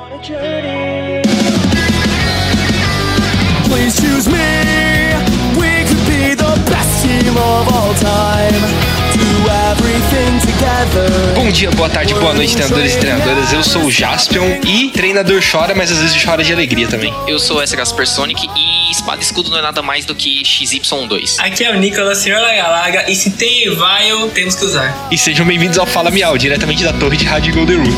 Please choose me. We could be the best team of all time. Do everything together. Bom dia, boa tarde, boa noite, treinadores e treinadoras. Eu sou o Jaspion e treinador chora, mas às vezes chora de alegria também. Eu sou o SH Supersonic e espada e escudo não é nada mais do que XY2. Aqui é o Nicolas, Senhor Lagalaga, e se tem Evile, temos que usar. E sejam bem-vindos ao Fala Miau, diretamente da torre de rádio Golden Rule.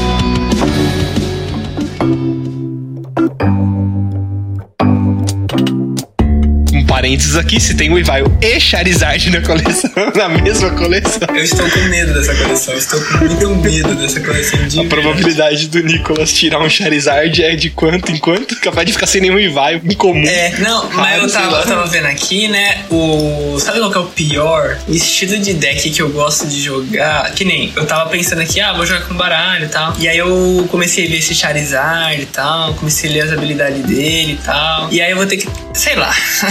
Parênteses aqui, se tem o Evile e Charizard na coleção, na mesma coleção. Eu estou com medo dessa coleção, estou com muito medo dessa coleção. A probabilidade do Nicolas tirar um Charizard é de quanto em quanto? Capaz de ficar sem nenhum Evile incomum. Mas eu tava vendo aqui, né, sabe qual que é o pior? O estilo de deck que eu gosto de jogar, que nem, eu tava pensando aqui, vou jogar com baralho e tal, e aí eu comecei a ver esse Charizard e tal, comecei a ler as habilidades dele e tal, e aí eu vou ter que, sei lá...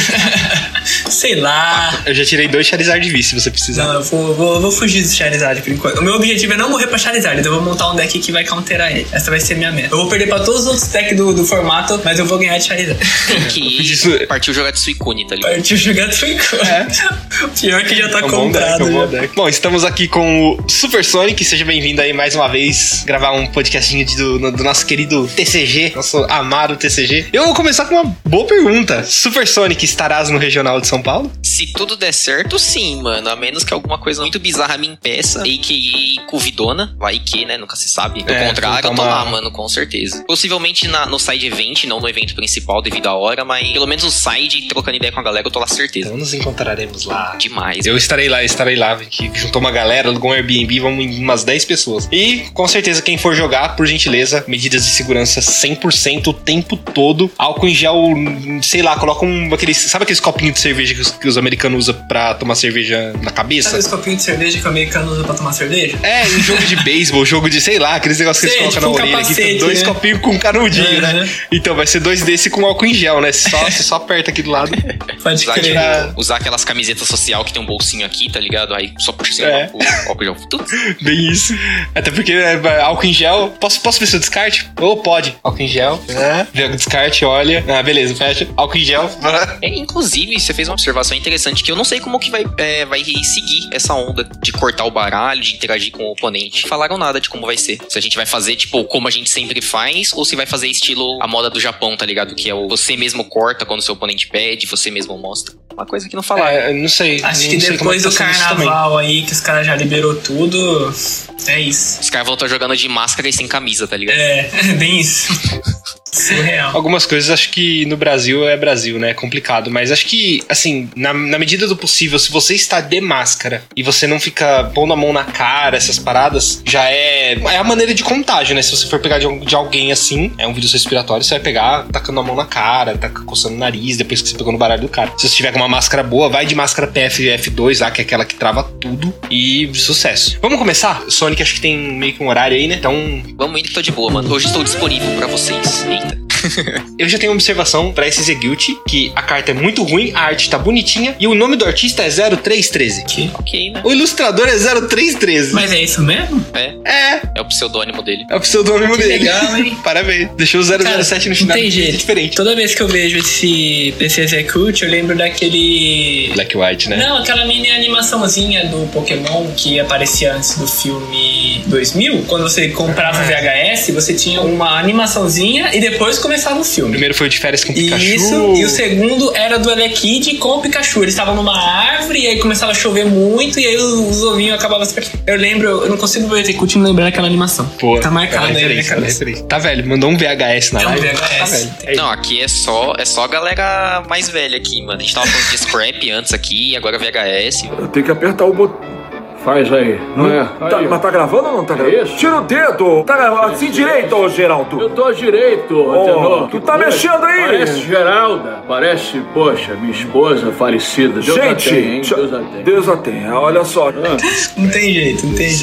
Eu já tirei 2 Charizard V, se você precisar. Não, eu vou fugir do Charizard por enquanto. O meu objetivo é não morrer pra Charizard, então eu vou montar um deck que vai counterar ele. Essa vai ser minha meta. Eu vou perder pra todos os outros decks do formato, mas eu vou ganhar de Charizard. Que partiu jogar de Suicune, tá ligado? Partiu jogar de Suicune. Pior que já tá comprado. Bom deck. Bom, estamos aqui com o Supersonic. Seja bem-vindo aí mais uma vez gravar um podcastinho do nosso querido TCG, nosso amado TCG. Eu vou começar com uma boa pergunta. Supersonic, estarás no Regional de São Paulo? Se tudo der certo, sim, mano. A menos que alguma coisa muito bizarra me impeça. A.k.a. Covidona. Vai que, né? Nunca se sabe. Do contrário, eu tô lá, mano, com certeza. Possivelmente no side event, não no evento principal devido à hora, mas pelo menos no side, trocando ideia com a galera, eu tô lá certeza. Então nos encontraremos lá. Demais. Eu estarei lá. Que juntou uma galera, alugou um Airbnb, vamos em umas 10 pessoas. E, com certeza, quem for jogar, por gentileza, medidas de segurança 100% o tempo todo. Álcool em gel, sei lá, coloca sabe aqueles copinhos de cerveja que os americanos usam pra tomar cerveja na cabeça? Sabe os copinhos de cerveja que o americano usa pra tomar cerveja? Em jogo de beisebol, jogo de, sei lá, aqueles negócios que eles colocam na orelha aqui, tem 2 copinhos com canudinho, né? Então vai ser 2 desse com álcool em gel, né? Você só aperta aqui do lado. Pode crer. Usar aquelas camisetas social que tem um bolsinho aqui, tá ligado? Aí só puxa o álcool em gel. Bem isso. Até porque álcool em gel... Posso ver seu descarte? Pode. Álcool em gel. Vê o descarte, olha. Beleza, fecha. Álcool em gel. Inclusive, você fez uma observação interessante que eu não sei como que vai seguir essa onda de cortar o baralho, de interagir com o oponente. Não falaram nada de como vai ser. Se a gente vai fazer, tipo, como a gente sempre faz, ou se vai fazer estilo a moda do Japão, tá ligado? Que é o você mesmo corta quando seu oponente pede, você mesmo mostra. Uma coisa que não falaram. Não sei. Acho que depois do carnaval aí, que os caras já liberou tudo, é isso. Os caras vão estar jogando de máscara e sem camisa, tá ligado? Bem isso. Surreal. Algumas coisas acho que no Brasil é Brasil, né? É complicado. Mas acho que, assim, na medida do possível, se você está de máscara e você não fica pondo a mão na cara, essas paradas, já é a maneira de contágio, né? Se você for pegar de alguém assim, é um vírus respiratório, você vai pegar tacando a mão na cara, coçando o nariz, depois que você pegou no baralho do cara. Se você tiver com uma máscara boa, vai de máscara PFF2 lá, que é aquela que trava tudo, e sucesso. Vamos começar? O Sonic acho que tem meio que um horário aí, né? Então... Vamos indo que tô de boa, mano. Hoje estou disponível pra vocês. Eita. Eu já tenho uma observação pra esse Zeguilt, que a carta é muito ruim, a arte tá bonitinha e o nome do artista é 0313. Ok, né? O ilustrador é 0313. Mas é isso mesmo? É o pseudônimo dele. É o pseudônimo dele. Legal, hein? Parabéns. Deixou o 007 no final. Não tem jeito. Diferente. Toda vez que eu vejo esse Execute, eu lembro daquele... Black White, né? Não, aquela mini animaçãozinha do Pokémon que aparecia antes do filme 2000. Quando você comprava o VHS, você tinha uma animaçãozinha e depois começava o filme. O primeiro foi o de férias com o Pikachu. Isso, e o segundo era do Elekid com o Pikachu. Eles estavam numa árvore e aí começava a chover muito e aí os ovinhos acabavam... Eu lembro, eu não consigo ver Execute e me lembrar daquela animação. Pô, tá marcado aí na minha cabeça. Tá velho, mandou um VHS na live. VHS. Tá velho. Não, aqui é só a galera mais velha aqui, mano. A gente tava falando de scrap antes aqui, agora VHS. Eu tenho que apertar o botão. Faz aí, não é? Aí. Mas tá gravando ou não tá gravando? Isso. Tira o dedo! Tá gravando assim direito, ô Geraldo? Eu tô direito, Antenor. Tu tá mexendo aí? Parece Geralda. Parece, poxa, minha esposa falecida. Deus Gente, a tenha, hein? Deus a tenha. Deus a tenha, olha só. Não tem jeito.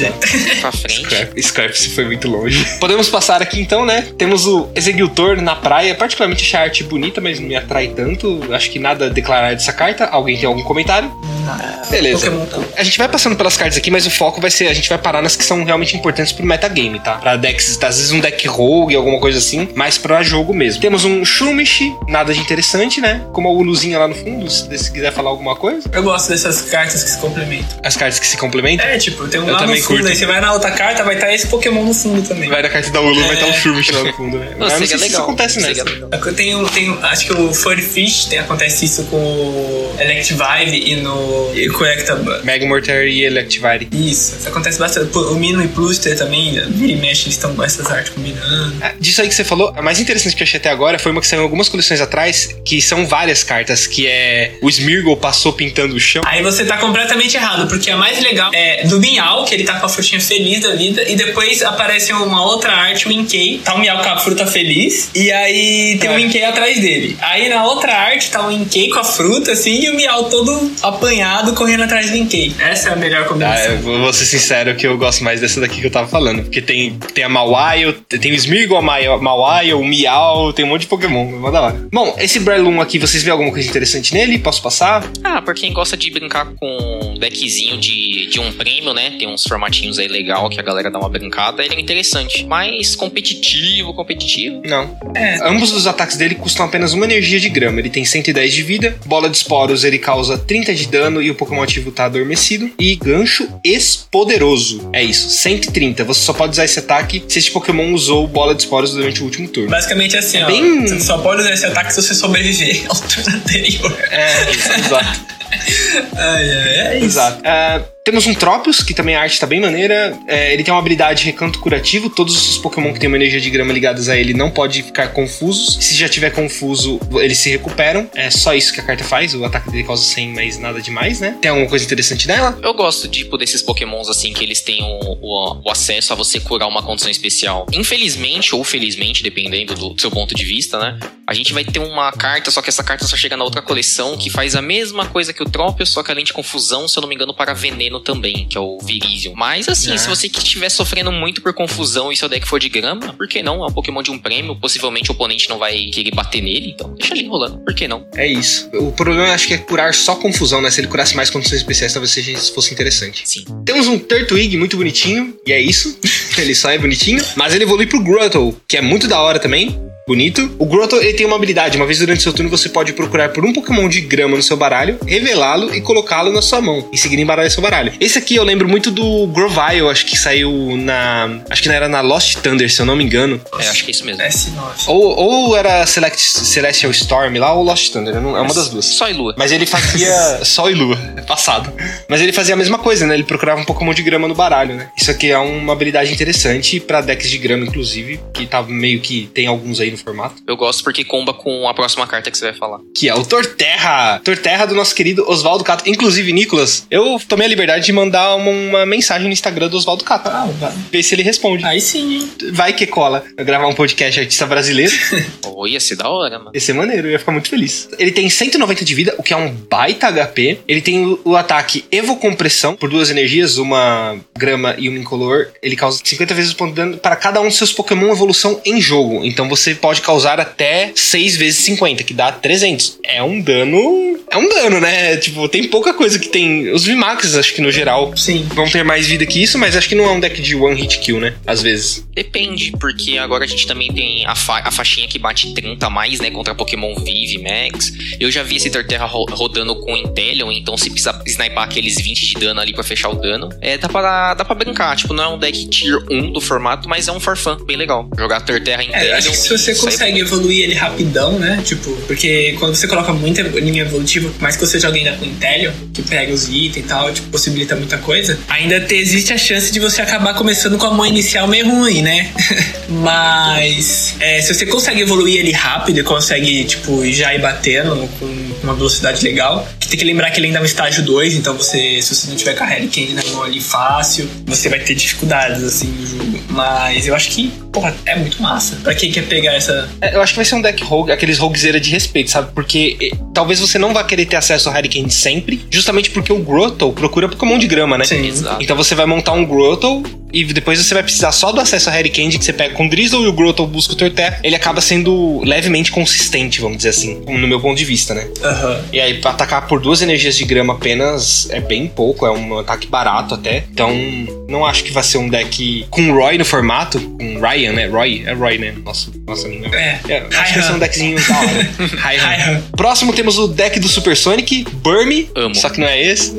Pra frente. Scrap se foi muito longe. Podemos passar aqui então, né? Temos o Executor na praia. Particularmente achei a arte bonita, mas não me atrai tanto. Acho que nada a declarar dessa carta. Alguém tem algum comentário? Não. Beleza. Pokémon. A gente vai passando pelas cartas cartas aqui, mas o foco vai ser, a gente vai parar nas que são realmente importantes pro metagame, tá? Pra decks, às vezes um deck rogue, alguma coisa assim, mas pra jogo mesmo. Temos um Shroomish, nada de interessante, né? Como a Uluzinha lá no fundo, se quiser falar alguma coisa. Eu gosto dessas cartas que se complementam. As cartas que se complementam? É, tipo, tem um lá no fundo, aí você vai na outra carta, vai estar esse Pokémon no fundo também. Vai na carta da Ulu, vai estar um Shroomish lá no fundo, né? Mas não sei se isso acontece nessa. Eu tenho, acho que o Furryfish acontece isso com o Electivire e com o Electabuzz. Magmortar e Electivire. Isso acontece bastante. O Mino e Pluster também, vira e mexe, eles estão com essas artes combinando. Disso aí que você falou, a mais interessante que eu achei até agora foi uma que saiu em algumas coleções atrás, que são várias cartas, que é o Smeargle passou pintando o chão. Aí você tá completamente errado, porque a mais legal é do Meow, que ele tá com a frutinha feliz da vida, e depois aparece uma outra arte, o Inkay, tá o Meow com a fruta feliz, e aí tem o Inkay atrás dele. Aí na outra arte tá o Inkay com a fruta, assim, e o Meow todo apanhado, correndo atrás do Inkay. Essa é a melhor combinação. Eu vou ser sincero que eu gosto mais dessa daqui que eu tava falando, porque tem a Mawile, tem o Smeargle, a Mawile, o Meow, tem um monte de Pokémon, é uma da hora. Bom, esse Breloom aqui, vocês vêem alguma coisa interessante nele? Posso passar? Pra quem gosta de brincar com um deckzinho de um prêmio, né? Tem uns formatinhos aí legal que a galera dá uma brincada, ele é interessante. Mas competitivo. Não. Ambos os ataques dele custam apenas uma energia de grama. Ele tem 110 de vida, bola de esporos ele causa 30 de dano e o Pokémon ativo tá adormecido. E gancho ex-poderoso. É isso, 130. Você só pode usar esse ataque se esse Pokémon usou bola de esporos durante o último turno. Basicamente assim, você só pode usar esse ataque se você sobreviver ao turno anterior. Exato. É isso. Exato. Temos um Tropius, que também a arte tá bem maneira. Ele tem uma habilidade Recanto Curativo. Todos os Pokémon que tem uma energia de grama ligadas a ele não podem ficar confusos. Se já tiver confuso, eles se recuperam. É só isso que a carta faz. O ataque dele causa 100, mas nada demais, né? Tem alguma coisa interessante nela? Eu gosto desses Pokémons assim, que eles têm o acesso a você curar uma condição especial. Infelizmente, ou felizmente, dependendo do seu ponto de vista, né? A gente vai ter uma carta, só que essa carta só chega na outra coleção, que faz a mesma coisa que o Tropius, só que além de confusão, se eu não me engano, para veneno também, que é o Virizion. Mas assim, se você estiver sofrendo muito por confusão e seu deck for de grama, por que não? É um Pokémon de um prêmio, possivelmente o oponente não vai querer bater nele, então deixa ele rolando, por que não? É isso. O problema acho que é curar só confusão, né? Se ele curasse mais condições especiais, talvez isso fosse interessante. Sim. Temos um Turtwig muito bonitinho, e é isso. Ele só é bonitinho, mas ele evolui pro Grottle, que é muito da hora também. Bonito. O Grottle, ele tem uma habilidade. Uma vez durante seu turno, você pode procurar por um Pokémon de grama no seu baralho, revelá-lo e colocá-lo na sua mão. Em seguida, embaralha seu baralho. Esse aqui eu lembro muito do Grovyle, acho que saiu acho que era na Lost Thunder, se eu não me engano. Acho que é isso mesmo. S9. Ou era Celestial Storm lá, ou Lost Thunder. É uma das duas. Sol e Lua. Mas ele fazia... Sol e Lua. É passado. Mas ele fazia a mesma coisa, né? Ele procurava um Pokémon de grama no baralho, né? Isso aqui é uma habilidade interessante pra decks de grama, inclusive, que tá meio que... Tem alguns aí no formato. Eu gosto porque comba com a próxima carta que você vai falar. Que é o Torterra. Torterra do nosso querido Oswaldo Cato. Inclusive, Nicolas, eu tomei a liberdade de mandar uma mensagem no Instagram do Oswaldo Cato. Ver se ele responde. Aí sim, hein? Vai que cola. Eu gravar um podcast artista brasileiro. Ia ser da hora, mano. Ia ser maneiro, eu ia ficar muito feliz. Ele tem 190 de vida, o que é um baita HP. Ele tem o ataque Evocompressão, por 2 energias, uma grama e uma incolor. Ele causa 50 vezes o ponto de dano para cada um dos seus Pokémon evolução em jogo. Então você pode causar até 6 vezes 50, que dá 300. É um dano, né? Tipo, tem pouca coisa que tem. Os VMAX, acho que no geral, sim, vão ter mais vida que isso, mas acho que não é um deck de one hit kill, né? Às vezes. Depende, porque agora a gente também tem a faixinha que bate 30 a mais, né? Contra Pokémon Vive, Max. Eu já vi esse Torterra rodando com Inteleon, então se precisar sniper aqueles 20 de dano ali pra fechar o dano, dá pra brincar. Tipo, não é um deck tier 1 do formato, mas é um for fun, bem legal. Jogar Torterra em Inteleon. Acho que se você consegue evoluir ele rapidão, né? Tipo, porque quando você coloca muita linha evolutiva, mais que você joga ainda com Inteleon, que pega os itens e tal, tipo, possibilita muita coisa, ainda existe a chance de você acabar começando com a mão inicial meio ruim, né? Mas se você consegue evoluir ele rápido e consegue, tipo, já ir batendo com uma velocidade legal, que tem que lembrar que ele ainda é um estágio 2, então se você não tiver com a Harry Candy na mão ali fácil, você vai ter dificuldades, assim, no jogo. Mas eu acho que Porra, é muito massa. Pra quem quer pegar essa... Eu acho que vai ser um deck rogue, aqueles roguezeira de respeito, sabe? Porque talvez você não vá querer ter acesso ao Hurricane sempre, justamente porque o Grotto procura Pokémon de grama, né? Sim, exato. Então você vai montar um Grotto e depois você vai precisar só do acesso ao Hurricane, que você pega com o Drizzle e o Grotto busca o Torterra. Ele acaba sendo levemente consistente, vamos dizer assim, no meu ponto de vista, né? Aham. E aí, pra atacar por 2 energias de grama apenas é bem pouco, é um ataque barato até. Então, não acho que vai ser um deck com Roy no formato, com Ryan, né? É Roy, né? Nossa, não. Acho que vai ser um deckzinho da hora. Raihan. Próximo temos o deck do Supersonic, Burmy. Amo. Só que não é esse.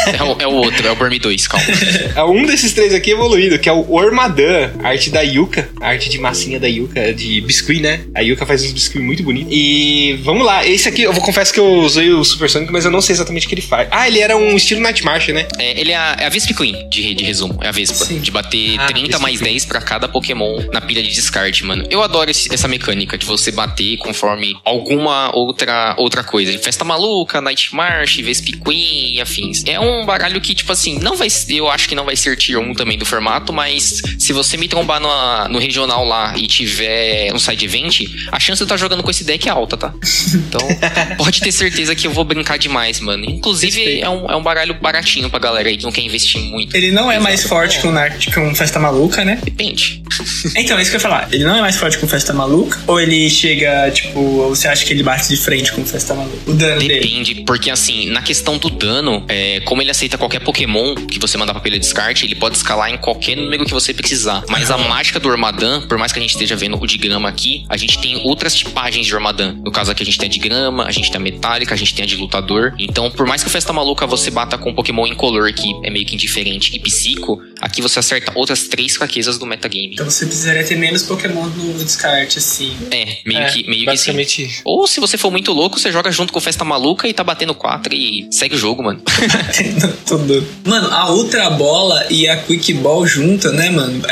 É o outro, é o Burmy 2, calma. É um desses 3 aqui evoluído, que é o Ormadan, arte da Yuka, arte de massinha da Yuka, de biscuit, né? A Yuka faz uns biscuits muito bonitos. E vamos lá, esse aqui, eu vou confesso que eu usei o Supersonic, mas eu não sei exatamente o que ele faz. Ele era um estilo Night March, né? Ele é a Vespa Queen, de resumo. É a Vespa. Sim. De bater 30 mais 10 pra cada Pokémon na pilha de descarte, mano. Eu adoro essa mecânica de você bater conforme alguma outra coisa. Festa Maluca, Night March, Vespa Queen e afins. É um baralho que, tipo assim, eu acho que não vai ser tier 1 também do formato, mas se você me trombar no regional lá e tiver um side event, a chance de eu estar jogando com esse deck é alta, tá? Então, pode ter certeza que eu vou brincar demais, mano. Inclusive, é um baralho baratinho pra galera aí que não quer investir muito. Ele não é mais forte que um Festa Maluca, né? Depende. Então, é isso que eu ia falar. Ele não é mais forte que um Festa Maluca? Ou ele chega, tipo, você acha que ele bate de frente com o Festa Maluca? O dano dele? Depende, porque assim, na questão do dano, como ele aceita qualquer Pokémon que você mandar pra pilha de descarte, ele pode escalar em qualquer número que você precisar. Mas a mágica do Ormadan, por mais que a gente esteja vendo o de grama aqui, a gente tem outras tipagens de Ormadan. No caso aqui a gente tem a de grama, a gente tem a metálica, a gente tem a de lutador. Então, por mais que o Festa Maluca você bata com um Pokémon incolor, que é meio que indiferente, e psico, aqui você acerta outras 3 fraquezas do metagame. Então você precisaria ter menos Pokémon no descarte, assim. Meio que basicamente sim. Ou se você for muito louco, você joga junto com o Festa Maluca e tá batendo 4 e segue o jogo, mano. Tudo. Mano, a Ultra Bola e a Quick Ball junta, né, mano?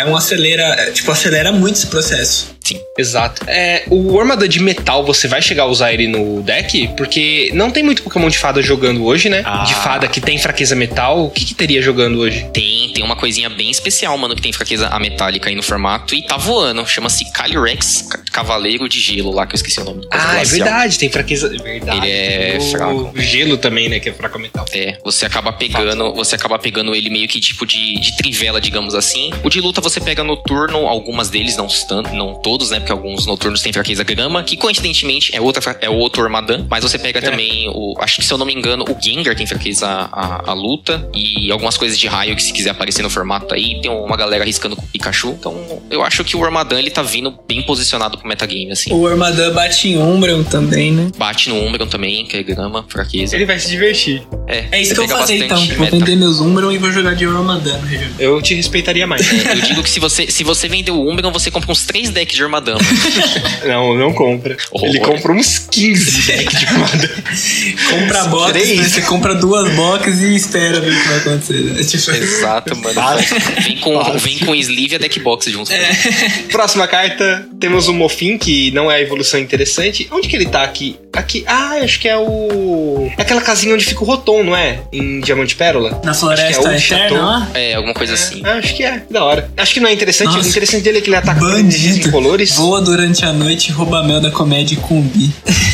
Acelera muito esse processo. Sim. Exato. O Ormadan de metal, você vai chegar a usar ele no deck? Porque não tem muito Pokémon de fada jogando hoje, né? De fada que tem fraqueza metal. O que teria jogando hoje? Tem uma coisinha bem especial, mano, que tem fraqueza ametálica aí no formato e tá voando. Chama-se Calyrex, Cavaleiro de Gelo lá, que eu esqueci o nome. É verdade, tem fraqueza. É verdade. Ele é fraco. O gelo também, né, que é fraco a metal. Você acaba pegando ele meio que tipo de trivela, digamos assim. O de luta você pega noturno, algumas deles, não todos, né, porque alguns noturnos têm fraqueza grama, que coincidentemente é outro Ormadan, mas você pega também acho que se eu não me engano, o Gengar tem fraqueza à luta e algumas coisas de raio que se quiser aparecer no formato aí, tem uma galera arriscando com o Pikachu. Então, eu acho que o Ormadan, ele tá vindo bem posicionado pro metagame, assim. O Ormadan bate em Umbreon também, né? Bate no Umbreon também, que é grama, fraqueza. Ele vai se divertir. É isso que eu vou fazer, então. Vou vender meus Umbreon e vou jogar de Ormadan no regional. Eu te respeitaria mais. Eu digo que se você vender o Umbreon, você compra uns 3 decks de Ormadan. Não compra. Ele compra uns 15 decks de Ormadan. Compra box, né? Você compra 2 boxes e espera ver o que vai acontecer. Né? Exato, mano. Vem com sleeve e a deck box junto. Próxima carta, temos o Mofin, que não é a evolução interessante. Onde que ele tá aqui? Aqui, acho que é aquela casinha onde fica o Rotom, não é? Em Diamante Pérola? Na Floresta Eterna, ó? Alguma coisa assim. Acho que é, da hora. Acho que não é interessante. Nossa. O interessante dele é que ele ataca bandido. Colores. Voa durante a noite e rouba mel da comédia e cumbi.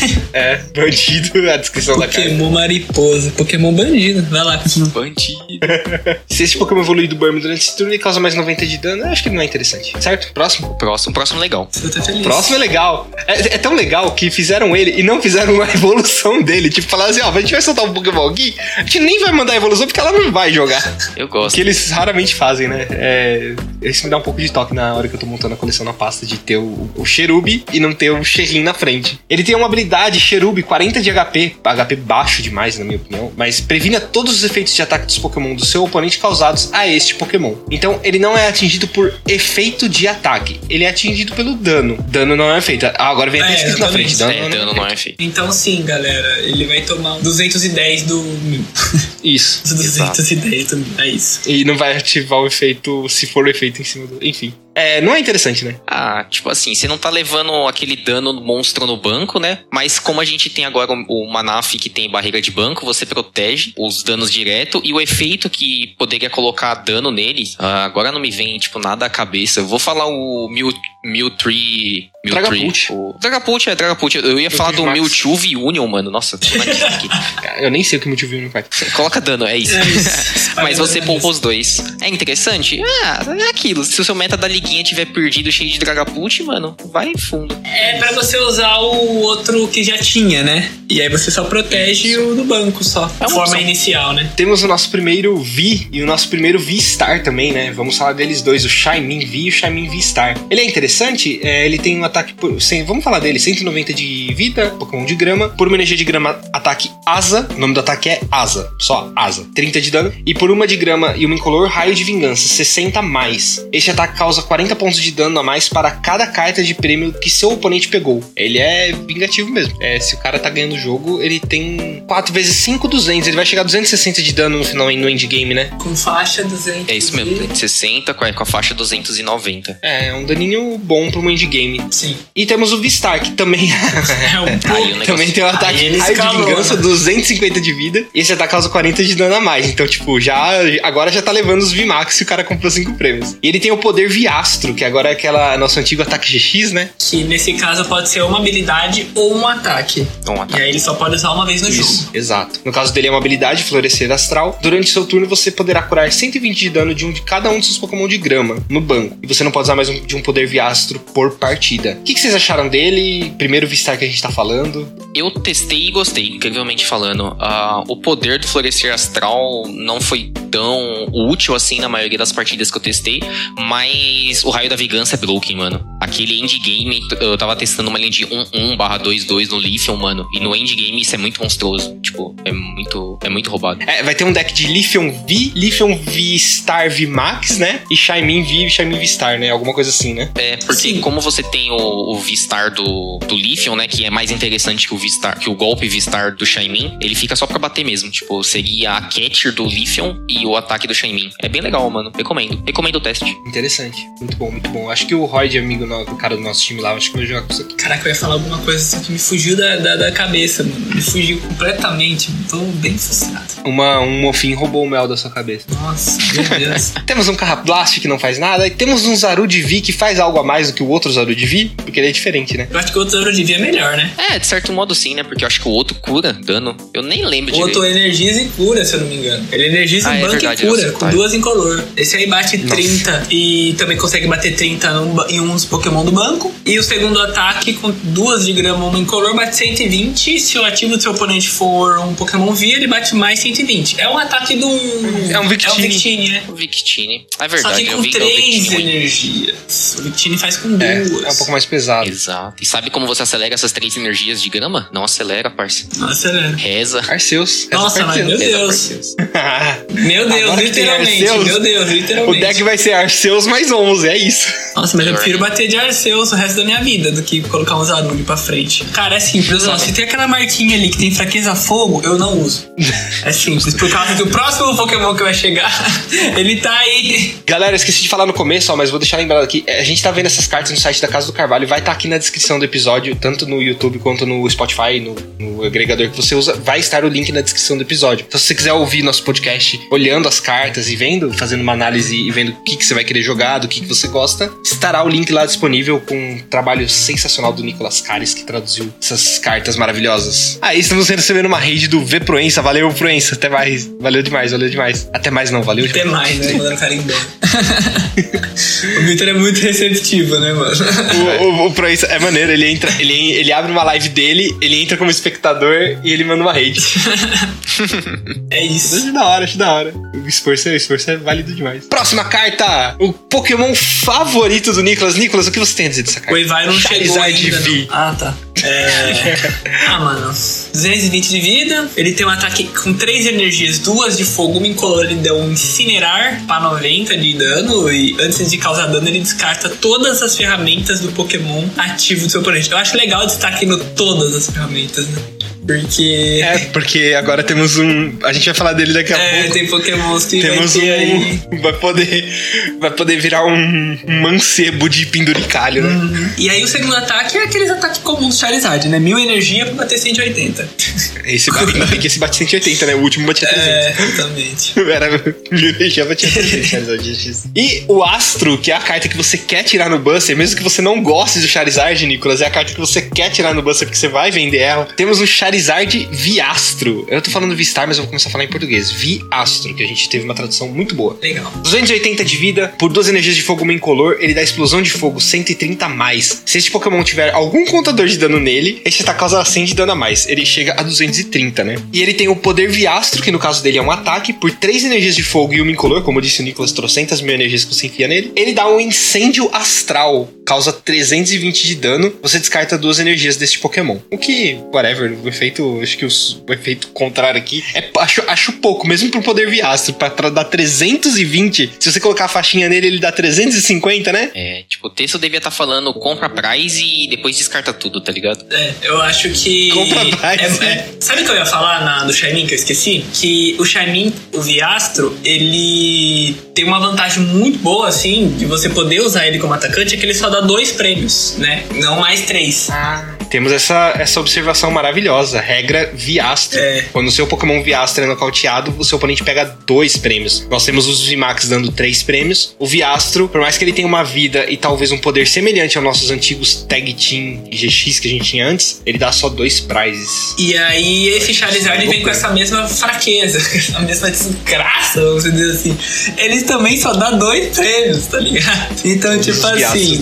Bandido, a descrição da carta. Pokémon mariposa. Pokémon bandido. Vai lá, continua. Bandido. Se esse Pokémon evoluir do Burmy durante esse turno, ele causa mais 90 de dano. Eu acho que ele não é interessante. Certo? Próximo é legal. Eu tô feliz. Próximo é legal. É tão legal que fizeram ele e não fizeram a evolução dele. Tipo, falaram assim, a gente vai soltar um Pokémon aqui, a gente nem vai mandar a evolução porque ela não vai jogar. Eu gosto. Que eles raramente fazem, né? Isso me dá um pouco de toque na hora que eu tô montando a coleção na pasta de ter o Cherubi e não ter o Cherrim na frente. Ele tem uma habilidade, Cherubi, 40 de HP baixo demais, na minha opinião, mas previna todos os efeitos de ataque dos Pokémon do seu oponente causados a este Pokémon. Então, ele não é atingido por efeito de ataque, ele é atingido pelo dano. Dano não é efeito. Agora vem até escrito na frente. Dano não é efeito. Então, sim, galera, ele vai tomar 210 do 1000. Isso. 210 do 1000, é isso. E não vai ativar o efeito, se for o efeito em cima do... Enfim. Não é interessante, né? Tipo assim, você não tá levando aquele dano monstro no banco, né? Mas como a gente tem agora o Manaf que tem barreira de banco, você protege os danos direto e o efeito que poderia colocar dano nele, agora não me vem, tipo, nada à cabeça. Eu vou falar o Mewtree... Dragapult. Eu ia falar do Mewtwo V-Union, mano. Nossa, aqui. Eu nem sei o que o Mewtwo V-Union faz. Coloca dano, é isso. Mas você poupa os dois. É interessante? É aquilo. Se o seu meta da liguinha tiver perdido cheio de Dragapult, mano, vai fundo. É pra você usar o outro que já tinha, né? E aí você só protege o do banco só. É uma forma inicial, né? Temos o nosso primeiro V e o nosso primeiro V-Star também, né? Vamos falar deles dois, o Shaymin V e o Shaymin V-Star. Ele é interessante, ele tem um ataque por... Vamos falar dele, 190 de vida, Pokémon de grama. Por uma energia de grama, ataque Asa. O nome do ataque é Asa, só Asa. 30 de dano. E por uma de grama e uma incolor, Raio de Vingança, 60 a mais. Este ataque causa 40 pontos de dano a mais para cada carta de prêmio que seu oponente pegou. Ele é vingativo mesmo. Se o cara tá ganhando o jogo, ele tem 4 vezes 5, 200. Ele vai chegar a 260 de dano no final, no endgame, né? Com faixa 200. É isso mesmo, 260 com a faixa 290. É um daninho bom pro endgame. Sim. E temos o V-Star, que também também tem um ataque Raio de Vingança, 250 de vida. E esse ataque causa 40 de dano a mais. Então, tipo, agora já tá levando os VMAX se o cara comprou 5 prêmios. E ele tem o poder Viastro, que agora é nosso antigo ataque GX, né? Que nesse caso pode ser uma habilidade ou um ataque. E aí ele só pode usar uma vez no jogo. Exato. No caso dele é uma habilidade, Florescer Astral. Durante seu turno você poderá curar 120 de dano de cada um de seus Pokémon de grama no banco. E você não pode usar mais de um poder Viastro por partida. O que vocês acharam dele? Primeiro V-Star que a gente tá falando. Eu testei e gostei, incrivelmente falando. O poder do Florescer Astral não foi tão útil assim na maioria das partidas que eu testei, mas o Raio da Vingança é broken, mano. Aquele endgame, eu tava testando uma linha de 1/2/2 no Leafeon, mano, e no endgame isso é muito monstruoso. Tipo, é muito roubado. Vai ter um deck de Leafeon V, Leafeon V-Star V-Max, né? E Shaymin V e Shaymin V-Star, né? Alguma coisa assim, né? Porque como você tem o V-Star do Leafeon, né? Que é mais interessante que o V-Star, que o golpe V-Star do Shaymin, ele fica só pra bater mesmo. Tipo, seria a Catcher do Leafeon e o ataque do Shaymin. É bem legal, mano. Recomendo o teste. Interessante. Muito bom, muito bom. Acho que o Roy, amigo do cara do nosso time lá, acho que vai jogar com isso aqui. Caraca, eu ia falar alguma coisa assim que me fugiu da cabeça, mano. Me fugiu completamente. Tô bem frustrado. Um mofinho roubou o mel da sua cabeça. Nossa, meu Deus. Temos um Carrablast que não faz nada. E temos um Zarudivi que faz algo a mais do que o outro Zarudivi, porque ele é diferente, né? Eu acho que o outro Zarudivi é melhor, né? De certo modo sim, né? Porque eu acho que o outro cura dano. Eu nem lembro direito. O outro energiza e cura, se eu não me engano. Ele energiza um banco e cura, com 2 incolor. Esse aí bate 30 e também consegue bater 30 em uns Pokémon do banco. E o segundo ataque, com 2 de grama, uma incolor, bate 120. Se o ativo do seu oponente for um Pokémon V, ele bate mais 120. É um ataque do... É um Victini, né? O Victini. É verdade. Só que com 3 energias. O Victini faz com 2. É um pouco mais pesado. Exato. E sabe como você acelera essas 3 energias de grama? Não acelera, parça. Não acelera. Reza. Arceus. Nossa, mas meu Deus. Meu Deus, literalmente. Meu Deus, literalmente. O deck vai ser Arceus mais 11, é isso. Nossa, mas eu prefiro bater de Arceus o resto da minha vida do que colocar um Zarude pra frente. Cara, é simples. Se tem aquela marquinha ali que tem fraqueza a fogo, eu não uso. É simples. Por causa que o próximo Pokémon que vai chegar, ele tá aí. Galera, eu esqueci de falar no começo, mas vou deixar lembrado aqui. A gente tá vendo essas cartas no site da Casa do Carvalho. Vai estar aqui na descrição do episódio, tanto no YouTube quanto no Spotify, no agregador que você usa. Vai estar o link na descrição do episódio. Então, se você quiser ouvir nosso podcast olhando as cartas e fazendo uma análise e vendo o que você vai querer jogar, do que você gosta, estará o link lá disponível com um trabalho sensacional do Nicolas Cares, que traduziu essas cartas maravilhosas. Aí estamos recebendo uma raid do V Proença. Valeu, Proença. Até mais. Valeu demais. Até mais não, valeu Até demais. Mais, né? Mandando carinho bem. O Victor é muito receptivo, né, mano? O Proença é maneiro. Ele abre uma live dele, ele entra como espectador e ele manda uma raid. É isso. Acho da hora. O esforço é válido demais. Próxima carta. O Pokémon favorito do Nicolas. Nicolas, o que você tem a dizer dessa carta? O Evair não chegou ainda, V. Ah, tá. Mano, 220 de vida. Ele tem um ataque com 3 energias, 2 de fogo, uma incolor. Ele deu um Incinerar pra 90 de dano. E antes de causar dano, ele descarta todas as ferramentas do Pokémon ativo do seu oponente. Eu acho legal o destaque no todas as ferramentas, né? Porque agora temos a gente vai falar dele daqui a pouco. Tem Pokémons que temos aí. Vai poder virar um mancebo de penduricalho, né? E aí o segundo ataque é aqueles ataques comuns do Charizard, né? 1000 energia pra bater 180. Ainda bem que esse bate 180, né? O último batia 300. Exatamente. Era 1000 energia, batia 300 Charizard. E o Astro, que é a carta que você quer tirar no Buster, mesmo que você não goste do Charizard, Nicolas, é a carta que você quer tirar no Buster porque você vai vender ela. Temos um Charizard Viastro. Eu tô falando V-Star, mas eu vou começar a falar em português. Viastro, que a gente teve uma tradução muito boa. Legal. 280 de vida, por 2 energias de fogo uma incolor, ele dá explosão de fogo 130 a mais. Se este Pokémon tiver algum contador de dano nele, este ataque causa 100 de dano a mais. Ele chega a 230, né? E ele tem o poder Viastro, que no caso dele é um ataque, por 3 energias de fogo e uma incolor, como disse o Nicolas, trocentas mil energias que você enfia nele. Ele dá um incêndio astral, causa 320 de dano, você descarta 2 energias deste Pokémon. O que, whatever, o efeito, acho que o efeito contrário aqui, acho pouco, mesmo pro poder Viastro, pra dar 320, se você colocar a faixinha nele, ele dá 350, né? O texto devia estar falando compra prize e depois descarta tudo, tá ligado? Eu acho que... Compra prize. Sabe o que eu ia falar do Shaymin, que eu esqueci? Que o Shaymin, o Viastro, ele tem uma vantagem muito boa, assim, de você poder usar ele como atacante, é que ele só dá 2 prêmios, né? Não mais 3. Temos essa observação maravilhosa, regra Viastro. Quando o seu Pokémon Viastro é nocauteado, o seu oponente pega 2 prêmios. Nós temos os VMAX dando 3 prêmios. O Viastro, por mais que ele tenha uma vida e talvez um poder semelhante aos nossos antigos Tag Team e GX que a gente tinha antes, ele dá só 2 prizes. E aí esse Charizard vem com essa mesma fraqueza, essa mesma desgraça, vamos dizer assim. Ele também só dá 2 prêmios, tá ligado? Então, tipo assim,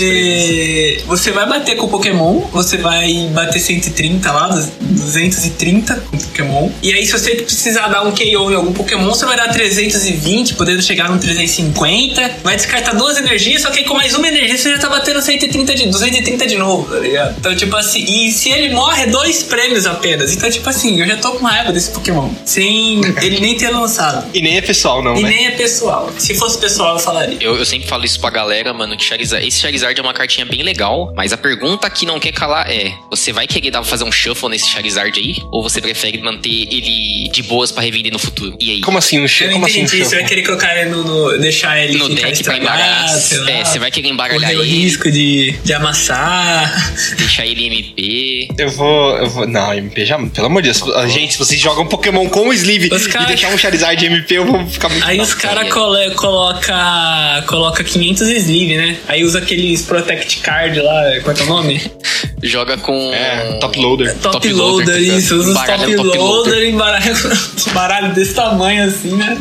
você vai bater com o Pokémon, você vai bater 130 lá, 230 com o Pokémon. E aí, se você precisar dar um KO em algum Pokémon, você vai dar 320, podendo chegar no 350. Vai descartar 2 energias, só que aí com mais uma energia você já tá batendo 230 de novo, tá ligado? Então, tipo assim, e se ele morre, é 2 prêmios apenas. Então, tipo assim, eu já tô com raiva desse Pokémon. Sem ele nem ter lançado. E nem é pessoal, não, né? E nem é pessoal. Se fosse pessoal, eu falaria. Eu sempre falo isso pra galera, mano, que esse Charizard é uma cartinha bem legal, mas a pergunta que não quer calar é: você vai querer fazer um shuffle nesse Charizard aí? Ou você prefere manter ele de boas pra revender no futuro? E aí? Como assim um shuffle? Eu entendi, você vai querer colocar ele deixar ele no deck pra embaralhar. Você vai querer embaralhar ele. O risco de amassar. Deixar ele MP. Eu vou. Não, MP já. Pelo amor de Deus. Gente, se vocês jogam Pokémon com o Sleeve e deixar um Charizard MP, eu vou ficar muito. Aí os caras coloca 500 Sleeve, né? Aí usa aqueles Protect Card lá, qual é o nome? Joga com... Top Loader. Top Loader, isso. Usa os Top Loader e baralho desse tamanho assim, né?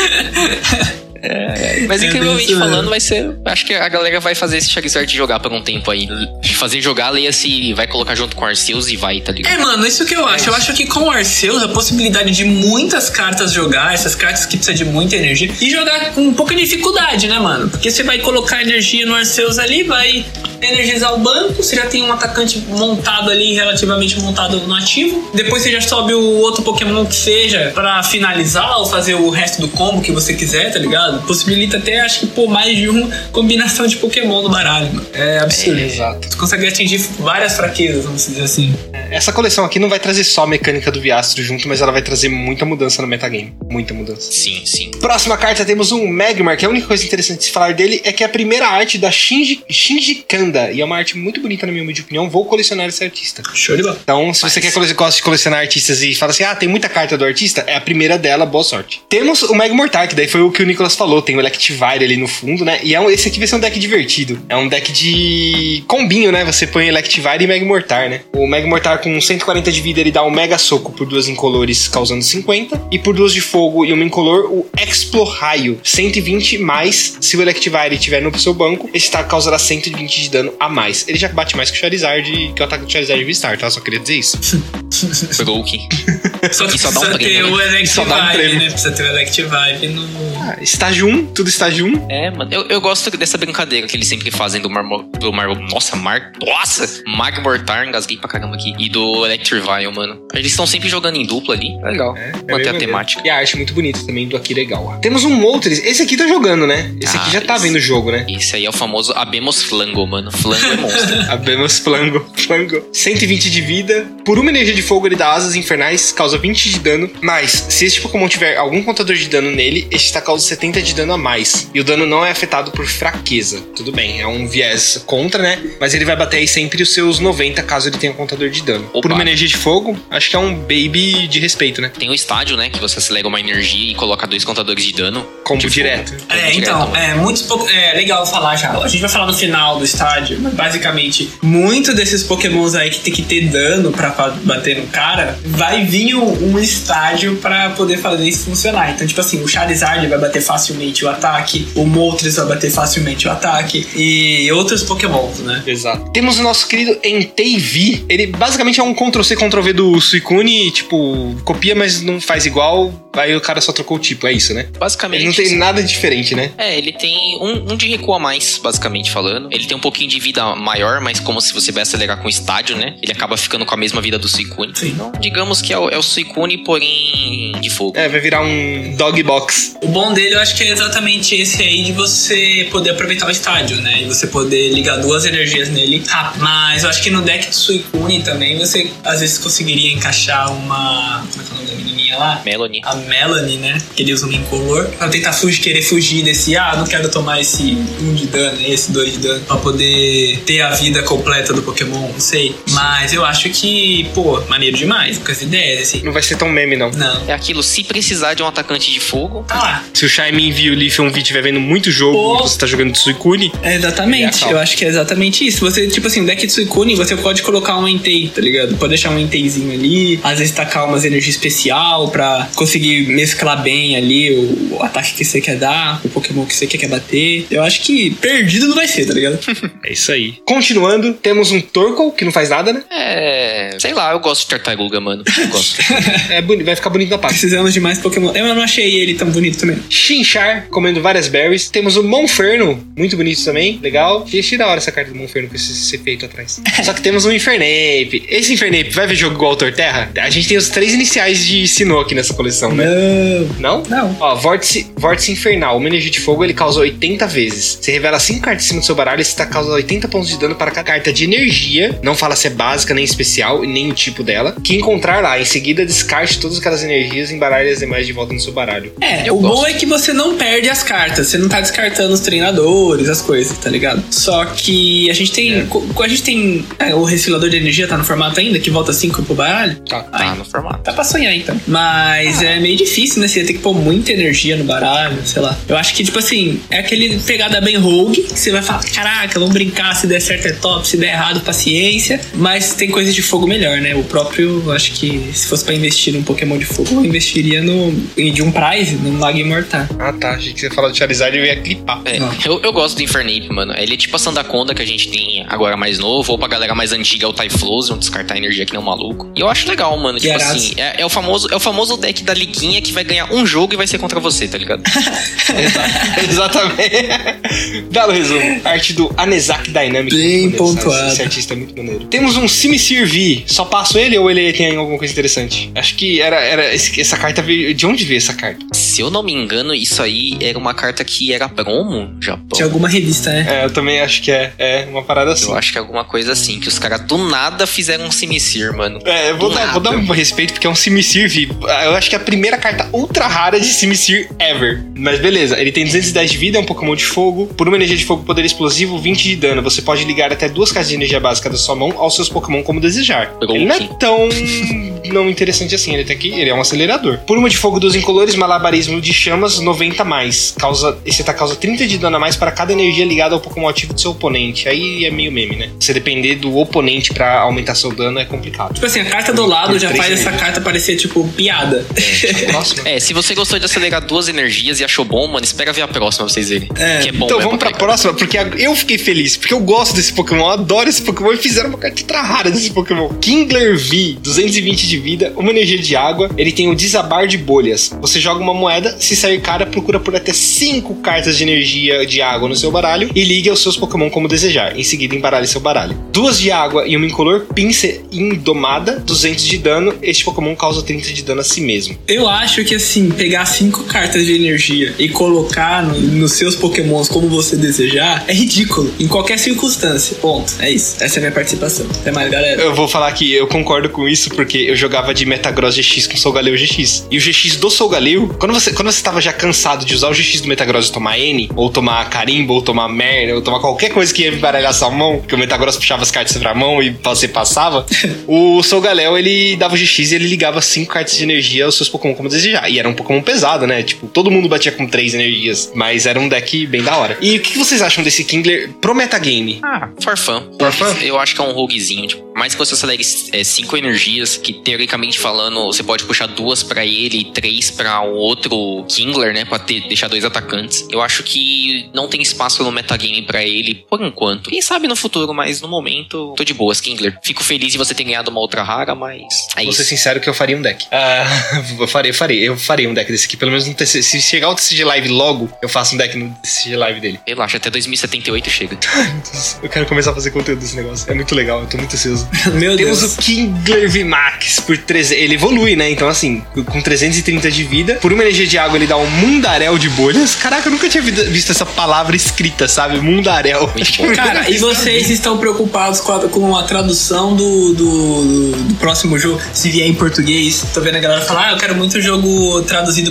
Mas incrivelmente falando, vai ser... Acho que a galera vai fazer esse Charizard jogar por um tempo aí. Fazer jogar, leia-se, vai colocar junto com o Arceus e vai, tá ligado? Mano, isso que eu acho. Eu acho que com o Arceus, a possibilidade de muitas cartas jogar, essas cartas que precisam de muita energia, e jogar com pouca dificuldade, né, mano? Porque você vai colocar energia no Arceus ali, vai energizar o banco, você já tem um atacante montado ali, relativamente montado no ativo. Depois você já sobe o outro Pokémon que seja pra finalizar ou fazer o resto do combo que você quiser, tá ligado? Possibilita até, acho que, mais de uma combinação de Pokémon no baralho, mano. É absurdo. Exato. Você consegue atingir várias fraquezas, vamos dizer assim. Essa coleção aqui não vai trazer só a mecânica do Viastro junto, mas ela vai trazer muita mudança no metagame. Muita mudança. Sim. Próxima carta temos um Magmar, que a única coisa interessante de se falar dele é que é a primeira arte da Shinji Kanda. E é uma arte muito bonita, na minha humilde opinião. Vou colecionar esse artista. Show de bola. Então, se você gosta de colecionar artistas e fala assim, tem muita carta do artista, é a primeira dela, boa sorte. Temos o Magmortar, que daí foi o que o Nicolas falou. Tem o Electivire ali no fundo, né? E esse aqui vai ser um deck divertido. É um deck de combinho, né? Você põe Electivire e Magmortar, né? O Magmortar com 140 de vida, ele dá um Mega Soco por 2 incolores, causando 50. E por 2 de fogo e uma incolor, o Exploraio. 120 mais, se o Electivire estiver no seu banco, esse ataque causará 120 de dano a mais. Ele já bate mais que o Charizard, que é o ataque do Charizard V-Star, tá? Só queria dizer isso. Broken. Só que só dá um precisa ter prêmio, o Electivive, Só dá um prêmio. né? Precisa ter o Electivive no... Estágio 1, tudo estágio 1. É, mano. Eu gosto dessa brincadeira que eles sempre fazem do Magmortar, engasguei pra caramba aqui. E do Electivire, mano. Eles estão sempre jogando em dupla ali. Legal. Manter a temática. E a arte muito bonita também do Akira Egawa. Temos um Moltres. Esse aqui tá jogando, né? Esse aqui já tá vendo o jogo, né? Esse aí é o famoso Abemos Flango, mano. Flango é monstro. Abemos Flango. 120 de vida. Por uma energia de fogo, ele dá asas infernais, causa 20 de dano. Mas, se esse Pokémon tiver algum contador de dano nele, este está causando 70 de dano a mais. E o dano não é afetado por fraqueza. Tudo bem, é um viés contra, né? Mas ele vai bater aí sempre os seus 90, caso ele tenha um contador de dano. Opa. Por uma energia de fogo, acho que é um baby de respeito, né? Tem o estádio, né? Que você acelera uma energia e coloca 2 contadores de dano. Combo direto. É legal falar já. A gente vai falar no final do estádio, mas basicamente, muito desses Pokémons aí que tem que ter dano pra bater no cara, vai vir um estádio pra poder fazer isso funcionar. Então, tipo assim, o Charizard vai bater facilmente o ataque, o Moltres vai bater facilmente o ataque e outros Pokémons, né? Exato. Temos o nosso querido Entei V. Ele basicamente é um Ctrl-C, Ctrl-V do Suicune, tipo, copia, mas não faz igual. Aí o cara só trocou o tipo, é isso, né? Basicamente. Ele não tem nada diferente, né? É, ele tem um de recuo a mais, basicamente falando. Ele tem um pouquinho de vida maior, mas como se você vai acelerar com o estádio, né? Ele acaba ficando com a mesma vida do Suicune. Sim. Então, digamos que é o Suicune, porém de fogo. É, vai virar um dog box. O bom dele eu acho que é exatamente esse aí de você poder aproveitar o estádio, né? E você poder ligar 2 energias nele rápido. Mas eu acho que no deck do Suicune também você às vezes conseguiria encaixar uma... Como é que é o nome da menininha lá? Melanie. A Melanie, né? Que ele usa um incolor. Pra tentar querer fugir desse... não quero tomar esse 1 de dano, esse 2 de dano. Pra poder ter a vida completa do Pokémon, não sei. Mas eu acho que, maneiro demais com as ideias, assim. Não vai ser tão meme, não. Não. É aquilo, se precisar de um atacante de fogo... Tá lá. Se o Shaimin e o Leafeon V estiver vendo muito jogo, você tá jogando de Suicune... Exatamente, eu acho que é exatamente isso. Você, tipo assim, o deck de Suicune, você pode colocar um Entei, tá ligado? Pode deixar um Enteizinho ali, às vezes tacar umas energias especial pra conseguir mesclar bem ali o ataque que você quer dar, o Pokémon que você quer bater. Eu acho que perdido não vai ser, tá ligado? É isso aí. Continuando, temos um Torkoal, que não faz nada, né? Sei lá, eu gosto de Tartaruga, mano. Eu gosto. Vai ficar bonito na parte. Precisamos de mais Pokémon. Eu não achei ele tão bonito também. Chinchar, comendo várias berries. Temos o Monferno, muito bonito também, legal. Achei da hora essa carta do Monferno com esse efeito atrás. Só que temos um Infernape. Esse Infernape vai ver jogo igual ao Torterra? A gente tem os 3 iniciais de Sinnoh aqui nessa coleção, né? Não? Não. Ó, Vórtice Infernal. Uma energia de fogo, ele causa 80 vezes. Você revela 5 cartas em cima do seu baralho e você causa 80 pontos de dano para cada carta de energia. Não fala se é básica, nem especial, e nem o tipo dela. Que encontrar lá. Em seguida, descarte todas aquelas energias e embaralhe as demais de volta no seu baralho. O bom é que você não perde as cartas. Você não tá descartando os treinadores, as coisas, tá ligado? Só que a gente tem... A gente tem... o resfilador de energia tá no formato ainda, que volta 5 pro baralho? Tá no formato. Tá pra sonhar, então. Mas é meio difícil, né? Você ia ter que pôr muita energia no baralho, sei lá. Eu acho que, tipo assim, é aquele pegada bem rogue, que você vai falar, caraca, vamos brincar, se der certo é top, se der errado, paciência. Mas tem coisas de fogo melhor, né? O próprio, acho que se fosse pra investir num Pokémon de fogo, eu investiria de um prize, no Magmortar. Tá. Achei que você falou do Charizard e eu ia clipar. Eu gosto do Infernape, mano. Ele é tipo a Sandaconda que a gente tem agora mais novo, ou pra galera mais antiga é o Typhlosion, descartar energia que nem um maluco. E eu acho legal, mano. Tipo assim, é o famoso deck da liguinha que vai ganhar um jogo e vai ser contra você, tá ligado? Exatamente. Belo resumo. Arte do Anesak Dynamic. Bem pontuado. Esse artista é muito maneiro. Temos um Simisear V. Só passo ele ou ele tem alguma coisa interessante? Acho que essa carta veio... De onde veio essa carta? Se eu não me engano, isso aí era uma carta que era promo no Japão. Tinha alguma revista, né? Eu também acho que é uma parada assim. Eu acho que é alguma coisa assim, que os caras do nada fizeram um Simisear, mano. Eu vou dar um respeito, porque é um Simisear V. Eu acho que é a primeira carta ultra rara de Simisear ever. Mas beleza, ele tem 210 de vida, é um Pokémon de fogo. Por uma energia de fogo, poder explosivo, 20 de dano. Você pode ligar até 2 cartas de energia básica da sua mão aos seus Pokémon como desejar. Ele não é tão não interessante assim, ele é um acelerador. Por uma de fogo dos incolores, malabariza Cataclismo de Chamas 90 mais. Esse ataque causa 30 de dano a mais para cada energia ligada ao Pokémon ativo do seu oponente. Aí é meio meme, né? Se depender do oponente pra aumentar seu dano é complicado. Tipo assim, a carta do lado já faz essa carta parecer, tipo, piada. Se você gostou de acelerar 2 energias e achou bom, mano, espera ver a próxima pra vocês verem. Que é bom. Então vamos pra próxima, porque eu fiquei feliz, porque eu gosto desse Pokémon, eu adoro esse Pokémon e fizeram uma carta ultra rara desse Pokémon. Kingler V, 220 de vida, uma energia de água, ele tem o Desabar de Bolhas. Você joga uma moeda, se sair cara, procura por até 5 cartas de energia de água no seu baralho e ligue aos seus Pokémon como desejar. Em seguida, embaralhe seu baralho. 2 de água e uma incolor, Pinsir Indomada, 200 de dano. Este Pokémon causa 30 de dano a si mesmo. Eu acho que, assim, pegar 5 cartas de energia e colocar nos seus Pokémons como você desejar é ridículo. Em qualquer circunstância. Ponto. É isso. Essa é a minha participação. Até mais, galera. Eu vou falar que eu concordo com isso porque eu jogava de Metagross GX com Solgaleo GX. E o GX do Solgaleo, quando você tava já cansado de usar o GX do Metagross e tomar N, ou tomar Carimbo, ou tomar Merda, ou tomar qualquer coisa que ia embaralhar sua mão, que o Metagross puxava as cartas pra mão e você passava, o Solgaleo, ele dava o GX e ele ligava 5 cartas de energia aos seus Pokémon como desejar. E era um Pokémon pesado, né? Tipo, todo mundo batia com 3 energias, mas era um deck bem da hora. E o que vocês acham desse Kingler pro metagame? For fun. Eu acho que é um roguezinho, tipo, mais que você acelere 5 energias, que teoricamente falando, você pode puxar 2 pra ele e 3 pra o outro Kingler, né? Pra deixar 2 atacantes. Eu acho que não tem espaço no metagame pra ele, por enquanto. Quem sabe no futuro, mas no momento, tô de boas, Kingler. Fico feliz de você ter ganhado uma outra rara, mas Vou ser sincero que eu faria um deck. Eu faria um deck desse aqui. Pelo menos no TCG. Se chegar o TCG Live logo, eu faço um deck no TCG Live dele. Relaxa, até 2078 chega. Eu quero começar a fazer conteúdo desse negócio. É muito legal, eu tô muito ansioso. Meu Deus. Temos o Kingler VMAX por 300. Ele evolui, né? Então, assim, com 330 de vida. Por uma energia de água, ele dá um Mundaréu de bolhas. Caraca, eu nunca tinha visto essa palavra escrita, sabe? Mundaréu. Cara, e vocês estão preocupados com a tradução do próximo jogo? Se vier em português, tô vendo a galera falar, eu quero muito jogo traduzido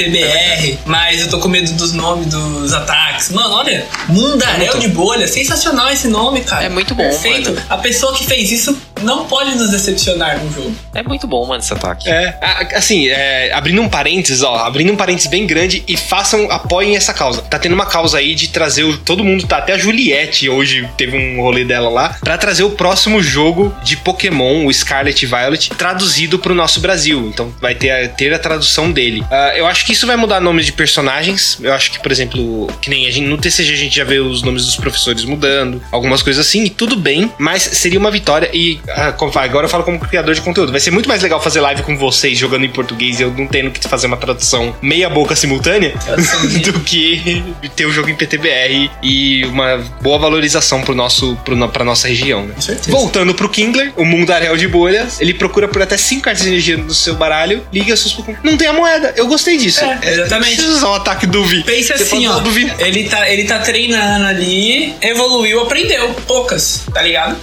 PTBR, mas eu tô com medo dos nomes dos ataques. Mano, olha, Mundaréu de bolha, sensacional esse nome, cara. É muito bom, perfeito. Mano. A pessoa que fez isso não pode nos decepcionar no jogo. É muito bom, mano, esse ataque. Abrindo um parênteses bem grande e apoiem essa causa. Tá tendo uma causa aí de trazer todo mundo, até a Juliette hoje teve um rolê dela lá, pra trazer o próximo jogo de Pokémon, o Scarlet e Violet, traduzido pro nosso Brasil. Então vai ter a tradução dele. Eu acho que isso vai mudar nomes de personagens. Eu acho que, por exemplo, que nem no TCG a gente já vê os nomes dos professores mudando, algumas coisas assim, e tudo bem, mas seria uma vitória. E agora eu falo como criador de conteúdo. Vai ser muito mais legal fazer live com vocês jogando em português e eu não tendo que fazer uma tradução meia boca simultânea do que ter o jogo em PTBR e uma boa valorização pra nossa região, né? Voltando pro Kingler, o Mundaréu de bolhas, ele procura por até 5 cartas de energia no seu baralho, liga seus Pokémon. Não tem a moeda, eu gostei disso. Exatamente. Precisa usar o ataque do Vi. Pensa assim, ó, ele tá treinando ali, evoluiu, aprendeu. Poucas, tá ligado?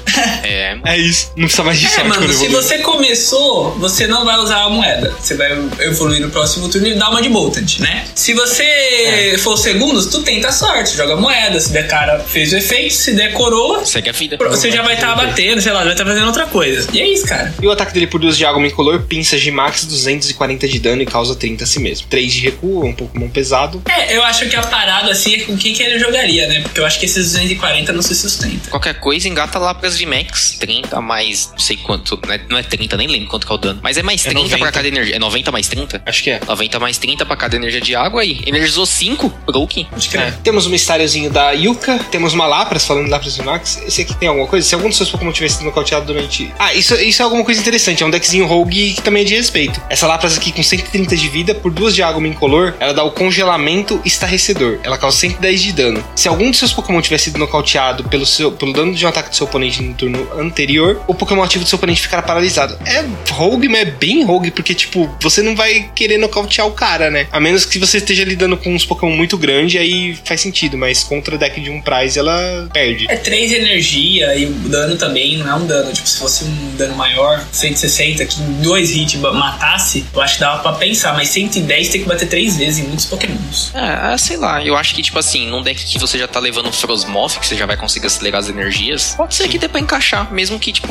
É isso, não precisa mais de sorte. Mano, se você começou, você não vai usar a moeda. Você vai evoluir no próximo turno e dar uma de Boltant, né? Se você for segundos, tu tenta a sorte, joga moeda. Se der cara, fez o efeito. Se der coroa, segue a vida. Você já vai estar batendo, sei lá, vai estar fazendo outra coisa. E é isso, cara. E o ataque dele por 2 de água incolor, pinça de max, 240 de dano e causa 30 a si mesmo. 3 de recuo, um Pokémon pesado. Eu acho que a parada assim é com quem que ele jogaria, né? Porque eu acho que esses 240 não se sustenta. Qualquer coisa, engata lá pras VMAX. 30 mais, não sei quanto, não é 30, nem lembro quanto que é o dano. Mas é mais 30 pra cada energia. É 90 mais 30? Acho que é. 90 mais 30 pra cada energia de água aí. Energizou 5, broken. Temos um mistériozinho da Yuka, temos uma Lapras, falando de Lapras VMAX. Esse aqui tem alguma coisa? Se algum dos seus Pokémon tivesse sido nocauteado durante... isso é alguma coisa interessante. É um deckzinho rogue que também é de respeito. Essa Lapras aqui com 130 de vida, por 2 de água incolor, ela dá o congelamento estarrecedor. Ela causa 110 de dano. Se algum dos seus Pokémon tivesse sido nocauteado pelo dano de um ataque do seu oponente no turno anterior, o Pokémon ativo do seu oponente ficará paralisado. É rogue, mas é bem rogue, porque, tipo, você não vai querer nocautear o cara, né? A menos que você esteja lidando com uns Pokémon muito grandes, aí faz sentido, mas contra o deck de um Prize, ela perde. É 3 energia e o dano também não é um dano. Tipo, se fosse um dano maior, 160, que em 2 hits matasse, eu acho que dava pra pensar, mas 110 tem que bater 3 vezes em muitos Pokémons. Sei lá, eu acho que, tipo assim, num deck que você já tá levando Frosmoth, que você já vai conseguir acelerar as energias, pode ser que dê pra encaixar, mesmo que, tipo,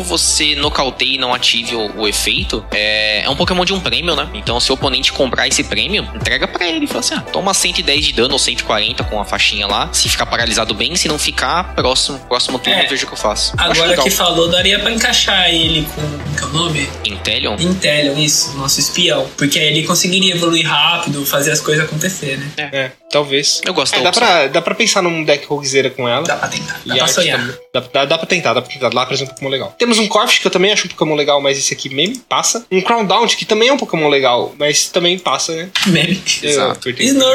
você nocauteie e não ative o efeito, é um Pokémon de um prêmio, né? Então, se o oponente comprar esse prêmio, entrega pra ele. Fala assim, toma 110 de dano ou 140 com a faixinha lá. Se ficar paralisado bem, se não ficar, próximo turno eu vejo o que eu faço. Agora que falou, daria pra encaixar ele com... que é o nome? Inteleon? Inteleon, isso. Nosso espião. Porque aí ele conseguiria evoluir rápido, fazer as coisas acontecer, né? Talvez. Eu gosto dá pra pensar num deck roguezeira com ela. Dá pra tentar. Dá pra sonhar. Dá pra tentar. Lá apresenta um Pokémon legal. Temos um Corph, que eu também acho um Pokémon legal, mas esse aqui meme passa. Um Crowndown, que também é um Pokémon legal, mas também passa, né? Meme. Exato.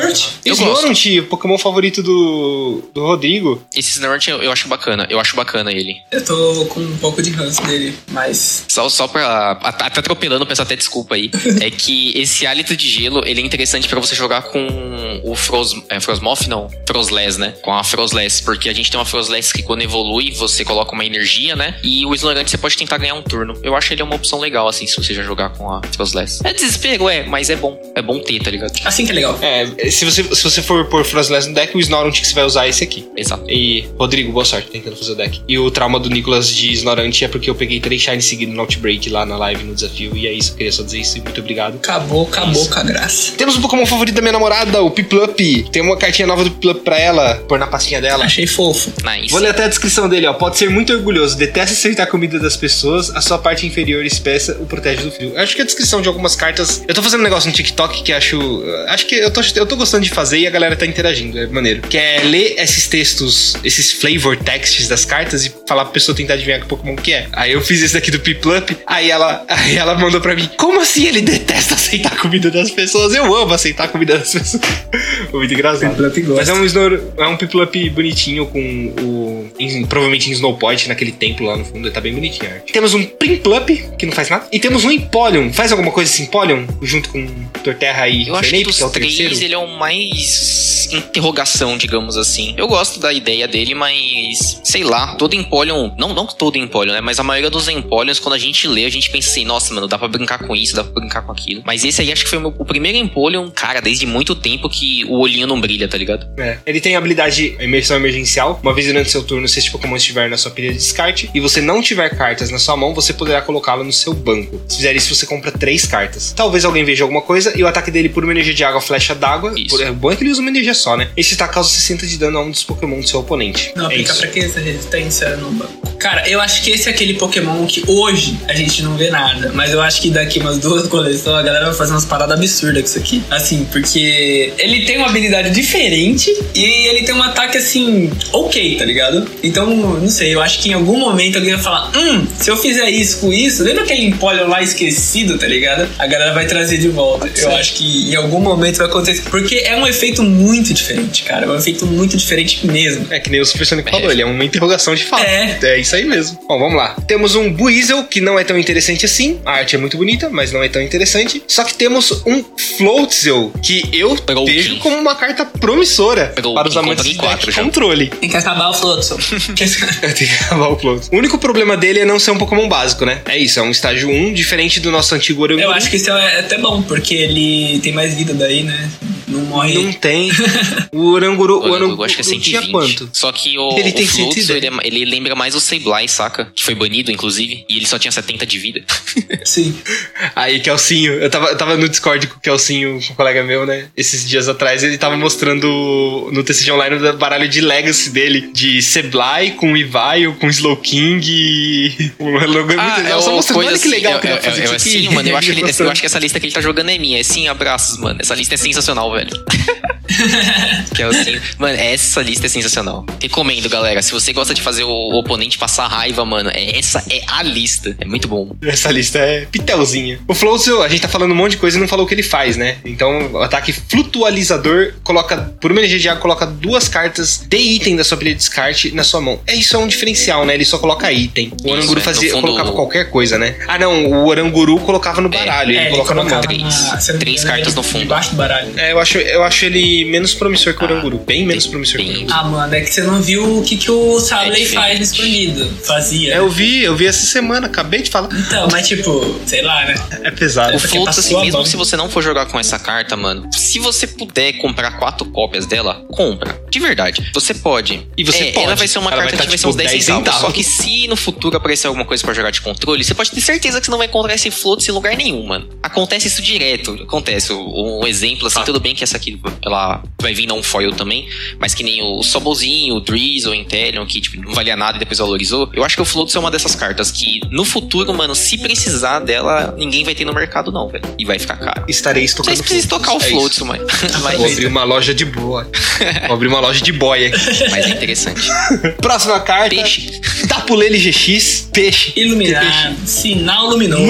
Snorlax, o Pokémon favorito do Rodrigo. Esse Snorlax eu acho bacana. Eu acho bacana ele. Eu tô com um pouco de ranço dele, mas... Só pra... Até atropelando, peço até desculpa aí. É que esse hálito de gelo, ele é interessante pra você jogar com o Frosmoth, não. Frostless, né? Com a Frostless. Porque a gente tem uma Frostless que quando evolui, você coloca uma energia, né? E o Snorlax você pode tentar ganhar um turno. Eu acho ele uma opção legal, assim, se você já jogar com a Frostless. É desespero, mas é bom. É bom ter, tá ligado? Assim que é legal. Se você for por Frostless no deck, o Snorlax que você vai usar é esse aqui. Exato. E, Rodrigo, boa sorte tentando fazer o deck. E o trauma do Nicolas de Snorlax é porque eu peguei 3 Shine seguidos no Outbreak lá na live, no desafio. E é isso, eu queria só dizer isso. Muito obrigado. Acabou com a graça. Temos um Pokémon favorito da minha namorada, o Piplup. Tem uma cartinha nova do Piplup pra ela, pôr na pastinha dela. Achei fofo. Nice. Vou ler até a descrição dele, ó. Pode ser muito orgulhoso, detesta acertar a comida das pessoas, a sua parte inferior espessa o protege do frio. Acho que a descrição de algumas cartas... Eu tô fazendo um negócio no TikTok que acho que eu tô gostando de fazer e a galera tá interagindo, é maneiro. Que é ler esses textos, esses flavor texts das cartas e falar pra pessoa tentar adivinhar que Pokémon que é. Aí eu fiz esse daqui do Piplup, aí ela mandou pra mim, como assim ele detesta aceitar a comida das pessoas? Eu amo aceitar a comida das pessoas. Muito engraçado. Mas é um Piplup bonitinho com provavelmente em Snowpoint, naquele templo lá no fundo, tá bem bonitinho a arte. Temos um Primplup, que não faz nada, e temos um Empoleon. Faz alguma coisa esse Empoleon? Junto com Torterra e eu acho que dos é o três terceiro? ele é o mais interrogação, digamos assim. Eu gosto da ideia dele, mas sei lá, todo Empoleon, não todo Empoleon, né, mas a maioria dos Empoleons, quando a gente lê, a gente pensa assim, nossa, mano, dá pra brincar com isso, dá pra brincar com aquilo. Mas esse aí acho que foi o primeiro Empoleon, cara, desde muito tempo que o olhinho não brilha, tá ligado? Ele tem a habilidade imersão emergencial. Uma vez durante seu turno, se esse Pokémon estiver na sua pilha de descarte e você não tiver cartas na sua mão, você poderá colocá-lo no seu banco. Se fizer isso, você compra 3 cartas. Talvez alguém veja alguma coisa e o ataque dele por uma energia de água, flecha d'água. É bom é que ele usa uma energia só, né? Esse ataque causa 60 de dano a um dos Pokémon do seu oponente. Não aplica fraqueza, resistência no banco. Cara, eu acho que esse é aquele Pokémon que hoje a gente não vê nada, mas eu acho que daqui umas 2 coleções a galera vai fazer umas paradas absurdas com isso aqui. Assim, porque ele tem uma habilidade diferente e ele tem um ataque assim, ok, tá ligado? Então, não sei, eu acho que em algum momento alguém vai falar, se eu fizer isso com isso, lembra aquele Empoleon lá esquecido, tá ligado? A galera vai trazer de volta. Eu acho que em algum momento vai acontecer, porque é um efeito muito diferente, cara. É um efeito muito diferente mesmo. É que nem o Super Sonic falou, ele é uma interrogação de fato. É isso aí mesmo. Bom, vamos lá. Temos um Buizel, que não é tão interessante assim. A arte é muito bonita, mas não é tão interessante. Só que temos um Floatzel, que eu vejo como uma carta promissora para os amantes de deck controle. Tem que acabar o Floatzel. Tem que acabar o Floatzel. O único problema dele é não ser um Pokémon básico, né? É isso, é um estágio 1, diferente do nosso antigo Oranguru. Eu acho que isso é até bom, porque ele tem mais vida daí, né? Não morre. Não tem. O Oranguru eu acho que é 120. Tinha quanto? Só que o Floatzel, ele lembra mais o Sableye, saca? Que foi banido, inclusive. E ele só tinha 70 de vida. Sim. Aí, Kelsinho, eu tava no Discord com o Kelsinho, com um colega meu, né? Esses dias atrás, ele tava mostrando no TCG Online o baralho de Legacy dele. De Sableye, com Ivaio, com Slowking e... só mostrando, olha que legal que dá pra fazer assim, mano, eu acho que essa lista que ele tá jogando é minha. É sim, abraços, mano. Essa lista é sensacional, velho. Kelsinho. Mano, essa lista é sensacional. Recomendo, galera. Se você gosta de fazer o oponente passar raiva, mano, essa é a lista. É muito bom. Essa lista é pitelzinha. O Floatzel, a gente tá falando um monte de coisa e não falou o que ele faz, né? Então, o ataque flutualizador coloca, por uma energia de água, coloca 2 cartas de item da sua pilha de descarte na sua mão. Isso é um diferencial, né? Ele só coloca item. O Oranguru colocava qualquer coisa, né? Ah, não. O Oranguru colocava no baralho. Ele coloca na mão. 3 cartas no fundo. Debaixo do baralho. Eu acho ele achei menos promissor que o Uranguru. Bem menos promissor que o Uranguru. Ah, mano, é que você não viu o que o Sableye faz no escondido. Fazia. Eu vi essa semana, acabei de falar. Então, mas tipo, sei lá, né? É pesado. O Floatz, assim, mesmo mão. se você não for jogar com essa carta, mano, se você puder comprar 4 cópias dela, compra. De verdade. Você pode. E você pode. Ela vai ser uma Ela carta vai que vai tá, ser uns tipo, 10 centavos. Só que se no futuro aparecer alguma coisa pra jogar de controle, você pode ter certeza que você não vai encontrar esse Floatz em lugar nenhum, mano. Acontece isso direto. Acontece. Um exemplo, assim, tudo bem que essa aqui, ela vai vir não foil também, mas que nem o Sobolzinho, o Drizzle, o Inteleon, que tipo, não valia nada e depois valorizou. Eu acho que o Floatz é uma dessas cartas que no futuro, mano, se precisar dela, ninguém vai ter no mercado não, velho. E vai ficar caro. Estarei estocando. Vocês precisam tocar o Floatz, mano. Vou abrir uma loja de boa. Vou abrir uma loja de boy aqui. Mas é interessante. Próxima carta. Peixe. Tapulele GX. Peixe. Iluminado. Sinal luminoso.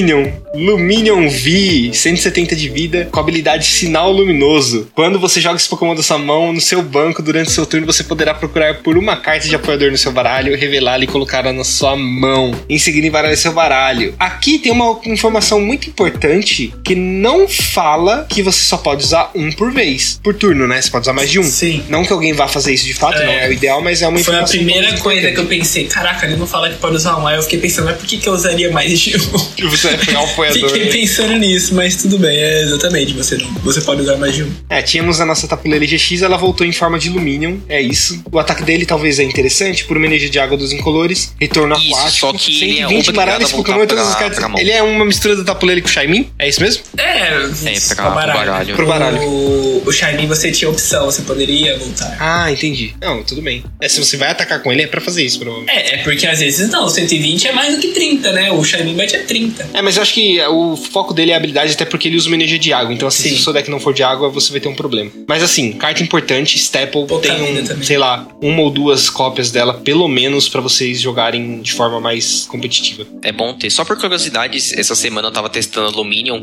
Luminion V, 170 de vida, com habilidade Sinal Luminoso. Quando você joga esse Pokémon da sua mão no seu banco durante seu turno, você poderá procurar por uma carta de apoiador no seu baralho, revelá-la e colocá-la na sua mão. Em seguida, embaralhar seu baralho. Aqui tem uma informação muito importante que não fala que você só pode usar um por vez, por turno, né? Você pode usar mais de um. Sim. Não que alguém vá fazer isso de fato, não é o ideal, mas é uma Foi informação. a primeira coisa que eu pensei, caraca, ele não fala que pode usar um. Aí eu fiquei pensando, mas por que eu usaria mais de um? Você vai pegar um apoiador. Fiquei pensando nisso, mas tudo bem, exatamente, você pode usar mais de um. Tínhamos a nossa Tapulele GX, ela voltou em forma de Luminion, é isso. O ataque dele talvez é interessante, por uma energia de água dos incolores, retorno Isso, aquático, só que ele é 120 baralhos, obrigado a Pokémon e todas as voltar cartas. pra mão. Ele é uma mistura do Tapulele com o Shaymin, é isso mesmo? Pro baralho. Pro baralho. O Shaymin você tinha opção, você poderia voltar. Ah, entendi. Não, tudo bem. Se você vai atacar com ele, é pra fazer isso, provavelmente. É porque às vezes não, 120 é mais do que 30, né? O Shaymin bate a 30. Mas eu acho que o foco dele é a habilidade, até porque ele usa uma energia de água. Então, assim, Sim. se o seu deck não for de água, você vai ter um problema. Mas, assim, carta importante, Staple tem, sei lá, 1 ou 2 cópias dela, pelo menos, pra vocês jogarem de forma mais competitiva. É bom ter. Só por curiosidade, essa semana eu tava testando a Luminion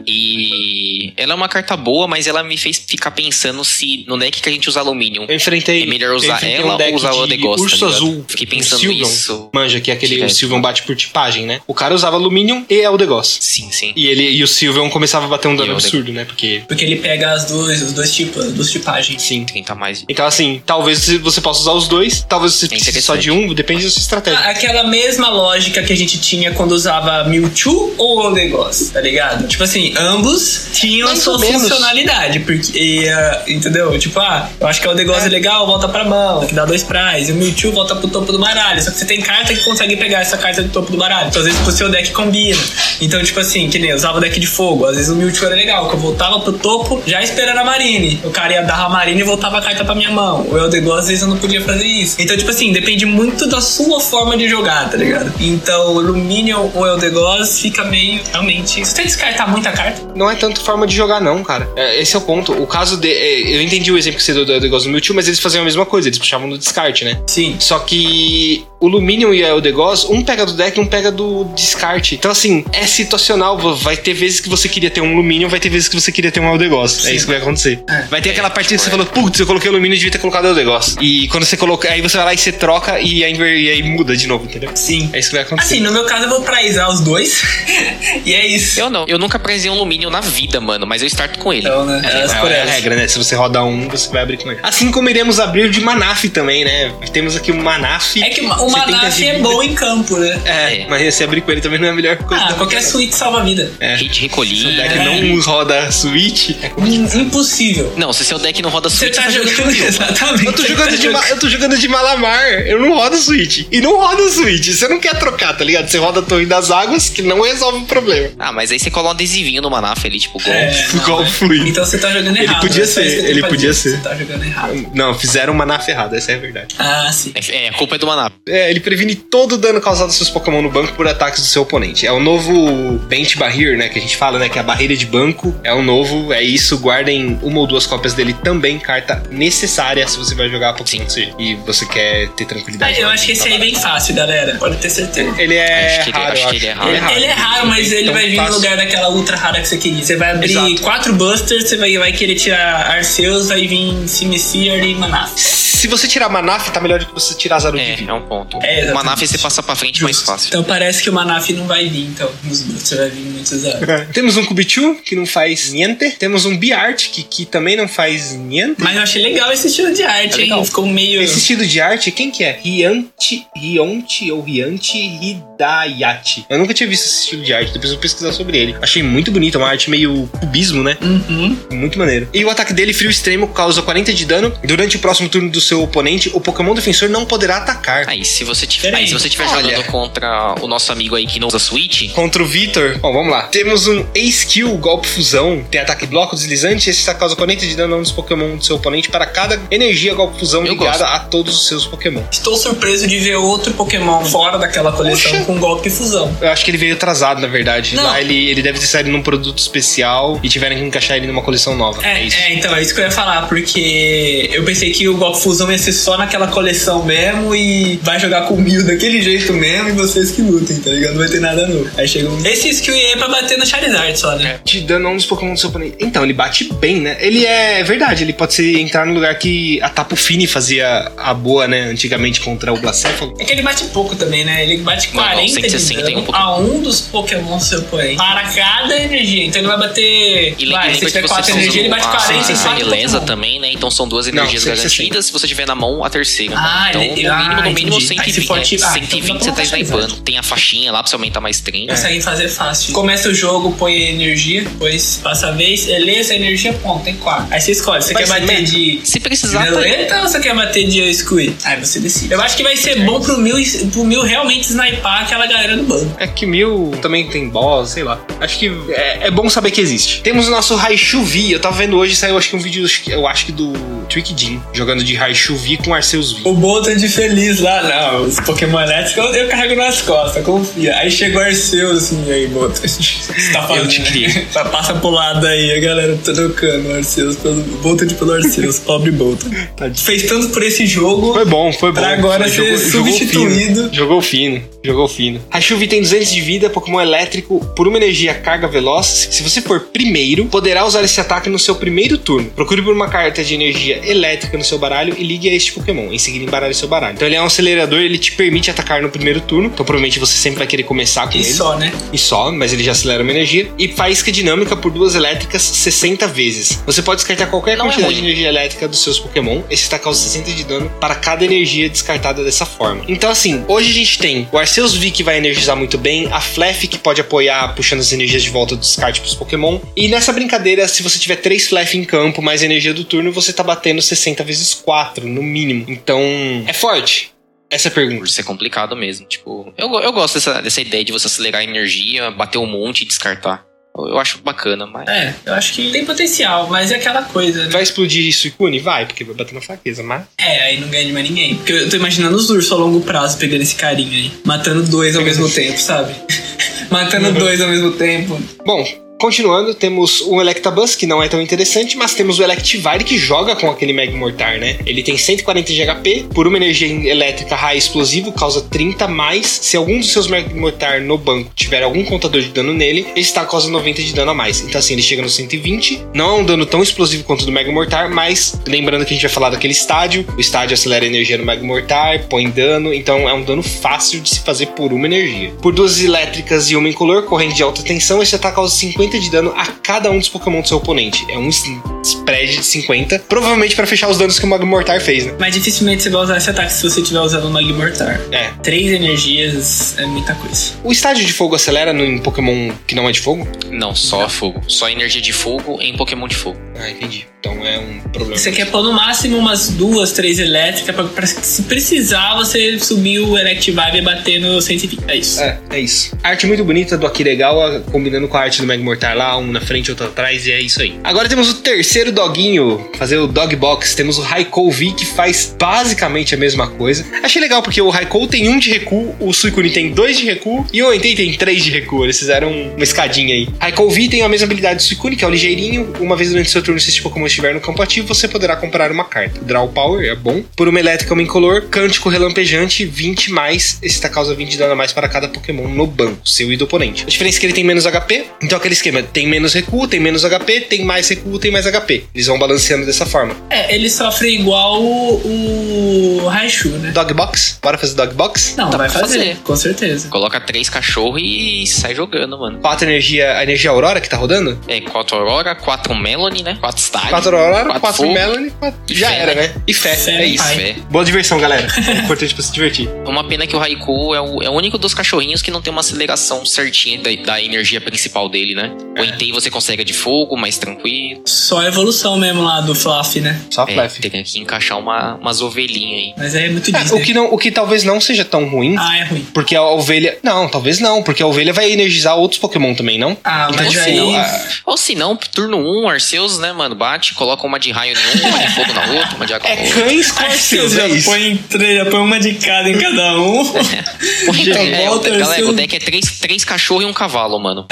e ela é uma carta boa, mas ela me fez ficar pensando se no deck que a gente usa Luminion Eu enfrentei. é melhor usar ela um deck ou usar o Odegos, Urso tá ligado? Azul. Fiquei pensando Sylveon. nisso. Manja, que é aquele. Direto. O Sylveon bate por tipagem, né? O cara usava Luminion e Eldegoss. Sim. E o Sylveon começava a bater um dano E o absurdo, né? Porque. Porque ele pega os dois tipos, as duas tipagens. Sim. Quem tá mais. Então, assim, talvez você possa usar os dois, talvez você precise só de um, depende da sua estratégia. Aquela mesma lógica que a gente tinha quando usava Mewtwo ou Eldegoss, tá ligado? Tipo assim, ambos tinham Mais a sua ou menos. funcionalidade, porque, entendeu? Tipo, eu acho que o Eldegoss é legal, volta pra mão, que dá 2 prize, e o Mewtwo volta pro topo do baralho, só que você tem carta que consegue pegar essa carta do topo do baralho, então às vezes pro seu deck combina. Então, tipo assim, que nem eu usava o deck de fogo, às vezes o Mewtwo era legal, que eu voltava pro topo já esperando a Marine, o cara ia dar a Marine e voltava a carta pra minha mão. O Eldegoss às vezes eu não podia fazer isso. Então, tipo assim, depende muito da sua forma de jogar, tá ligado? Então, o Luminion ou Eldegoss fica meio, realmente... Se você descartar muita carta... Não é tanto forma de jogar, não, cara. Esse é o ponto. O caso de... eu entendi o exemplo que você deu do Eldegoss no Mewtwo, mas eles faziam a mesma coisa, eles puxavam no descarte, né? Sim. Só que o Luminion e o Eldegoss, um pega do deck e um pega do descarte. Então, assim, é situacional. Vai ter vezes que você queria ter um Luminion, vai ter vezes que você queria ter um Eldegoss. Sim. É isso que vai acontecer. Vai ter aquela partida que você falou, putz, eu coloquei o Luminion e devia ter colocado o Eldegoss. E quando você coloca, aí você vai lá e você troca e aí muda de novo, entendeu? Sim. É isso que vai acontecer. Assim, no meu caso eu vou prizar os dois. E é isso. Eu não. Eu nunca prizei um Luminion na vida, mano, mas eu starto com ele. Então, né? É a regra, né? Se você rodar um, você vai abrir com ele. Assim como iremos abrir de Manaf também, né? Temos aqui o Manaf. É que o Manaf é bom em campo, né? Mas se abrir com ele também não é a melhor coisa. Qualquer suíte salva a vida. Hit recolhido. Se o deck não roda Switch, Impossível. Não, se seu deck não roda Você Switch, tá jogando... Yu-Gi-Oh! Exatamente. eu tô jogando de Malamar, eu não rodo Switch. E não roda Switch. Você não quer trocar, tá ligado? Você roda a Torre das Águas, que não resolve o problema. Ah, mas aí você cola um adesivinho no Manaf ali, tipo, Igual o fluido. Então você tá jogando Ele errado. podia né? Só ser, isso que eu tenho ele pra podia dizer. ser. Você tá jogando errado. Não, fizeram uma Manaf errada, essa é a verdade. Ah, sim. a culpa é do Manaf. Ele previne todo o dano causado aos seus Pokémon no banco por ataques do seu oponente. É o novo Bench Barrier, né? Que a gente fala, né? Que é a barreira de banco. É o novo, é isso. Guardem 1 ou 2 cópias dele também. Carta necessária se você vai jogar Pokémon C. E você quer ter tranquilidade. Eu acho que esse aí é bem fácil, galera. Pode ter certeza. Ele é Acho que raro, eu acho. ele é raro. Ele é raro, mas ele Tão vai vir fácil. no lugar daquela ultra rara que você queria. Você vai abrir Exato. 4 busters, você vai querer tirar Arceus, vai vir Simisear e Manaf. Se você tirar Manaf, tá melhor do que você tirar Zarudivi. É um ponto. Exatamente. O Manaf você passa pra frente mais fácil. Então parece que o Manaf não vai vir, então. Nos busters vai vir muitos Zaru. Temos um Kubichu, que não faz niente. Temos um Biart, que também não faz niente. Mas eu achei legal esse estilo de arte, hein? Ficou meio... Esse estilo de arte, quem que é? Rianti Hidayati. Eu nunca tinha visto esse estilo de arte, depois eu vou pesquisar sobre ele. Achei muito bonito, uma arte meio cubismo, né? Muito maneiro. E o ataque dele, frio extremo, causa 40 de dano. Durante o próximo turno do seu oponente, o Pokémon defensor não poderá atacar. Aí, se você tiver jogando contra o nosso amigo aí que não usa Switch... Contra o Vitor. Bom, vamos lá. Temos um A-Skill, golpe fusão. Tem ataque bloco deslizante. Esse causa 40 de dano a um dos Pokémon do seu oponente para cada energia golpe fusão ligada a todos os seus Pokémon. Estou surpreso de ver outro Pokémon fora daquela coleção com golpe fusão. Eu acho que ele veio atrasado, na verdade. Não. Lá ele deve ter saído num produto especial e tiveram que encaixar ele numa coleção nova. Então, é isso que eu ia falar, porque eu pensei que o golpe fusão ia ser só naquela coleção mesmo e vai jogar com o Mew daquele jeito mesmo e vocês que lutem, tá ligado? Não vai ter nada novo. Aí chega esse skill aí é pra bater no Charizard só, né? Te dando a um dos Pokémon do seu oponente. Então, ele bate bem, né? Ele é verdade, ele pode entrar no lugar que a Tapu Fini fazia a boa, né? Antigamente contra o Blacéfalo. É que ele bate pouco também, né? Ele bate 40 de dano a um dos Pokémon do seu oponente. Para cada energia. Então ele vai bater... se tiver 4 energias, ele bate 40 em 4 beleza também, né? Então são 2 energias garantidas. Se você tiver na mão, a terceira. Então, no mínimo 120. 120 você tá snipando. Tem a faixinha lá pra você aumentar mais 30. Consegue fazer fácil. Começa o jogo, põe energia, depois passa a vez, lê essa energia, ponto, tem 4. Aí você escolhe, você quer bater de... Se precisar... Violeta ou você quer bater de Squid? Aí você decide. Eu acho que vai ser bom pro Mew realmente snipar aquela galera do banco. É que Mew também tem boss, sei lá. Acho que é bom saber que existe. Temos o nosso Raichu V. Eu tava vendo hoje, saiu acho que um vídeo, eu acho que do Trick Jim, jogando de Raichu V com Arceus V. O Bolton de feliz lá, não, os Pokémon elétricos eu carrego nas costas, confia. Aí chegou Arceus assim, e aí Bolton, você tá falando, eu te queria. Passa pro lado aí, a galera tá trocando o Arceus pelo Bolton pelo Arceus, pobre Bolton. Fez tanto por esse jogo. Foi bom. Pra agora ser substituído. Jogou fino. Raichu V tem 200 de vida, Pokémon elétrico por uma energia carga veloz. Se você for primeiro, poderá usar esse ataque no seu primeiro turno. Procure por uma carta de energia elétrica no seu baralho e ligue a este Pokémon. Em seguida, embaralhe seu baralho. Então ele é um acelerador, ele te permite atacar no primeiro turno. Então provavelmente você sempre vai querer começar com ele. E só, mas ele já acelera uma energia. E faísca dinâmica por 2 elétricas 60 vezes. Você pode descartar qualquer quantidade de energia elétrica dos seus Pokémon. Esse ataque causa 60 de dano para cada energia descartada dessa forma. Então assim, hoje a gente tem o Arceus V que vai energizar muito bem, a Flef que pode apoiar puxando as energias de volta do descarte pros Pokémon. E nessa brincadeira, se você tiver 3 Flef em campo mais energia do turno, você tá batendo 60 vezes 4 no mínimo. Então, é forte. Essa é a pergunta. Isso é complicado mesmo. Tipo, eu gosto dessa ideia de você acelerar a energia, bater um monte e descartar. Eu acho bacana, mas... eu acho que tem potencial, mas é aquela coisa, né? Vai explodir Suicune? Vai, porque vai bater na fraqueza, mas... aí não ganha de mais ninguém. Porque eu tô imaginando os ursos a longo prazo pegando esse carinha aí. Matando 2 ao mesmo tempo, sabe? Matando 2 ao mesmo tempo. Bom... Continuando, temos o Electabuzz, que não é tão interessante, mas temos o Electivire, que joga com aquele Mega Mortar, né? Ele tem 140 de HP, por uma energia elétrica raio explosivo, causa 30 mais. Se algum dos seus Mega Mortar no banco tiver algum contador de dano nele, ele está causa 90 de dano a mais. Então assim, ele chega no 120, não é um dano tão explosivo quanto o do Mega Mortar, mas lembrando que a gente vai falar daquele estádio, o estádio acelera a energia no Mega Mortar, põe dano, então é um dano fácil de se fazer por uma energia. Por 2 elétricas e uma incolor, corrente de alta tensão, esse ataque causa 50 de dano a cada um dos Pokémon do seu oponente. É um spread de 50, provavelmente pra fechar os danos que o Magmortar Mortar fez, né? Mas dificilmente você vai usar esse ataque se você estiver usando o Magmortar. 3 energias é muita coisa. O estágio de fogo acelera em Pokémon que não é de fogo? Não, só fogo. Só energia de fogo em Pokémon de fogo. Entendi. Então é um problema. Você quer pôr no máximo umas 2, 3 elétricas pra se precisar você subir o Electivire e bater no 120. É isso. É isso. A arte muito bonita do Akiregawa combinando com a arte do Magmortar lá, um na frente, outro atrás, e é isso aí. Agora temos o terceiro doguinho, fazer o Dog Box. Temos o Raikou V, que faz basicamente a mesma coisa. Achei legal porque o Raikou tem 1 de recuo, o Suicune tem 2 de recuo e o Entei tem 3 de recuo. Eles fizeram uma escadinha aí. Raikou V tem a mesma habilidade do Suicune, que é o ligeirinho. Uma vez durante seu turno, se esse Pokémon estiver no campo ativo, você poderá comprar uma carta. Draw Power é bom. Por uma elétrica, uma incolor. Cântico Relampejante, 20 mais. Esse tá causa 20 de dano a mais para cada Pokémon no banco, seu e do oponente. A diferença é que ele tem menos HP. Então aquele esquema, tem menos recuo, tem menos HP, tem mais recuo, tem mais HP. HP. Eles vão balanceando dessa forma. Ele sofre igual o Raichu, né? Dogbox? Bora fazer Dogbox? Não, Dá vai pra fazer, fazer. com certeza. Coloca 3 cachorros e sai jogando, mano. 4 energia, a energia Aurora que tá rodando? 4 Aurora, 4 Melanie, né? 4 Stag. 4 Aurora, 4 fogo. Melanie, 4... Já fé, era, né? né? E fé, Fé, é isso. pai. Fé. Boa diversão, galera. É importante pra se divertir. Uma pena que o Raikou é o único dos cachorrinhos que não tem uma aceleração certinha da energia principal dele, né? O Entei você consegue de fogo, mais tranquilo. Só a evolução mesmo lá do Fluff, né? Só Fluff. Teria que encaixar umas ovelhinhas aí. Mas é muito Disney. O que talvez não seja tão ruim. É ruim. Porque a ovelha... Não, talvez não. Porque a ovelha vai energizar outros Pokémon também, não? Mas tipo, aí... Ou se não, turno 1, Arceus, né, mano? Bate, coloca uma de raio em um, uma de fogo na outra, uma de água na outra. Cães com Arceus, é isso. Põe uma de cada em cada um. Galera, o deck é 3 cachorros e um cavalo, mano.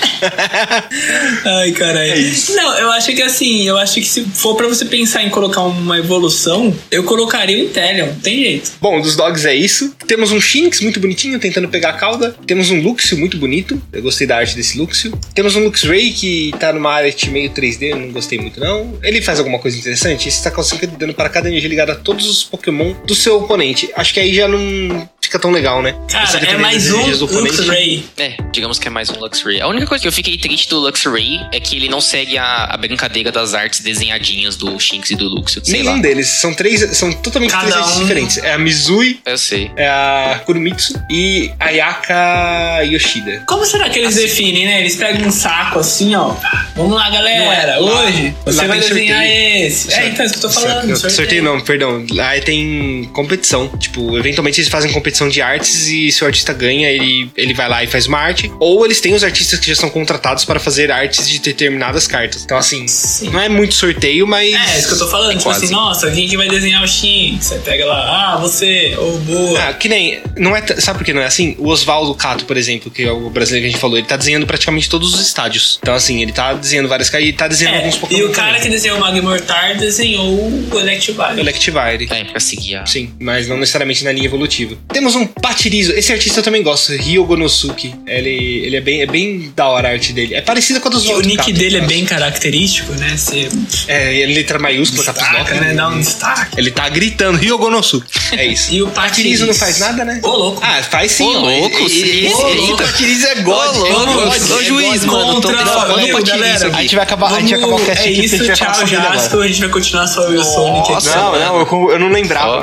Ai, caralho. Não, eu acho que assim, se for pra você pensar em colocar uma evolução, eu colocaria o Inteleon, não tem jeito. Bom, dos dogs é isso. Temos um Shinx muito bonitinho, tentando pegar a cauda. Temos um Luxio muito bonito. Eu gostei da arte desse Luxio. Temos um Luxray que tá numa arte meio 3D, eu não gostei muito não. Ele faz alguma coisa interessante? Esse tá com 5 de dano para cada energia ligada a todos os Pokémon do seu oponente. Acho que aí já não fica tão legal, né? Cara, é mais um Luxray. Digamos que é mais um Luxray. A única coisa que eu fiquei triste do Luxray é que ele não segue a brincadeira das artes desenhadinhas do Shinx e do Luxio. Sei Nenhum lá. deles. São totalmente Cada 3 artes diferentes. É a Mizui, Eu sei. é a Kurumitsu e a Ayaka Yoshida. Como será que eles definem, né? Eles pegam um saco assim, ó. Vamos lá, galera. Não é. Hoje você Lá vai tem desenhar sorteio. esse. Então, é isso que eu tô falando. Sorteio não, perdão. Lá tem competição. Tipo, eventualmente eles fazem competição de artes e se o artista ganha, ele vai lá e faz uma arte. Ou eles têm os artistas que já são contratados para fazer artes de determinadas cartas. Então, assim, não é muito sorteio, mas... É isso que eu tô falando. Tipo quase. assim, nossa, quem que vai desenhar o Shinx? Você pega lá, você, ou boa. Que nem... Não é, sabe por que não é assim? O Oswaldo Cato, por exemplo, que é o brasileiro que a gente falou, ele tá desenhando praticamente todos os estádios. Então, assim, ele tá desenhando várias cartas e tá desenhando alguns Pokémon. E o cara também. que desenhou o Magmortar desenhou o Electivire. Electivire. Pra seguir a... Sim, mas não necessariamente na linha evolutiva. Temos um Patirizo. Esse artista eu também gosto, Ryogonosuke. Ele é bem da hora a arte dele. É parecida com a dos O Oswaldo nick Cato, dele é eu bem acho. característico, né? Você É letra maiúscula, caps lock, destaca, né? Dá um destaque. Ele tá gritando Ryogonosuke. É isso. E o Patirizo não faz nada, né? Ô, louco. Faz sim. Ô, louco, sim. O Patirizo é God. Ô, juiz, mano. Tô Valeu, pensando galera. A gente vai acabar o cast aqui. É isso, porque a gente vai tchau, falar sobre ele agora. Jasco. A gente vai continuar só eu Sonic aqui. Eu não lembrava,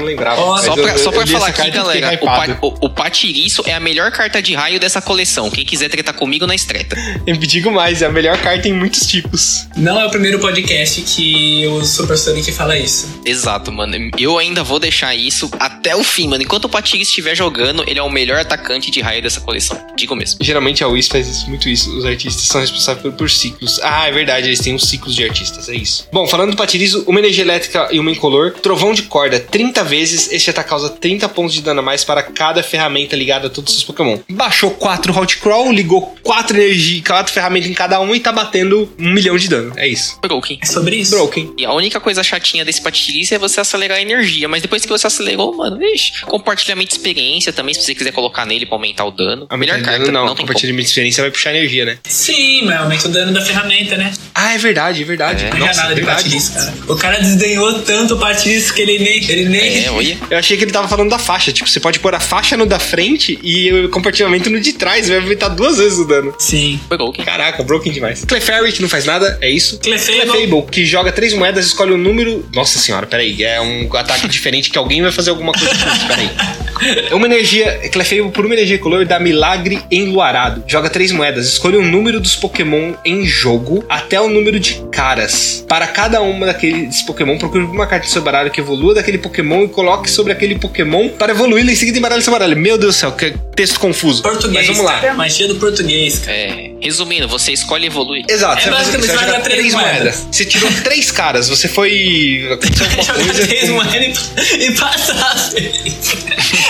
Só pra li falar essa aqui, carta e fiquei galera, hypado. o Patiriço é a melhor carta de raio dessa coleção. Quem quiser tretar comigo, nós treta. Eu digo mais, é a melhor carta em muitos tipos. Não é o primeiro podcast que o Super Sonic fala isso. Exato, mano. Eu ainda vou deixar isso até o fim, mano. Enquanto o Patiriço estiver jogando, ele é o melhor atacante de raio dessa coleção. Digo mesmo. Geralmente a Wiz faz muito isso. Os artistas são responsáveis por ciclos. É verdade, eles têm uns ciclos de artistas, é isso. Bom, falando do Patirizo, uma energia elétrica e uma incolor. Trovão de corda, 30 vezes. Este ataque causa 30 pontos de dano a mais para cada ferramenta ligada a todos os Pokémon. Baixou 4 Hot Crawl, ligou 4 ferramentas em cada um e tá batendo 1 milhão de dano. É isso. Broken. É sobre isso. Broken. E a única coisa chatinha desse Patiriço é você acelerar a energia. Mas depois que você acelerou, mano, vixe, compartilhamento de experiência também, se você quiser colocar nele pra aumentar o dano. A melhor carta, não tem como. compartilhamento de experiência vai puxar energia, né? Sim, mas aumenta o dano da ferramenta, né? É verdade. Não é nada de Patiriço, cara. O cara desdenhou tanto o Patiriço que ele nem... Olha. Eu achei que ele tava falando da faixa. Tipo, você pode pôr a faixa no da frente e o compartilhamento no de trás. Vai aumentar 2 vezes o dano. Sim. Broken. Caraca, broken demais. Clefairy, que não faz nada, é isso. Clefable, que joga 3 moedas, escolhe um número... Nossa senhora, peraí. É um ataque diferente que alguém vai fazer alguma coisa com isso, peraí. Uma energia... Clefable, por uma energia color, dá milagre enluarado. Joga 3 moedas, escolhe um número dos Pokémon em jogo até o número de caras. Para cada uma daqueles Pokémon, procure uma carta do seu baralho que evolua daquele Pokémon e coloque sobre aquele Pokémon para evoluí-lo em seguida embaralhe seu baralho. Meu Deus do céu, que texto confuso. Português, mas vamos lá. cara. Magia do português, cara. Resumindo, você escolhe evoluir. Exato, É, basicamente, você vai jogar 3 moedas. Você tirou 3 caras, você foi... Aconteceu alguma Joga coisa... 3 moedas e passa.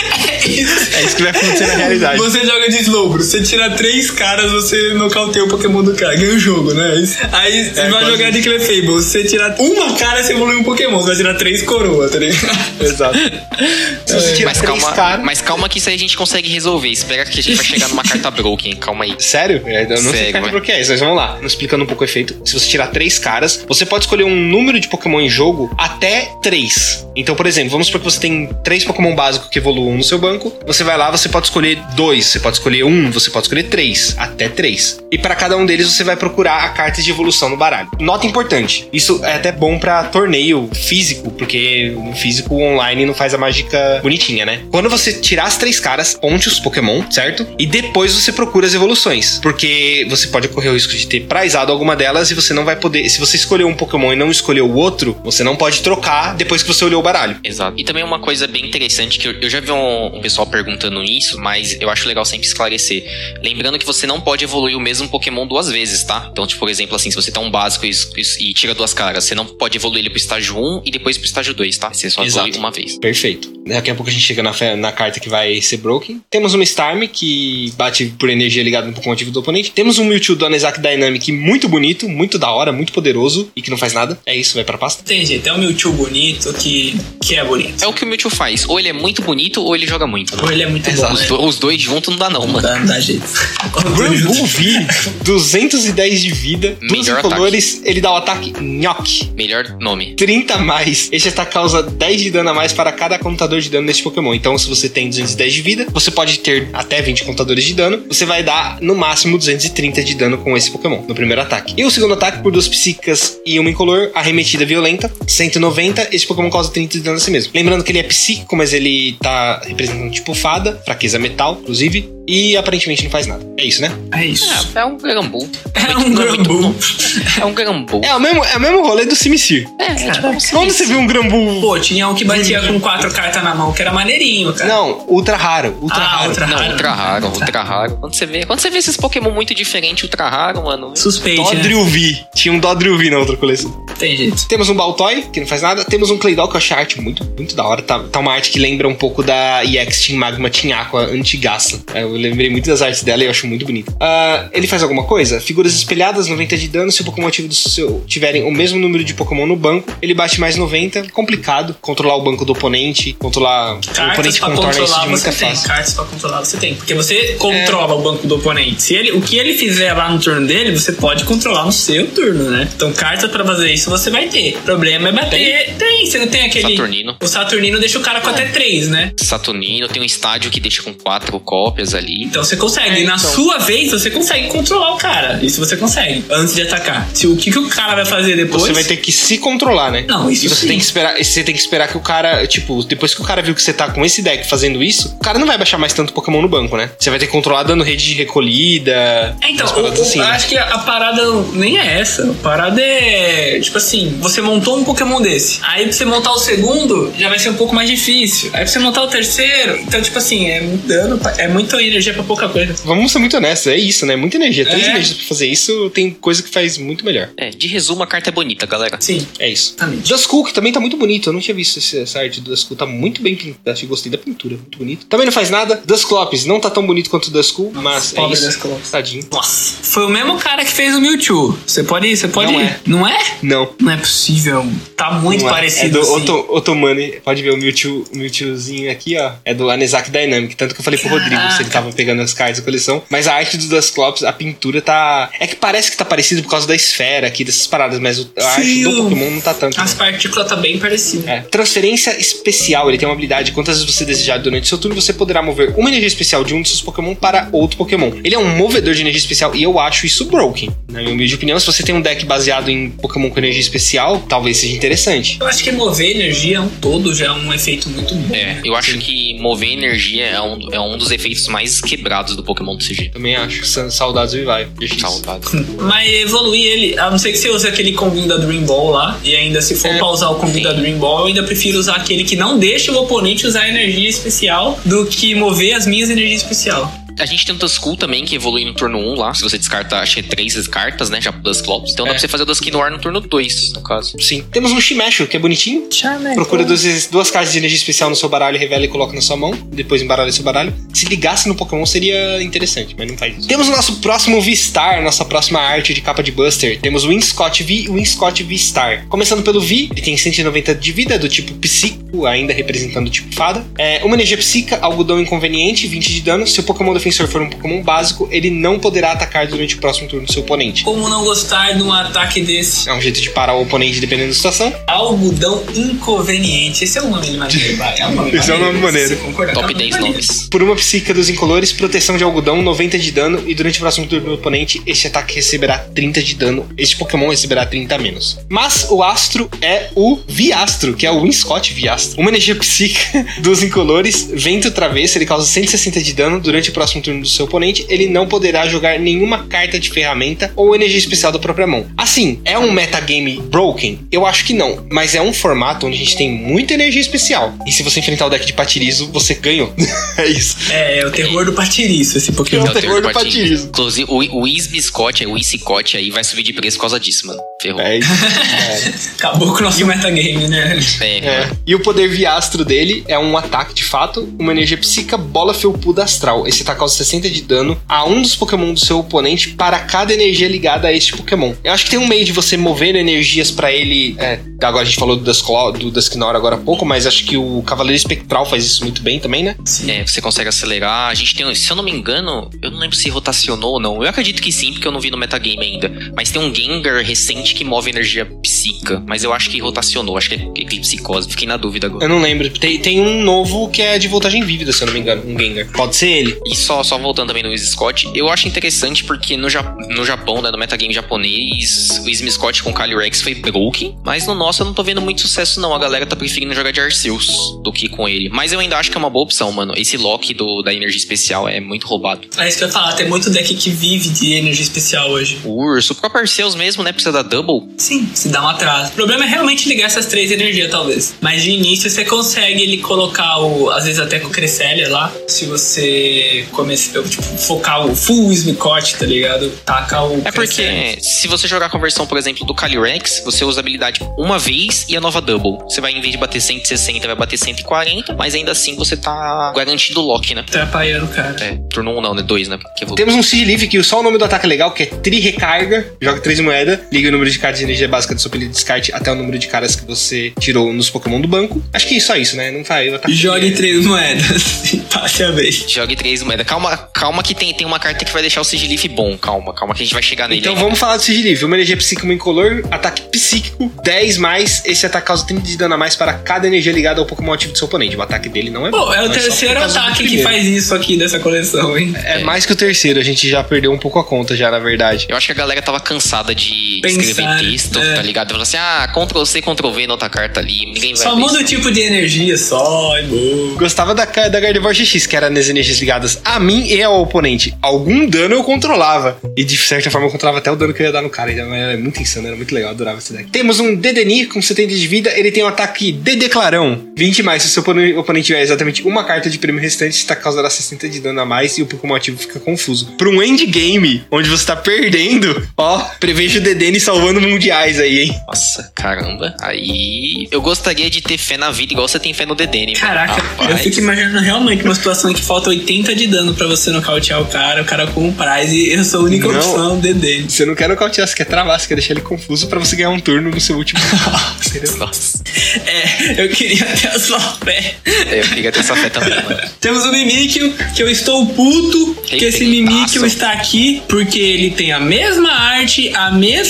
É isso que vai acontecer na realidade. Você joga de Slowbro, você tira 3 caras, você nocauteia o Pokémon do cara, ganha o jogo, né? Aí você vai jogar de Clefable, você tira uma cara, você evolui um Pokémon, você vai tirar 3 coroas, tá ligado? Exato. Se você tira Mas calma que isso aí a gente consegue resolver. Espera que a gente vai chegar numa carta broken. Calma aí. Sério? Eu não sei que carta broken é isso, mas vamos lá. Explicando um pouco o efeito. Se você tirar 3 caras, você pode escolher um número de Pokémon em jogo até 3. Então, por exemplo, vamos supor que você tem 3 Pokémon básicos que evoluam no seu banco. Você vai lá, você pode escolher 2, você pode escolher 1, você pode escolher 3. Até 3. E para cada um deles você vai procurar a carta de evolução no baralho. Nota importante. Isso é até bom pra torneio físico, porque no físico online não faz a mágica bonitinha, né? Quando você tirar as 3 caras, ponte os Pokémon, certo? E depois você procura as evoluções. Porque você pode correr o risco de ter prizado alguma delas e você não vai poder... Se você escolheu um Pokémon e não escolheu o outro, você não pode trocar depois que você olhou o baralho. Exato. E também uma coisa bem interessante que eu já vi um pessoal perguntando isso, mas eu acho legal sempre esclarecer. Lembrando que você não pode evoluir o mesmo Pokémon 2 vezes, tá? Então, tipo, por exemplo, assim, se você tá um básico e tira 2 caras, você não pode evoluir ele pro estágio 1 e depois pro estágio 2, tá? Você só evolui uma vez. Perfeito. Daqui a pouco a gente chega na carta que vai ser broken. Temos uma Starmie que bate por energia ligada no Pokémon ativo do oponente. Temos um Mewtwo do Anesaki Dynamic muito bonito, muito da hora, muito poderoso e que não faz nada. É isso, vai pra pasta. Tem jeito, é um Mewtwo bonito que é bonito. É o que o Mewtwo faz. Ou ele é muito bonito ou ele joga muito. Ou ele é muito bom, né? Os dois juntos não dá não, mano. Não dá jeito. Granbull V, 210 de vida, 2 incolores, ele dá o ataque Nhoque. Melhor nome. 30 a mais. Este ataque causa 10 de dano a mais para cada contador de dano deste Pokémon. Então, se você tem 210 de vida, você pode ter até 20 contadores de dano. Você vai dar, no máximo, 230 de dano com esse Pokémon, no primeiro ataque. E o segundo ataque, por 2 psíquicas e 1 incolor, arremetida violenta, 190. Esse Pokémon causa 30 de dano a si mesmo. Lembrando que ele é psíquico, mas ele tá representando tipo fada, fraqueza metal, inclusive. E aparentemente não faz nada. É isso, né? É isso. É um Granbull. É um Granbull. É um Granbull. É o mesmo rolê do Simisear. Quando você viu um Granbull... Pô, tinha um que batia com 4 cartas na mão, que era maneirinho, cara. Não, ultra raro. Ultra raro. Ultra raro. Quando você vê esses Pokémon muito diferentes, ultra raro, mano. Suspeite, Dodrio V. Tinha um Dodrio V na outra coleção. Tem jeito. Temos um Baltoy, que não faz nada. Temos um Claydol, que eu achei a arte muito, muito da hora. Tá uma arte que lembra um pouco da EX Team Magma Team Aqua antigaça. Eu lembrei muito das artes dela e eu acho muito bonito. Ele faz alguma coisa? Figuras espelhadas, 90 de dano. Se o Pokémon ativo do seu tiverem o mesmo número de Pokémon no banco, ele bate mais 90. Complicado. Controlar o banco do oponente. Controlar... Cartas o oponente pra contorna controlar isso de muita você tem. fácil. Cartas pra controlar você tem. Porque você controla o banco do oponente. O que ele fizer lá no turno dele, você pode controlar no seu turno, né? Então, cartas pra fazer isso você vai ter. O problema é bater. Tem. Você não tem aquele... Saturnino. O Saturnino deixa o cara com até 3, né? Saturnino tem um estádio que deixa com 4 cópias ali. Então você consegue. Na sua vez, você consegue controlar o cara. Isso você consegue. Antes de atacar. O que o cara vai fazer depois... Você vai ter que se controlar, né? Não, isso e você sim. tem que esperar. Você tem que esperar que o cara, tipo, depois que o cara viu que você tá com esse deck fazendo isso, o cara não vai baixar mais tanto Pokémon no banco, né? Você vai ter que controlar dando rede de recolhida. Então, assim, eu né? acho que a parada nem é essa. A parada é, tipo assim, você montou um Pokémon desse. Aí pra você montar o segundo, já vai ser um pouco mais difícil. Aí pra você montar o terceiro, então, tipo assim, é muito dano, é muita energia pra pouca coisa. Vamos ser muito honestos, é isso, né? Muita energia. 3 energias pra fazer isso, tem coisa que faz muito melhor. De resumo, a carta é bonita, galera. Sim. É isso. Exatamente. Duskull, que também tá muito bonito. Eu não tinha visto essa arte do Duskull. Tá muito bem pintada. Gostei da pintura. Muito bonito. Também não faz nada. Dusclops não tá tão bonito quanto o Duskull, mas é isso. Dusclops. Tadinho. Nossa. Foi o mesmo cara que fez o Mewtwo. Você pode ir. Não é. Não é? Não. Não é possível. Tá muito parecido. É do assim. Otomani. Pode ver o Mewtwozinho aqui, ó. É do Anesaki Dynamic. Tanto que eu falei pro Rodrigo se ele tava pegando as cartas da coleção. Mas a arte do Dusclops, a pintura tá... É que parece que tá parecido por causa da esfera aqui, dessas paradas. Mas a arte do Pokémon não tá tanto. As partículas tá bem parecidas. Transferência especial. Ele tem uma habilidade. Quantas vezes você desejar durante seu turno, você poderá mover uma energia especial de um de seus Pokémon para outro Pokémon. Ele é um movedor de energia especial e eu acho isso broken. Na minha humilde opinião, se você tem um deck baseado em Pokémon com energia especial, talvez seja interessante. Eu acho que mover energia um todo já é um efeito muito bom. Eu acho que mover energia é um dos efeitos mais quebrados do Pokémon do CG. Também acho. Saudades Revive. Saudades. Mas evoluir ele, a não ser que você use aquele combinho da Dream Ball lá, e ainda se for pra usar o combinho da Dream Ball, eu ainda prefiro usar aquele que não deixa o oponente usar energia especial do que mover as minhas energias especial. A gente tem o Duskull também, que evolui no turno 1 lá. Se você descarta, acho que 3 cartas, né? Já pro Dusclops. Então dá pra você fazer o Dusknoir no turno 2, no caso. Sim. Temos um Shimecho, que é bonitinho. Procura duas cartas de energia especial no seu baralho, revela e coloca na sua mão. Depois embaralha seu baralho. Se ligasse no Pokémon seria interessante, mas não faz isso. Temos o nosso próximo V-Star, nossa próxima arte de capa de Buster. Temos o Winscott V e o Winscott V-Star. Começando pelo V, ele tem 190 de vida, do tipo psíquico, ainda representando o tipo fada. Uma energia psíquica, algodão inconveniente, 20 de dano. Se o Pokémon defensor for um Pokémon básico, ele não poderá atacar durante o próximo turno do seu oponente. Como não gostar de um ataque desse? É um jeito de parar o oponente dependendo da situação. Algodão inconveniente. Esse é o nome de maneiro, vai. Esse é o nome maneiro. Top 10 nomes. Por uma psíquica dos incolores, proteção de algodão, 90 de dano. E durante o próximo turno do oponente, este ataque receberá 30 de dano. Este Pokémon receberá 30 a menos. Mas o astro é o Viastro, que é o Winscott Viastro. Uma energia psíquica dos incolores, vento travesso, ele causa 160 de dano. Durante o próximo turno do seu oponente, ele não poderá jogar nenhuma carta de ferramenta ou energia especial da própria mão. Assim, é um metagame broken? Eu acho que não, mas é um formato onde a gente tem muita energia especial. E se você enfrentar o deck de Patirizo, você ganhou. É isso. É o terror do Patirizo, esse Pokémon. É o terror do Patirizo. Inclusive, o Winscott aí vai subir de preço por causa disso, mano. Ferrou. É isso. Acabou com o nosso metagame, né? E o poder Viastro dele é um ataque de fato, uma energia psíquica, bola felpuda astral. Esse ataque causa 60 de dano a um dos Pokémon do seu oponente para cada energia ligada a este Pokémon. Eu acho que tem um meio de você mover energias pra ele. Agora a gente falou do Dusknoir agora há pouco, mas acho que o Cavaleiro Espectral faz isso muito bem também, né? Sim. Você consegue acelerar. A gente tem, se eu não me engano, eu não lembro se rotacionou ou não. Eu acredito que sim, porque eu não vi no metagame ainda. Mas tem um Gengar recente que move energia psíquica. Mas eu acho que rotacionou. Acho que é Eclipsicose. Fiquei na dúvida agora. Eu não lembro. Tem um novo que é de voltagem vívida, se eu não me engano. Um Gengar. Pode ser ele. E só voltando também no Winscott, eu acho interessante porque no Japão, né, no metagame japonês, o Winscott com Calyrex foi broken. Mas no nosso eu não tô vendo muito sucesso não. A galera tá preferindo jogar de Arceus do que com ele. Mas eu ainda acho que é uma boa opção, mano. Esse lock da energia especial é muito roubado. É isso que eu ia falar. Tem muito deck que vive de energia especial hoje. O Urso, o próprio Arceus mesmo, né? Precisa da Double. Sim, se dá um atraso. O problema é realmente ligar essas 3 energias, talvez. Mas de início você consegue ele colocar às vezes até com o Cresselia lá. Se você focar o full Winscott, tá ligado? Taca o porque se você jogar a conversão, por exemplo, do Calyrex, você usa a habilidade uma vez e a nova Double. Você vai, em vez de bater 160, vai bater 140, mas ainda assim você tá garantindo o lock, né? Atrapalhando, cara. Turno 1 não, né? 2, né? Temos um Sigilife que só o nome do ataque é legal, que é Tri-Recarga. Joga 3 moedas, liga o número de cartas de energia básica do seu apelido de descarte até o número de caras que você tirou nos Pokémon do banco. Acho que é só isso, né? Não vai. Jogue 3 moedas e passe a vez. Jogue 3 moedas. Calma que tem uma carta que vai deixar o Sigilife bom. Calma que a gente vai chegar nele. Então vamos falar do Sigilife. Uma energia psíquica incolor, ataque psíquico, 10 mais. Esse ataque causa 30 de dano a mais para cada energia ligada ao Pokémon ativo do seu oponente. O ataque dele não é bom. É o terceiro ataque que faz isso aqui dessa coleção, hein? É mais que o terceiro. A gente já perdeu um pouco a conta já, na verdade. Eu acho que a galera tava cansada de escrever texto, tá ligado? Falando assim, Ctrl-C, Ctrl-V na outra carta ali. Ninguém vai só muda o tipo de energia só, é bom. Gostava da Gardevoir GX, que era nas energias ligadas a mim e ao oponente. Algum dano eu controlava. E de certa forma eu controlava até o dano que eu ia dar no cara. Então era muito insano, era muito legal, eu adorava esse deck. Temos um Dedenne com 70 de vida. Ele tem um ataque Dedê Clarão, 20 mais. Se o seu oponente tiver exatamente uma carta de prêmio restante, está causará 60 de dano a mais e o Pokémon ativo fica confuso. Para um endgame, onde você tá perdendo, prevejo o Dedenne salvando mundiais aí, hein? Nossa, caramba. Aí eu gostaria de ter fé na vida igual você tem fé no Dedenne. Caraca, eu fico imaginando realmente uma situação em que falta 80 de dano pra você nocautear o cara com um prize e eu sou a única opção, Dedenne. Você não quer nocautear, você quer travar, você quer deixar ele confuso pra você ganhar um turno no seu último turno. Nossa. Eu queria ter a sua fé. Eu queria ter essa fé também, mano. Temos o Mimikyu, que eu estou puto que esse Mimikyu está aqui, porque ele tem a mesma arte, a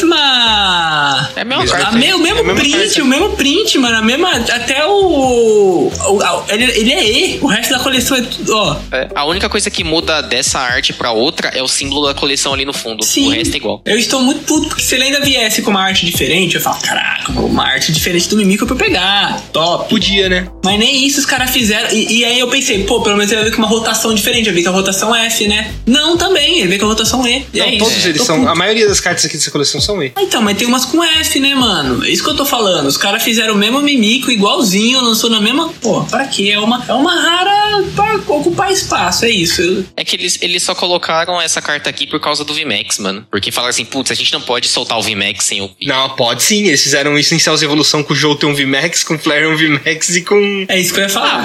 mesma... É a mesma carta. O mesmo print, mano. A mesma... Até ele é E. O resto da coleção é tudo, A única coisa que muda dessa arte pra outra é o símbolo da coleção ali no fundo. Sim. O resto é igual. Eu estou muito puto, porque se ele ainda viesse com uma arte diferente, eu falo, caraca, uma arte diferente do Mimikyu pra eu pegar. Top. Podia, né? Mas nem isso os caras fizeram. E aí eu pensei, pô, pelo menos ele vai ver com uma rotação diferente. Eu vi que a rotação F, né? Não, também. Ele vê com a rotação E. E não, todos eles são. A maioria das cartas aqui dessa coleção são E. Então, mas tem umas com F, né, mano? É isso que eu tô falando. Os caras fizeram o mesmo Mimico, igualzinho, lançou na mesma. Pô, pra quê? É uma rara pra ocupar espaço, é isso. É que eles só colocaram essa carta aqui por causa do VMAX, mano. Porque falaram assim, putz, a gente não pode soltar o VMAX sem o... Não, pode sim. Eles fizeram isso em Cells Evolução, com o Joe tem um VMAX, com o Flare um VMAX e com... É isso que eu ia falar.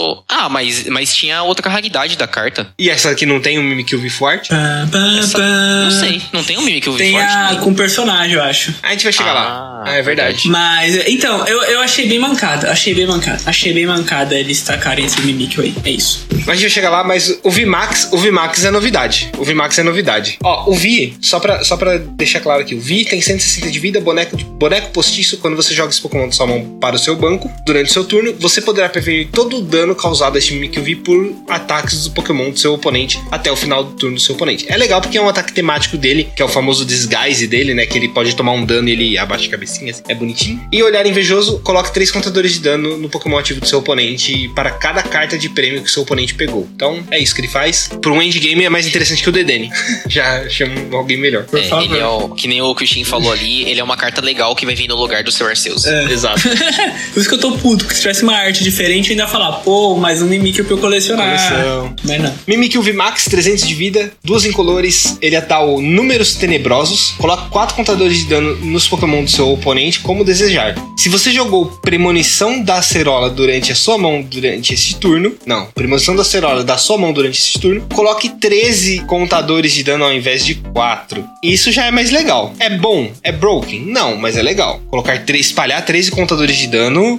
Mas tinha outra raridade da carta. E essa aqui não tem um Mimikyu V-Forte? Não sei, não tem um Mimikyu V-Forte? Tem a com personagem, eu acho. A gente vai chegar lá. É verdade. Mas, então, eu achei bem mancada. Achei bem mancada eles tacarem esse Mimikyu aí. É isso. Mas a gente vai chegar lá, mas o VMAX é novidade. O VMAX é novidade. Ó, o V, só pra deixar claro aqui, o V tem 160 de vida, boneco postiço. Quando você joga esse Pokémon da sua mão para o seu banco, durante o seu turno, você poderá prevenir todo o dano causado a este Mimikyu V por ataques do Pokémon do seu oponente até o final do turno do seu oponente. É legal porque é um ataque temático dele, que é o famoso disguise dele, né? Que ele pode tomar um dano e ele abaixa a cabecinha, assim. É bonitinho. E olhar invejoso, coloque 3 contadores de dano no Pokémon ativo do seu oponente para cada carta de prêmio que o seu oponente pegou. Então, é isso que ele faz. Por um endgame é mais interessante que o Dedenne. Já chamo alguém melhor. Por favor. Ele é que nem o Christian falou ali, ele é uma carta legal que vai vir no lugar do seu Arceus. Exato. Por isso que eu tô puto, porque se tivesse uma arte diferente, eu ainda ia falar, pô, mais um Mimikyu pra eu colecionar. Mas não. Mimikyu VMAX, 300 de vida, 2 incolores, ele é tal Números Tenebrosos, coloca 4 contadores de dano nos Pokémon do seu oponente, como desejar. Se você jogou Premonição da Acerola durante a sua mão durante esse turno, Premonição da Acerola da sua mão durante esse turno, coloque 13 contadores de dano ao invés de 4. Isso já é mais legal. É bom? É broken? Não, mas é legal. Espalhar 13 contadores de dano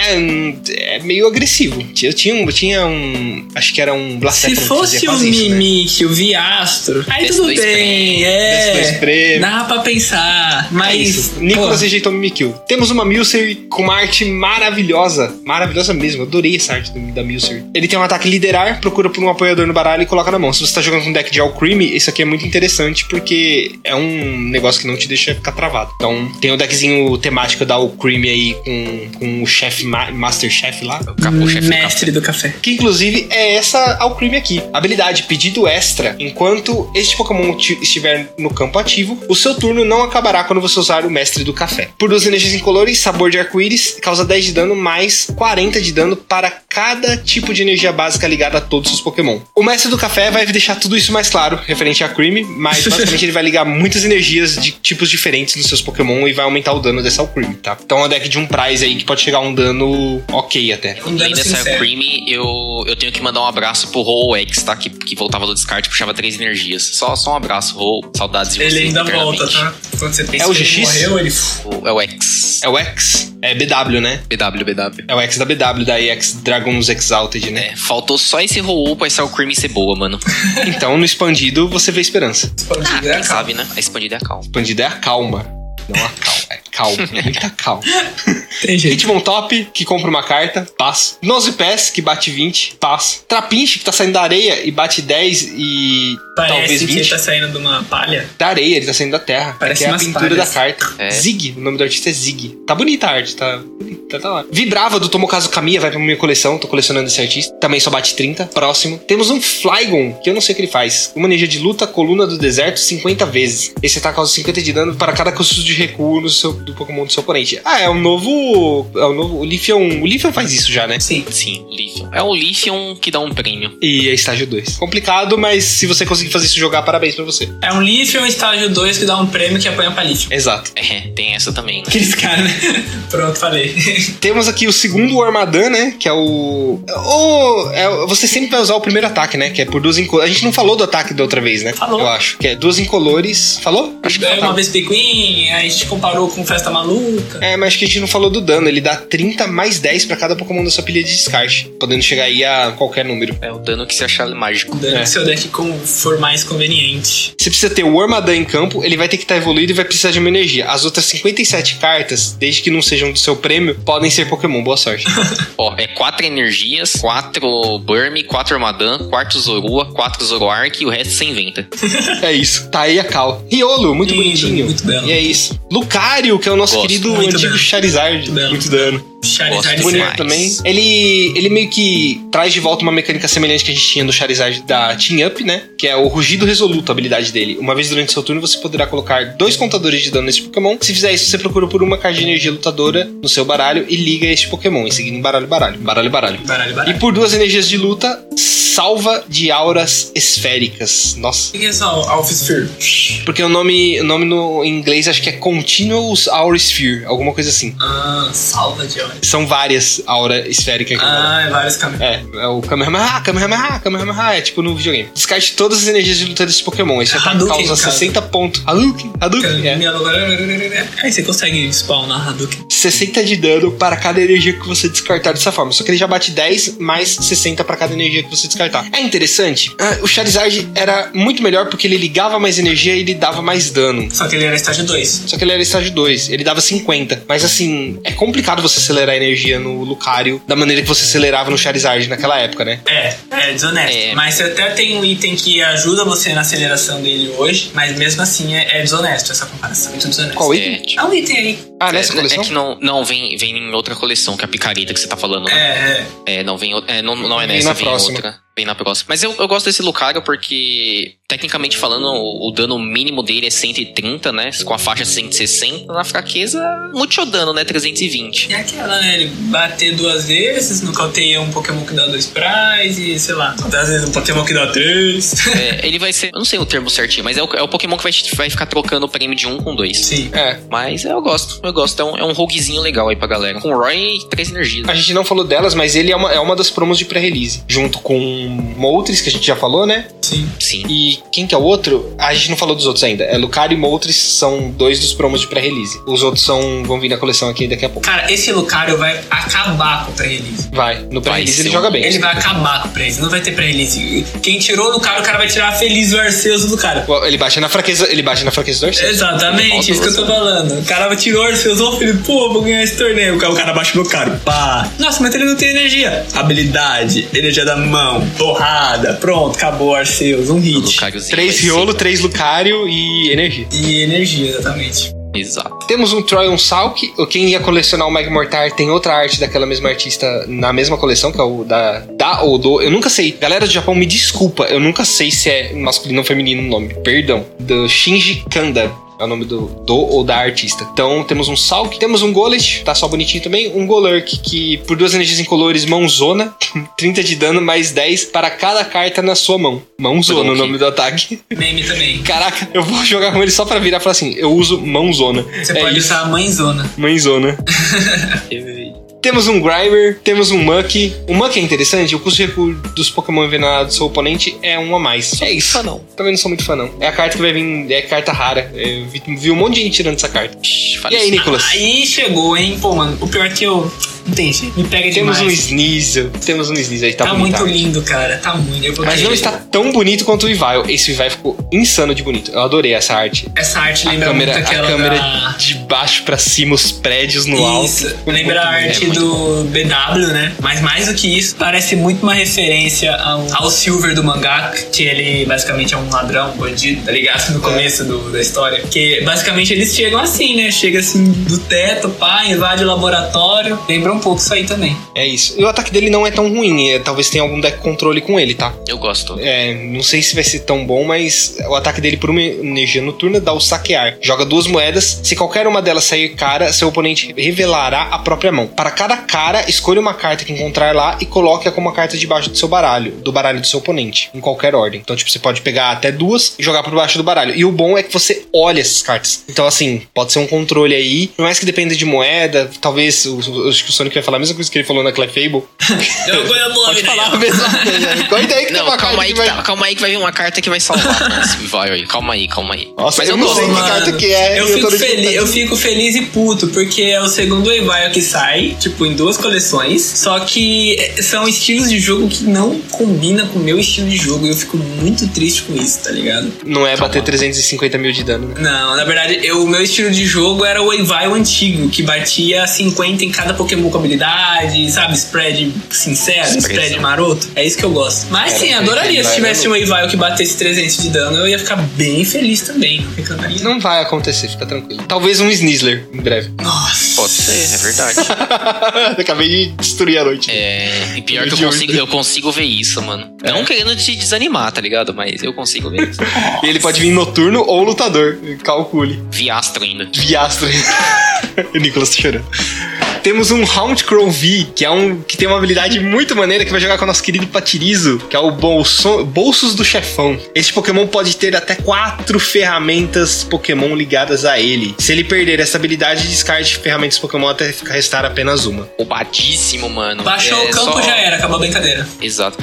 é meio agressivo. Eu tinha um... Acho que era um Blacephalon. Se fosse um Mimikyu Viastro, aí tudo bem. Dá pra pensar. Mas... Nicolas rejeitou o Mimikyu. Temos uma Milcery com uma arte maravilhosa. Maravilhosa mesmo. Adorei essa arte da Milcery. Ele tem um ataque liderar, procura por um apoiador no baralho e coloca na mão. Se você tá jogando com um deck de Alcremie, isso aqui é muito interessante porque é um negócio que não te deixa ficar travado. Então, tem o deckzinho temático da Alcremie aí com o chefe, Master Chef lá. O chefe mestre do café. Que inclusive é essa Alcremie aqui. Habilidade, pedido extra. Enquanto este Pokémon estiver no campo ativo, o seu turno não acabará quando você usar o mestre do café. Por 2 energias incolores, sabor de arco-íris, causa 10 de dano mais 40 de dano para cada tipo de energia básica ligada a todos os seus Pokémon. O mestre do café vai deixar tudo isso mais claro, referente a Alcremie, mas basicamente ele vai ligar muitas energias de tipos diferentes nos seus Pokémon e vai aumentar o dano dessa Alcremie, tá? Então é um deck de um prize aí que pode chegar a um dano ok até. Além dessa Alcremie, eu tenho que mandar um abraço pro Ho-X, tá? Que voltava do descarte, puxava 3 energias. Só um abraço, Ho. Saudades de você. Ele ainda volta, tá? Quando você pensa é o GX? Ele morreu, ele... É o X. É o X? É BW, né? BW. É o X da BW, da EX Dragons Exalted, né? Faltou só esse Ho-Oh pra essa Alcremie ser boa, mano. Então, no expandido, você vê esperança. Quem sabe, né? A expandida é a calma. Expandida é a calma. Não a calma. É calma. Muita calma. Tem jeito. Hitmon Top, que compra uma carta, passa. Nosepés, que bate 20, passa. Trapinch, que tá saindo da areia e bate 10 e parece talvez 20. Que ele tá saindo de uma palha. Da areia, ele tá saindo da terra. Parece que é a pintura palhas. da carta. Zig, o nome do artista é Zig. Tá bonita a arte, tá bonita, tá lá. Vibrava do Tomokazu Kamiya, vai pra minha coleção, tô colecionando esse artista. Também só bate 30. Próximo. Temos um Flygon, que eu não sei o que ele faz. Uma energia de luta, coluna do deserto, 50 vezes. Esse ataque causa 50 de dano para cada custo de recuo do Pokémon do seu oponente. É um novo... O Leafeon... O Leafeon faz isso já, né? Sim, o Leafeon. É o Leafeon que dá um prêmio. E é estágio 2. Complicado, mas se você conseguir fazer isso jogar, parabéns pra você. É um Leafeon estágio 2 que dá um prêmio que apanha pra Leafeon. Exato. Tem essa também, né? Aqueles caras, né? Pronto, falei. Temos aqui o segundo Armadan, né? Que é você sempre vai usar o primeiro ataque, né? Que é por 2 incolores. A gente não falou do ataque da outra vez, né? Falou. Eu acho. Que é 2 incolores. Falou? Acho que uma vez Queen, aí a gente comparou com Festa Maluca. Mas acho que a gente não falou do dano. Ele dá 30 mais 10 pra cada Pokémon da sua pilha de descarte, podendo chegar aí a qualquer número. É o dano que você achar mágico. O dano que seu deck for mais conveniente. Você precisa ter o Armadan em campo, ele vai ter que estar evoluído e vai precisar de uma energia. As outras 57 cartas, desde que não sejam do seu prêmio, podem ser Pokémon. Boa sorte. É 4 energias, 4 Burmy, 4 Armadan, 4 Zorua, 4 Zoroark e o resto você inventa. É isso. Tá aí a Cal. Riolo, muito bonitinho. Muito belo. E é isso. Lucario, Lucario, que é o nosso querido Muito antigo dano. Charizard. Muito dano. Charizard Bonito demais. também. Ele meio que traz de volta uma mecânica semelhante que a gente tinha no Charizard da Team Up, né? Que é o Rugido Resoluto, a habilidade dele. Uma vez durante seu turno, você poderá colocar 2 contadores de dano nesse Pokémon. Se fizer isso, você procura por uma carta de energia lutadora no seu baralho e liga este Pokémon, em seguida em baralho. E por 2 energias de luta, salva de auras esféricas. Nossa. O que é essa Alpha Sphere? Porque o nome no em inglês acho que é Continuous Aura Sphere, alguma coisa assim. Salva de aura. São várias auras esféricas. É vários caminhos. É o Kamehameha, é tipo no videogame. Descarte todas as energias de luta desse Pokémon. Esse ataque Hadouken, causa cara. 60 pontos. Hadouken, Aí você consegue spawnar Hadouken. 60 de dano para cada energia que você descartar dessa forma. Só que ele já bate 10 mais 60 para cada energia que você descartar. É interessante. O Charizard era muito melhor porque ele ligava mais energia e ele dava mais dano. Só que ele era estágio 2. Só que ele era estágio 2, ele dava 50. Mas assim, é complicado você acelerar a energia no Lucario da maneira que você acelerava no Charizard naquela época, né? É desonesto. Mas você até tem um item que ajuda você na aceleração dele hoje, mas mesmo assim é desonesto essa comparação. Muito desonesto. Qual item? É um item aí. Ah, nessa coleção? É que não vem em outra coleção, que é a picareta que você tá falando, né? É. Não é Vem nessa, na vem em próxima. outra. Vem na próxima. Mas eu gosto desse Lucario porque, tecnicamente falando, o dano mínimo dele é 130, né? Com a faixa 160. Na fraqueza, muito dano, né? 320. E aquela, né? Ele bater 2 vezes, nocauteia um Pokémon que dá 2 prize, sei lá. Às vezes um Pokémon que dá 3. Ele vai ser... Eu não sei o termo certinho, mas é o Pokémon que vai ficar trocando o prêmio de 1 com 2. Sim. Mas eu gosto. É um roguezinho legal aí pra galera. Com o Roy e 3 energias. A gente não falou delas, mas ele é uma das promos de pré-release. Junto com Moltres, que a gente já falou, né? Sim. E quem que é o outro? A gente não falou dos outros ainda. Lucario e Moltres são 2 dos promos de pré-release. Os outros vão vir na coleção aqui daqui a pouco. Cara, esse Lucario vai acabar com o pré-release. Vai. No pré-release Vai ele ser joga bem. Ele vai acabar com o pré-release. Não vai ter pré-release. Quem tirou o Lucario, o cara vai tirar feliz o Arceus do Lucario. Ele baixa na fraqueza do Arceus. Exatamente, isso que eu tô falando. O cara tirou o Arceus, filho, vou ganhar esse torneio. O cara baixa o Lucario. Pá. Nossa, mas ele não tem energia. Habilidade, energia da mão, porrada. Pronto, acabou Arceus, um hit. 3 Riolo, 3 Lucario e energia. E energia, exatamente. Exato. Temos um Troy e um Salk. Quem ia colecionar o Magmortar tem outra arte daquela mesma artista na mesma coleção, que é o da ou do. Eu nunca sei. Galera do Japão, me desculpa. Eu nunca sei se é masculino ou feminino o nome. Perdão. Do Shinji Kanda. É o nome do ou da artista. Então, temos um Salk, temos um Golett, tá só bonitinho também. Um Golurk, que por 2 energias incolores, mãozona, 30 de dano, mais 10 para cada carta na sua mão. Mãozona, o nome do ataque. Meme também. Caraca, eu vou jogar com ele só pra virar e falar assim, eu uso mãozona. Você pode usar a mãezona. Mãezona. Temos um Grimer, temos um Muck. O Muck é interessante, o custo de recurso dos Pokémon envenenados do seu oponente é 1 a mais. É isso. Fã, não. Também não sou muito fã, não. É a carta que vai vir, é carta rara. Eu vi um monte de gente tirando essa carta. E aí, Nicolas? Aí chegou, hein? Pô, mano, o pior é que eu... Entendi. Me pega Temos demais. Temos um Sneasel aí, tá Tá bonito. muito lindo, cara. Tá muito. Eu vou Mas querer. não está tão bonito quanto o Ivaio. Esse Ivaio ficou insano de bonito. Eu adorei essa arte. Essa arte A lembra câmera, muito aquela a câmera da... de baixo pra cima, os prédios no alto. Isso, lembra a arte muito do BW, né? Mas mais do que isso, parece muito uma referência ao Silver do mangá, que ele basicamente é um ladrão, um bandido, tá ligado? No começo da história. Que basicamente eles chegam assim, né? Chega assim do teto, pá, invade o laboratório. Lembra um pouco isso aí também. É isso. E o ataque dele não é tão ruim. Talvez tenha algum deck controle com ele, tá? Eu gosto. Não sei se vai ser tão bom, mas o ataque dele por uma energia noturna dá o saquear. Joga 2 moedas. Se qualquer uma delas sair cara, seu oponente revelará a própria mão. Para cada cara, escolha uma carta que encontrar lá e coloque-a como uma carta debaixo do seu baralho, do baralho do seu oponente, em qualquer ordem. Então, tipo, você pode pegar até 2 e jogar por baixo do baralho. E o bom é que você olha essas cartas. Então, assim, pode ser um controle aí. Por mais que dependa de moeda, talvez acho que o Sonic vai falar a mesma coisa que ele falou na Clefable. Pode falar a mesma coisa. Cuida aí que tem Não, uma calma carta aí, que vai... calma aí que vai vir uma carta que vai salvar esse Ivaio aí. Calma aí. Nossa, Mas eu não sei que Mano, carta que é. Eu fico feliz e puto, porque é o segundo Evaio que sai, tipo, em 2 coleções. Só que são estilos de jogo que não combinam com o meu estilo de jogo. E eu fico muito triste com isso, tá ligado? Não é bater 350 mil de dano, né? Não, na verdade, o meu estilo de jogo era o Evaio antigo, que batia 50 em cada Pokémon pouca habilidade, sabe? Spread sincero, spread maroto. É isso que eu gosto. Mas sim, adoraria se tivesse um Weavile que batesse 300 de dano, eu ia ficar bem feliz também. Não vai acontecer, fica tranquilo. Talvez um Snizzler em breve. Nossa. Pode ser, é verdade. Acabei de destruir a noite. E pior que eu consigo ver isso, mano. Não querendo te desanimar, tá ligado? Mas eu consigo ver isso. E ele pode vir noturno ou lutador. Calcule. Viastro ainda. Viastro. O Nicolas tá chorando. Temos um Houndcrow V, que tem uma habilidade muito maneira, que vai jogar com o nosso querido Patirizo, que é o Bolsos do Chefão. Esse Pokémon pode ter até 4 ferramentas Pokémon ligadas a ele. Se ele perder essa habilidade, descarte ferramentas Pokémon até restar apenas uma. Roubadíssimo, mano. Baixou o campo, já era, acabou a brincadeira. Exato.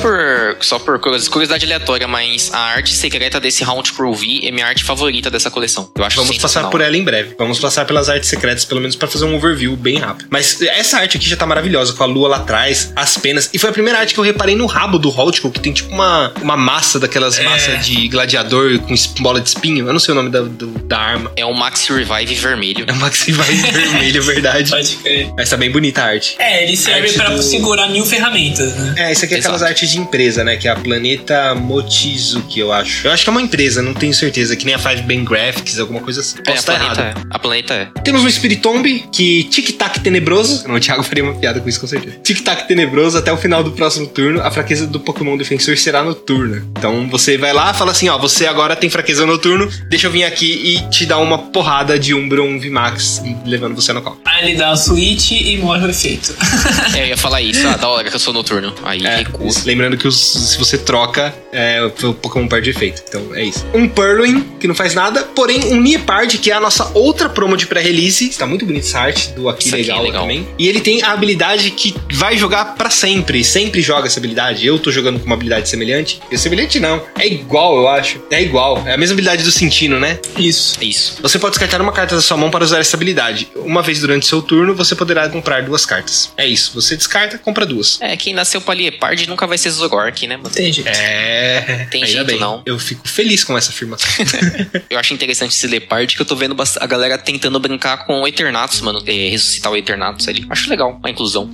Só por curiosidade aleatória, mas a arte secreta desse Houndcrow V é minha arte favorita dessa coleção. Eu acho Vamos passar por ela em breve. Vamos passar pelas artes secretas, pelo menos pra fazer um overview bem rápido. Mas essa arte aqui já tá maravilhosa, com a lua lá atrás, as penas. E foi a primeira arte que eu reparei no rabo do Houndcrow, que tem tipo uma massa daquelas massas de gladiador com bola de espinho. Eu não sei o nome da arma. É um Maxi Revive vermelho. É um Maxi Revive vermelho, verdade. Pode crer. Mas tá bem bonita a arte. Ele serve pra segurar 1000 ferramentas, né? Isso aqui é aquelas artes de empresa, né? Que é a Planeta Mochizuki, eu acho. Eu acho que é uma empresa, não tenho certeza. Que nem a 5Ben Graphics, alguma coisa assim. Posso estar errado. A Planeta é. Temos um Spiritomb, que tic-tac tenebroso. Não, o Thiago faria uma piada com isso, com certeza. Tic-tac tenebroso, até o final do próximo turno, a fraqueza do Pokémon defensor será noturna. Então você vai lá e fala assim, ó, você agora tem fraqueza noturno, deixa eu vir aqui e te dar uma porrada de Umbreon VMAX, levando você no call. Aí ele dá o switch e morre o efeito. Eu ia falar isso, da hora que eu sou noturno. Aí recua. Lembrando que se você troca, o Pokémon perde efeito. Então é isso. Um Purloin, que não faz nada, porém um Niepard, que é a nossa outra promo de pré-release. Está muito bonita essa arte do Aqui legal também. E ele tem a habilidade que vai jogar pra sempre. Sempre joga essa habilidade. Eu tô jogando com uma habilidade semelhante. Semelhante não. É igual, eu acho. É igual. É a mesma habilidade do Sentino, né? Isso. Você pode descartar uma carta da sua mão para usar essa habilidade. Uma vez durante seu turno, você poderá comprar 2 cartas. É isso. Você descarta, compra 2. Quem nasceu pra Liepard nunca vai ser Zogork, né, mano? Tem jeito. Tem jeito, bem. não. Eu fico feliz com essa afirmação. Eu acho interessante esse Liepard, que eu tô vendo a galera tentando brincar com o Eternatus, mano. Ressuscitar o Eternatus ali. Acho legal a inclusão.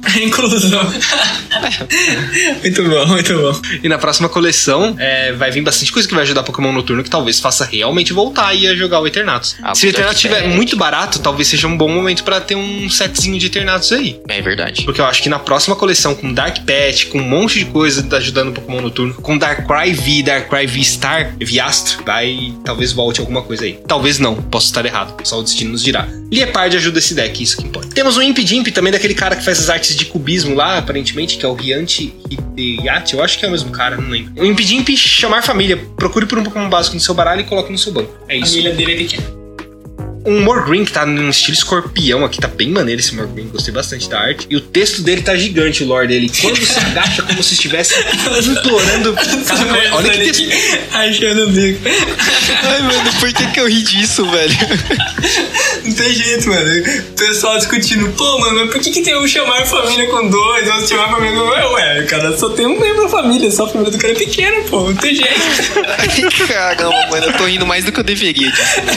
Muito bom, muito bom. E na próxima coleção, vai vir bastante coisa que vai ajudar Pokémon Noturno, que talvez faça realmente voltar aí a jogar o Eternatus. Se o Eternatus estiver muito barato, talvez seja um bom momento pra ter um setzinho de Eternatus aí. É verdade. Porque eu acho que na próxima coleção, com Dark Pet, com um monte de coisa ajudando o Pokémon Noturno, com Darkrai V, Darkrai V-Star, Viastro, talvez volte alguma coisa aí. Talvez não, posso estar errado, só o destino nos dirá. Liepard ajuda esse deck, isso que importa. Temos um Impidimp também, daquele cara que faz as artes de cubismo lá, aparentemente, que é o Rianti Hideyati, eu acho que é o mesmo cara, não lembro. O Impidimp, chamar família, procure por um Pokémon básico no seu baralho e coloque no seu banco. É isso. A família dele é pequena. Um Morgreen, que tá num estilo escorpião aqui, tá bem maneiro esse Morgreen, gostei bastante da arte. E o texto dele tá gigante, o lore dele. Quando se agacha, como se estivesse implorando. Olha que texto. Achando o bico. Ai, mano, por que eu ri disso, velho? Não tem jeito, mano. O pessoal discutindo, pô, mano, mas por que tem um chamar família com 2, outro chamar família com 1? Ué, o cara só tem um membro da família, só a família do cara é pequena, pô, não tem jeito. Ai, caramba, mano, eu tô rindo mais do que eu deveria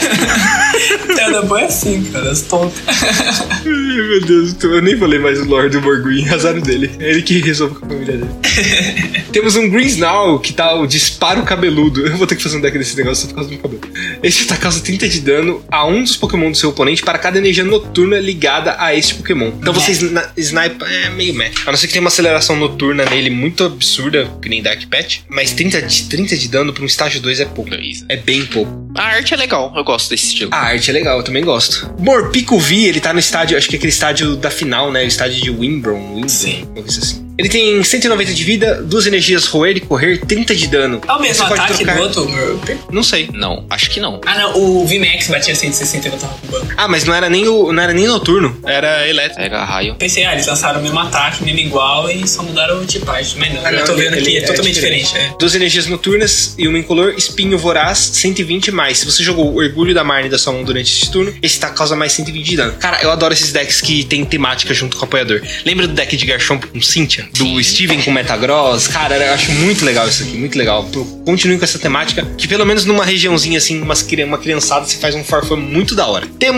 disso. Cada boa é assim, cara, as tontas. Ai, meu Deus, eu nem falei mais o lore do Morgreen, azar dele. É ele que resolve com a família dele. Temos um Grinsnarl, que tá o Disparo Cabeludo. Eu vou ter que fazer um deck desse negócio só por causa do cabelo. Esse tá causa 30 de dano a um dos Pokémon do seu oponente para cada energia noturna ligada a este Pokémon. Então você snipe meio meh. A não ser que tenha uma aceleração noturna nele muito absurda, que nem Dark Pet. Mas 30 de dano pra um estágio 2 é pouco. É bem pouco. A arte é legal, eu gosto desse estilo. A arte é legal, eu também gosto. Morpico V, ele tá no estádio, acho que é aquele estádio da final, né? O estádio de Wimbron. Sim. Uma coisa assim. Ele tem 190 de vida, 2 energias roer e correr, 30 de dano. É o mesmo ataque do outro? Não sei. Não, acho que não. Ah, não, o VMAX batia 160 e eu tava com o banco. Ah, mas não era nem noturno, era elétrico. Era raio. Pensei, eles lançaram o mesmo ataque, mesmo igual e só mudaram o tipagem. Mas não, eu tô vendo aqui, é totalmente diferente. 2 energias noturnas e uma incolor, espinho voraz, 120 mais. Se você jogou o Orgulho da Marne da sua mão durante esse turno, esse tá causa mais 120 de dano. Cara, eu adoro esses decks que tem temática junto com o apoiador. Lembra do deck de Garchomp com Cynthia? Do Steven com Metagross? Cara, eu acho muito legal isso aqui, muito legal. Continue com essa temática, que pelo menos numa regiãozinha assim, uma criançada, você faz um farfã muito da hora. Temos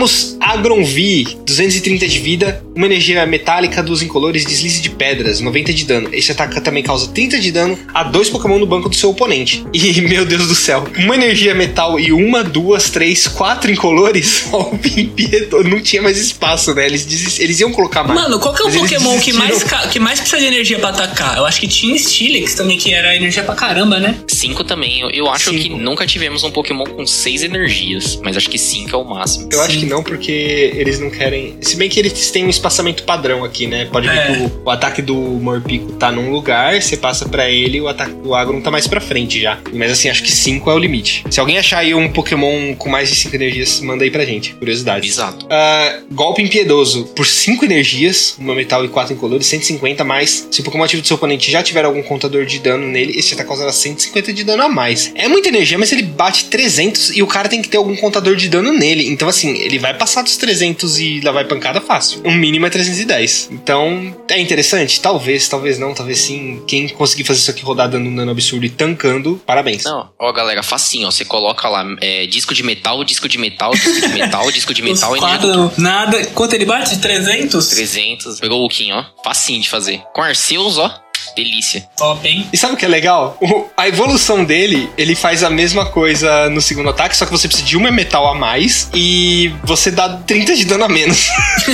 Agron V, 230 de vida, uma energia metálica dos incolores, deslize de pedras, 90 de dano. Esse ataque também causa 30 de dano a 2 Pokémon no banco do seu oponente. E, meu Deus do céu, uma energia metal e 1, 2, 3, 4 incolores, o Pimpieto não tinha mais espaço, né? Eles iam colocar mais. Mano, qual que é o Pokémon que mais precisa de energia pra atacar? Eu acho que tinha Steelix também, que era energia pra caramba, né? 5 também. Eu acho que nunca tivemos um Pokémon com 6 energias, mas acho que 5 é o máximo. Eu acho que não, porque eles não querem... Se bem que eles têm um espaçamento padrão aqui, né? Pode ver que o ataque do Morpico tá num lugar, você passa pra ele, o ataque do Agron tá mais pra frente já. Mas assim, acho que 5 é o limite. Se alguém achar aí um Pokémon com mais de 5 energias, manda aí pra gente. Curiosidade. Exato. Golpe Impiedoso. Por 5 energias, uma metal e 4 incolores, 150 mais. Se o Pokémon ativo do seu oponente já tiver algum contador de dano nele, esse ataque causará 150 de dano a mais. É muita energia, mas ele bate 300 e o cara tem que ter algum contador de dano nele. Então assim, ele vai passar dos 300 e lá vai pancada fácil. O mínimo é 310. Então, é interessante? Talvez não, talvez sim. Quem conseguir fazer isso aqui rodar dando um dano absurdo e tancando, parabéns. Não, ó galera, facinho, ó. Você coloca lá disco de metal, disco de metal, disco de metal, disco de metal. Nada. Quanto ele bate? 300? 300. Pegou o Kim, ó. Facinho de fazer. Com Arceus, ó. Delícia. Top, hein? E sabe o que é legal? A evolução dele, ele faz a mesma coisa no segundo ataque, só que você precisa de uma metal a mais e você dá 30 de dano a menos.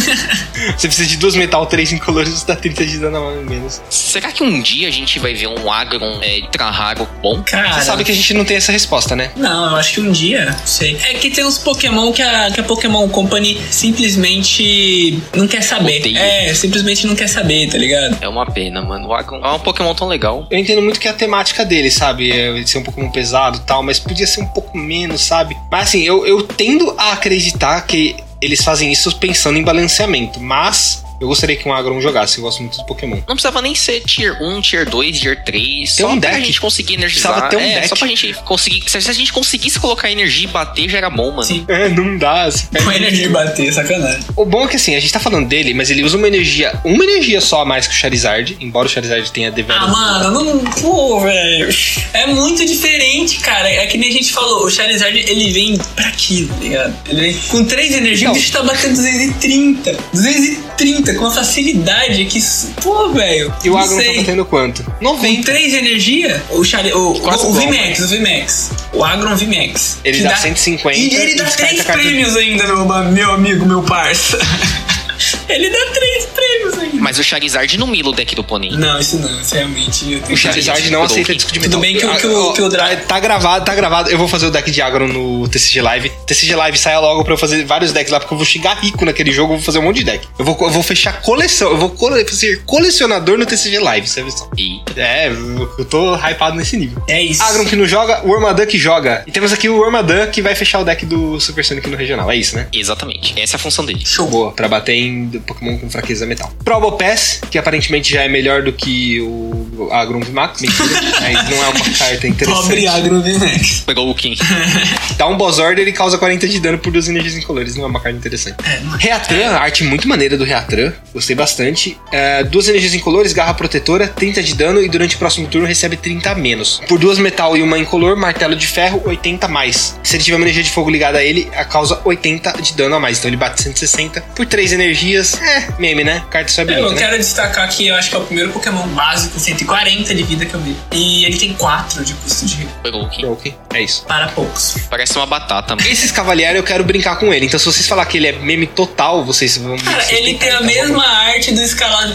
Você precisa de 2 metal, 3 incolores, você dá 30 de dano a menos. Será que um dia a gente vai ver um Agron ultra raro bom? Cara, você sabe que a gente não tem essa resposta, né? Não, eu acho que um dia, não sei. É que tem uns Pokémon que a Pokémon Company simplesmente não quer saber. Odeio. Simplesmente não quer saber, tá ligado? É uma pena, mano. O Agron é um Pokémon tão legal. Eu entendo muito que é a temática dele, sabe? É ser um Pokémon pesado e tal, mas podia ser um pouco menos, sabe? Mas assim, eu tendo a acreditar que eles fazem isso pensando em balanceamento, mas... Eu gostaria que um Agron jogasse, eu gosto muito do Pokémon. Não precisava nem ser Tier 1, Tier 2, Tier 3. Tem só um pra deck. gente conseguir energizar. Precisava ter um deck. Só pra gente conseguir... Se a gente conseguisse colocar energia e bater, já era bom, mano. Sim. Não dá. Com energia e bater, sacanagem. O bom é que assim, a gente tá falando dele, mas ele usa uma energia só a mais que o Charizard, embora o Charizard tenha devido. Mano, não... Pô, velho. É muito diferente, cara. É que nem a gente falou, o Charizard, ele vem pra aquilo, tá ligado? Ele vem com 3 energias, o bicho tá batendo 230. 230, com uma facilidade que... Pô, velho. E o Agron tá batendo quanto? 90. Com 3 energia, o VMAX. O Agron VMAX. Ele dá 150. E ele dá 3 prêmios ainda, meu amigo, meu parça. Ele dá 3 prêmios ainda. Mas o Charizard não mila o deck do oponente. Não, isso realmente... O Charizard não aceita disco de metal. Tudo bem que o Drive... Tá gravado. Eu vou fazer o deck de Agron no TCG Live. TCG Live saia logo pra eu fazer vários decks lá, porque eu vou chegar rico naquele jogo, eu vou fazer um monte de deck. Eu vou fechar coleção. Eu vou ser colecionador no TCG Live, sabe só? Eu tô hypado nesse nível. É isso. Agron que não joga, o Wormadam que joga. E temos aqui o Wormadam que vai fechar o deck do Super Sonic no regional. É isso, né? Exatamente. Essa é a função dele. Show. Boa, pra bater em Pokémon com fraqueza metal. Probopass, que aparentemente já é melhor do que o Agron VMAX. Mentira, mas não é uma carta interessante. Pobre Agron VMAX. Pegou o Kim. Dá um Boss Order e causa 40 de dano por 2 energias incolores. Não é uma carta interessante. Reatran, a arte muito maneira do Reatran. Gostei bastante. 2 energias incolores, garra protetora, 30 de dano e durante o próximo turno recebe 30 a menos. Por 2 metal e uma incolor, martelo de ferro, 80 a mais. Se ele tiver uma energia de fogo ligada a ele, causa 80 de dano a mais. Então ele bate 160 por 3 energias. Meme, né? Carta só é bonita, Eu quero destacar que eu acho que é o primeiro Pokémon básico, 140 de vida que eu vi. E ele tem 4 de custo de vida. Pegou o Kim. Ok, é isso. Para poucos. Parece uma batata, mano. Esses Cavalieri eu quero brincar com ele. Então se vocês falar que ele é meme total, vocês vão... Cara, ele tem a mesma arte do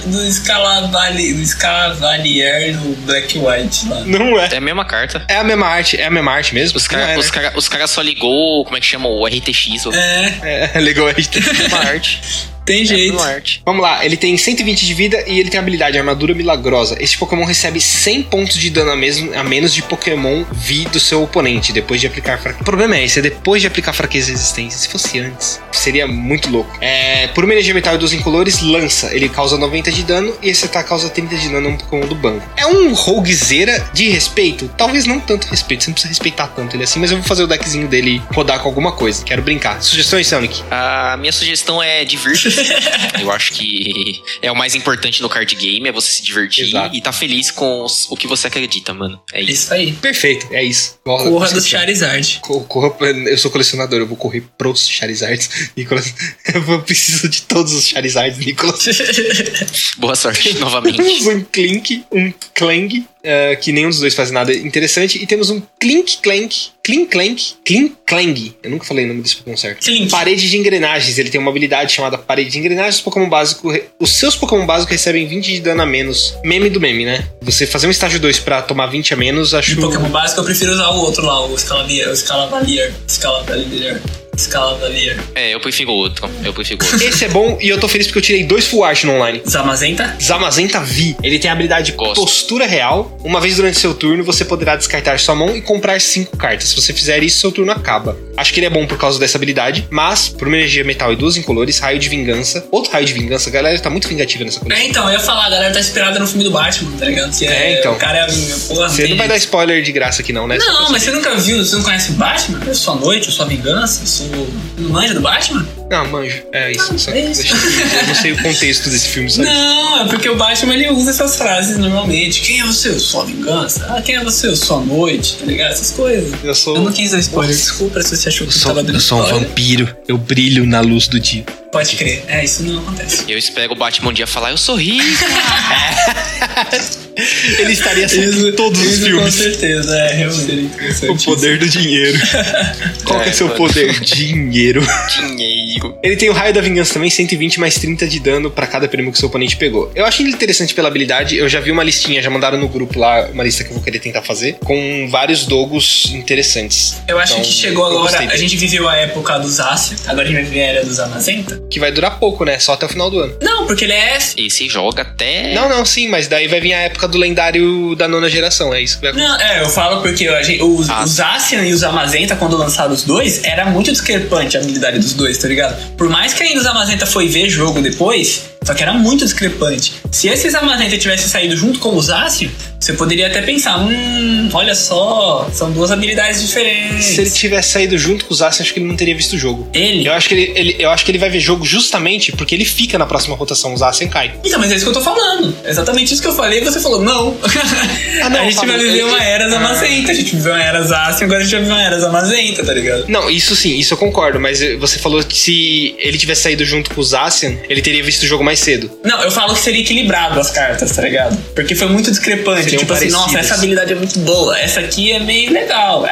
Escavalier do Black White lá. Não é. É a mesma carta. É a mesma arte mesmo. Os caras só ligou, como é que chama? O RTX. Ligou o RTX. Uma arte. Tem jeito. Vamos lá, ele tem 120 de vida e ele tem a habilidade Armadura Milagrosa. Este Pokémon recebe 100 pontos de dano a menos de Pokémon V do seu oponente, depois de aplicar fraqueza. O problema é esse, é depois de aplicar fraqueza e resistência. Se fosse antes, seria muito louco. Por uma energia metal e 2 incolores, lança. Ele causa 90 de dano e esse ataque causa 30 de dano a um Pokémon do banco. É um roguezeira de respeito? Talvez não tanto respeito, você não precisa respeitar tanto ele assim, mas eu vou fazer o deckzinho dele rodar com alguma coisa. Quero brincar. Sugestões, Sonic? A minha sugestão é divirta-se Eu acho que é o mais importante no card game, é você se divertir. Exato. E tá feliz com o que você acredita, mano. É isso aí. Perfeito, é isso. Corra do Charizard. Eu sou colecionador, eu vou correr pros Charizards, Nicolas. Eu preciso de todos os Charizards, Nicolas. Boa sorte, novamente. Temos um Clink, um Clang, que nenhum dos dois faz nada interessante. E temos um Clink. Eu nunca falei o nome desse Pokémon certo. Clink. Parede de engrenagens. Ele tem uma habilidade chamada Parede de engrenagens. Os seus Pokémon básicos recebem 20 de dano a menos. Meme do meme, né? Você fazer um estágio 2 pra tomar 20 a menos, acho... No Pokémon básico eu prefiro usar o outro lá, o Escalavalier. Eu prefiro o outro. Esse é bom e eu tô feliz porque eu tirei 2 Full Art no online. Zamazenta V. Ele tem a habilidade Postura Real. Uma vez durante seu turno, você poderá descartar sua mão e comprar 5 cartas. Se você fizer isso, seu turno acaba. Acho que ele é bom por causa dessa habilidade, mas por uma energia metal e 2 incolores, Raio de Vingança. Outro Raio de Vingança, a galera tá muito vingativa nessa coisa. Então, eu ia falar, a galera tá inspirada no filme do Batman, tá ligado? Que então. O cara é porra. Você não vai dar spoiler de graça aqui não, né? Não, mas você nunca viu, você não conhece o Batman? Eu sou a noite, eu sou a vingança, eu sou... Não manja do Batman? Não, manjo. É isso. Eu não sei o contexto desse filme, sabe? Não, é porque o Batman, ele usa essas frases normalmente. Quem é você? Eu sou a vingança. Quem é você? Eu sou a noite, tá ligado? Essas coisas. Eu não quis dar spoiler, desculpa se você achou que eu tava dando spoiler. Eu sou um vampiro, eu brilho na luz do dia. Pode crer. Isso não acontece. Eu espero o Batman um dia falar, eu sou rico. Ele estaria sempre em todos os filmes. Com certeza, realmente. O poder do dinheiro. Qual que é seu poder? Dinheiro. Ele tem o Raio da Vingança também, 120 mais 30 de dano pra cada prêmio que seu oponente pegou. Eu acho ele interessante pela habilidade. Eu já vi uma listinha, já mandaram no grupo lá, uma lista que eu vou querer tentar fazer, com vários dogos interessantes. Eu acho que chegou agora, a gente viveu a época dos Zacian, agora a gente vai viver a era dos Zamazenta. Que vai durar pouco, né? Só até o final do ano. Não, porque ele é... Esse joga até... Não, sim, mas daí vai vir a época do lendário da 9ª geração, é isso que vai acontecer. Não, eu falo porque os Zacian e os Zamazenta, quando lançaram os dois, era muito discrepante a habilidade dos dois, tá ligado? Por mais que ainda o Zamazenta foi ver jogo depois, só que era muito discrepante. Se esse Zamazenta tivesse saído junto com o Zacian, você poderia até pensar, olha só, são duas habilidades diferentes. Se ele tivesse saído junto com o Zacian, acho que ele não teria visto o jogo. Eu acho que ele vai ver jogo justamente porque ele fica na próxima rotação, o Zacian cai. Então, mas é isso que eu tô falando. Exatamente isso que eu falei e você falou, não. A gente vai viver uma era Zamazenta. A gente viveu uma era Zacian, agora a gente vai viver uma era Zamazenta, tá ligado? Não, isso sim, isso eu concordo, mas você falou que se ele tivesse saído junto com o Zacian, ele teria visto o jogo mais cedo. Não, eu falo que seria equilibrado as cartas, tá ligado? Porque foi muito discrepante. Tipo assim, nossa, essa habilidade é muito boa, essa aqui é meio legal,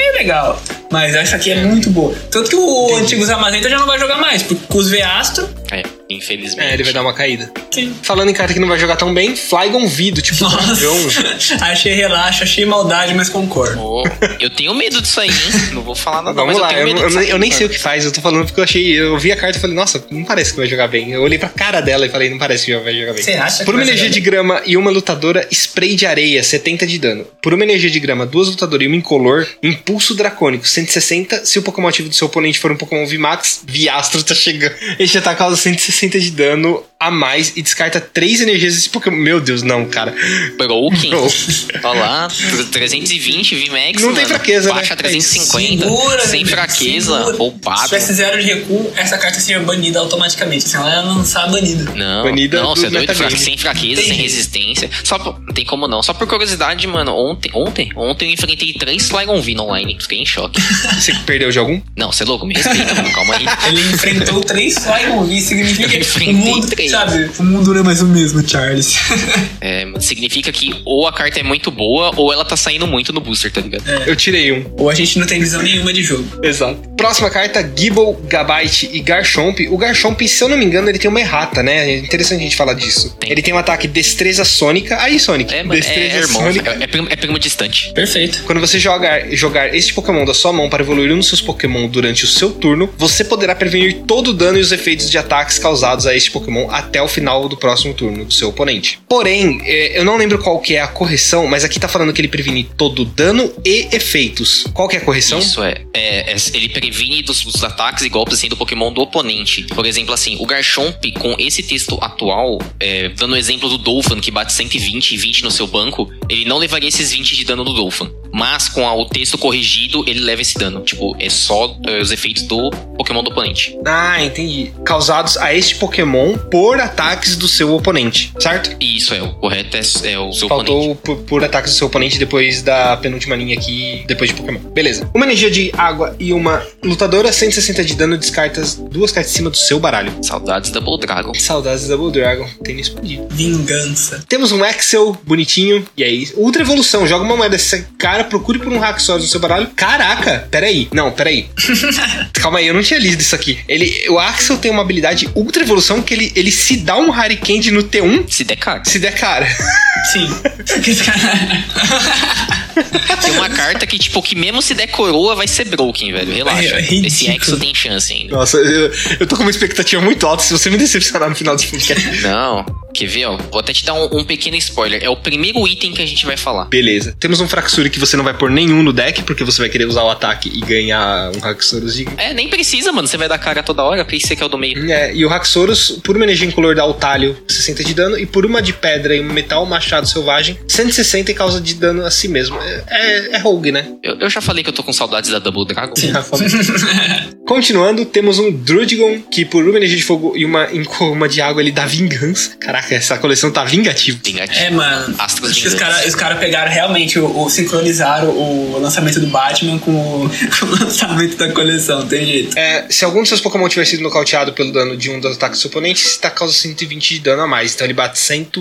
mas essa aqui é muito boa. Tanto que o antigo Zamazenta já não vai jogar mais, porque com os V-Astro... infelizmente. Ele vai dar uma caída. Sim. Falando em carta que não vai jogar tão bem, Flygon Vido, tipo dragão. Achei relaxo, achei maldade, mas concordo. Eu tenho medo disso aí, hein? Não vou falar nada. Vamos mas lá, eu nem sei o que faz, eu tô falando porque eu vi a carta e falei, nossa, não parece que vai jogar bem. Eu olhei pra cara dela e falei, não parece que vai jogar bem. Você acha? Por uma energia de grama e uma lutadora, Spray de Areia, 70 de dano. Por uma energia de grama, 2 lutadoras e uma incolor, Impulso Dracônico, 160. Se o Pokémon ativo do seu oponente for um Pokémon VMAX, V-Astro tá chegando. Ele já tá causando 160 de dano a mais e descarta 3 energias desse Pokémon. Meu Deus, não, cara. Broken. Olha lá, 320 VMAX. Não tem fraqueza, baixa, né? 350. Sem fraqueza, roubado. Se tivesse 0 de recuo, essa carta seria banida automaticamente. Se ela ia lançar banida. Não, banida você é doido. Sem fraqueza, sem resistência. Não tem como não. Só por curiosidade, mano, ontem eu enfrentei 3 Flygon V no online. Fiquei em choque. Você perdeu de algum? Não, você é louco, me respeita, mano. Calma aí. Ele enfrentou 3 Flygon V, significa que o mundo, 3. Sabe, o mundo não é mais o mesmo, Charles. Significa que ou a carta é muito boa ou ela tá saindo muito no booster, tá ligado? Eu tirei um. Ou a gente não tem visão nenhuma de jogo. Exato. Próxima carta, Gible, Gabite e Garchomp. O Garchomp, se eu não me engano, ele tem uma errata, né? É interessante a gente falar disso. Ele tem um ataque Destreza Sônica. Aí, Sonic. Destreza Sônica. É primo distante. Perfeito. Quando você jogar este Pokémon da sua mão para evoluir um dos seus Pokémon durante o seu turno, você poderá prevenir todo o dano e os efeitos de ataques causados a este Pokémon até o final do próximo turno do seu oponente. Porém, eu não lembro qual que é a correção, mas aqui tá falando que ele previne todo o dano e efeitos. Qual que é a correção? Isso ele previne dos ataques e golpes assim, do Pokémon do oponente. Por exemplo, assim, o Garchomp, com esse texto atual, dando o exemplo do Dolphin, que bate 120 e 20 no seu banco, ele não levaria esses 20 de dano do Dolphin. mas com o texto corrigido, ele leva esse dano. Tipo, é só os efeitos do Pokémon do oponente. Ah, entendi. Causados a este Pokémon por ataques do seu oponente, certo? Isso, o correto é o seu Faltou oponente. por ataques do seu oponente depois da penúltima linha aqui, depois de Pokémon. Beleza. Uma energia de água e uma lutadora, 160 de dano, descarta 2 cartas em cima do seu baralho. Saudades Double Dragon. Saudades da Double Dragon. Tem explodido. Vingança. Temos um Axel bonitinho. E aí, Ultra Evolução. Joga uma moeda desse cara, procure por um Haxorus no seu baralho. Caraca! Peraí. Calma aí, eu não tinha lido isso aqui. O Axel tem uma habilidade Ultra Evolução que ele se dá um Harikand no T1. Se der cara. Sim. Tem uma carta que, tipo, que mesmo se der coroa, vai ser broken, velho. Relaxa. Esse Exo tem chance ainda. Nossa, eu tô com uma expectativa muito alta. Se você me decepcionar no final desse podcast. Não. Quer ver, ó? Vou até te dar um pequeno spoiler. É o primeiro item que a gente vai falar. Beleza. Temos um Fraxure que você não vai pôr nenhum no deck, porque você vai querer usar o ataque e ganhar um Haxorus de... Nem precisa, mano. Você vai dar cara toda hora, porque esse aqui é o do meio. E o Haxorus, por uma energia incolor, dá o talho 60 de dano, e por uma de pedra e um metal machado selvagem, 160 e causa de dano a si mesmo. É rogue, né? Eu já falei que eu tô com saudades da Double Dragon. Continuando, temos um Druddigon, que por uma energia de fogo e uma de água, ele dá vingança. Caraca, essa coleção tá vingativa. Mano. Astros Acho que os caras pegaram realmente, sincronizaram o lançamento do Batman com o lançamento da coleção, tem jeito. Se algum dos seus Pokémon tiver sido nocauteado pelo dano de um dos ataques do seu oponente, esse ataque causa 120 de dano a mais. Então ele bate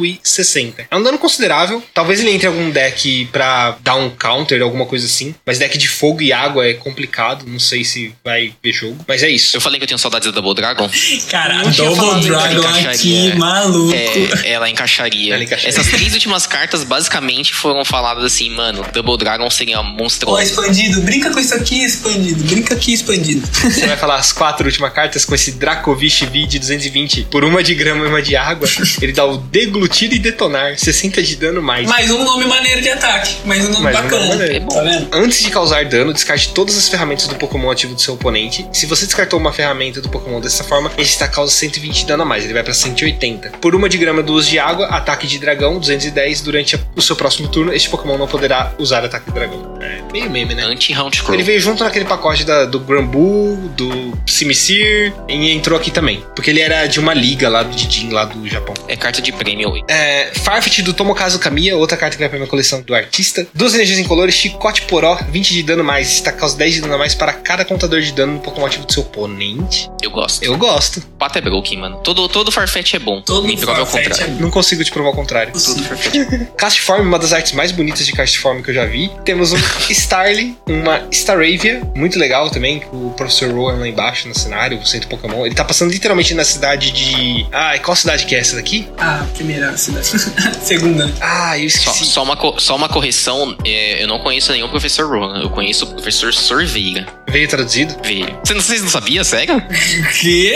160. É um dano considerável. Talvez ele entre em algum deck pra dar um counter, alguma coisa assim. Mas deck de fogo e água é complicado. Não sei se vai ver jogo. Mas é isso. Eu falei que eu tenho saudades da Double Dragon. Cara, a Double Dragon aqui, maluco. Ela encaixaria. Essas 3 últimas cartas basicamente foram faladas assim, mano, Double Dragon seria monstruoso. Expandido, brinca com isso aqui, expandido. Brinca aqui, expandido. Você vai falar as 4 últimas cartas com esse Dracovish V de 220 por uma de grama e uma de água. Ele dá o Deglutir e Detonar, 60 de dano mais. Mais um nome maneiro de ataque. Mais um nome bacana. Tá vendo? Antes de causar dano, descarte todas as ferramentas do Pokémon ativo do seu oponente. Se você descartou uma ferramenta do Pokémon dessa forma, esse ataque causa 120 de dano a mais. Ele vai pra 180. Por uma de grama, 2 de água, ataque de dragão, 210. Durante o seu próximo turno, este Pokémon não poderá usar ataque de dragão. Meio meme, né? Anti-Round Crow. Ele veio junto naquele pacote do Granbull, do Simisear, e entrou aqui também. Porque ele era de uma liga lá de Jin, lá do Japão. É carta de prêmio. Farfetch do Tomokazu Kamiya, outra carta que vai pra minha coleção do artista. 2 energias incolores, Chicote Poró, 20 de dano a mais. Está causa 10 de dano a mais para cada contador de dano no Pokémon ativo do seu oponente. Eu gosto. Eu gosto. O pato é broken, mano. Todo Farfetch é bom. Me prova ao contrário. Não consigo te provar o contrário. Todo Farfetch. Castform, uma das artes mais bonitas de Castform que eu já vi. Temos um Starly, uma Staravia, muito legal também, com o Professor Rowan lá embaixo no cenário, o centro Pokémon. Ele tá passando literalmente na cidade de... qual cidade que é essa daqui? Primeira cidade. Segunda. Eu esqueci. Só uma correção, eu não conheço nenhum Professor Rowan, eu conheço o Professor Sorveira. Veio traduzido? Veio. Vocês não sabiam, sério? Quê?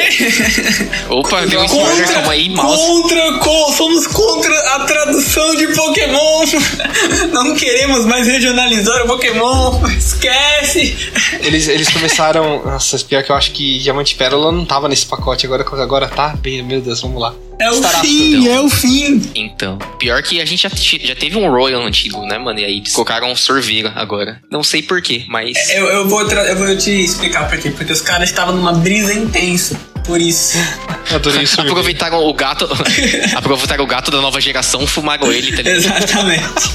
Opa, deu um spoiler, calma aí, mouse. Somos contra a tradução de Pokémon. Não queremos mais regionalizar o Pokémon. Esquece. Eles começaram... Nossa, pior que eu acho que Diamante e Pérola não tava nesse pacote. Agora tá? Meu Deus, vamos lá. É o fim. Então, pior que a gente já teve um Royal antigo, né, mano? E aí eles colocaram um Sorveira agora. Não sei porquê, mas... Eu vou te explicar por quê. Porque os caras estavam numa brisa intensa. Por isso. Adorei isso. Aproveitaram o gato. Aproveitaram o gato da nova geração, fumaram ele, tá ligado? Exatamente.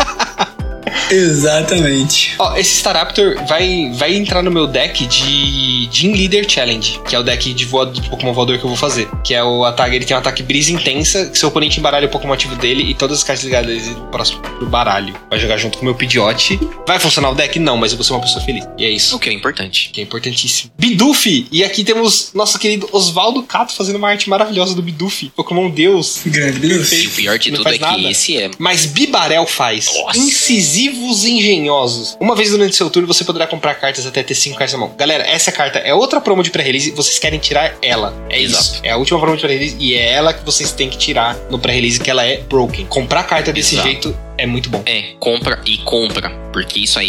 Exatamente. Esse Staraptor vai entrar no meu deck de Gym Leader Challenge, que é o deck de Pokémon voador que eu vou fazer. Que é o ataque, ele tem um ataque brisa intensa, que seu oponente embaralha o Pokémon ativo dele e todas as cartas ligadas pro baralho. Vai jogar junto com o meu Pidgeot. Vai funcionar o deck? Não, mas eu vou ser uma pessoa feliz. E é isso. O que é importante. Que é importantíssimo. Bidoof! E aqui temos nosso querido Osvaldo Cato fazendo uma arte maravilhosa do Bidoof. Pokémon Deus. Grande Deus. E o pior de tudo é que esse é... Mas Bibarel faz. Nossa. Incisivos engenhosos. Uma vez durante seu turno, você poderá comprar cartas até ter 5 cartas na mão. Galera, essa carta é outra promo de pré-release. Vocês querem tirar ela. É isso. É a última promo de pré-release e é ela que vocês têm que tirar no pré-release, que ela é broken. Comprar carta desse jeito é muito bom. Compra. Porque isso aí é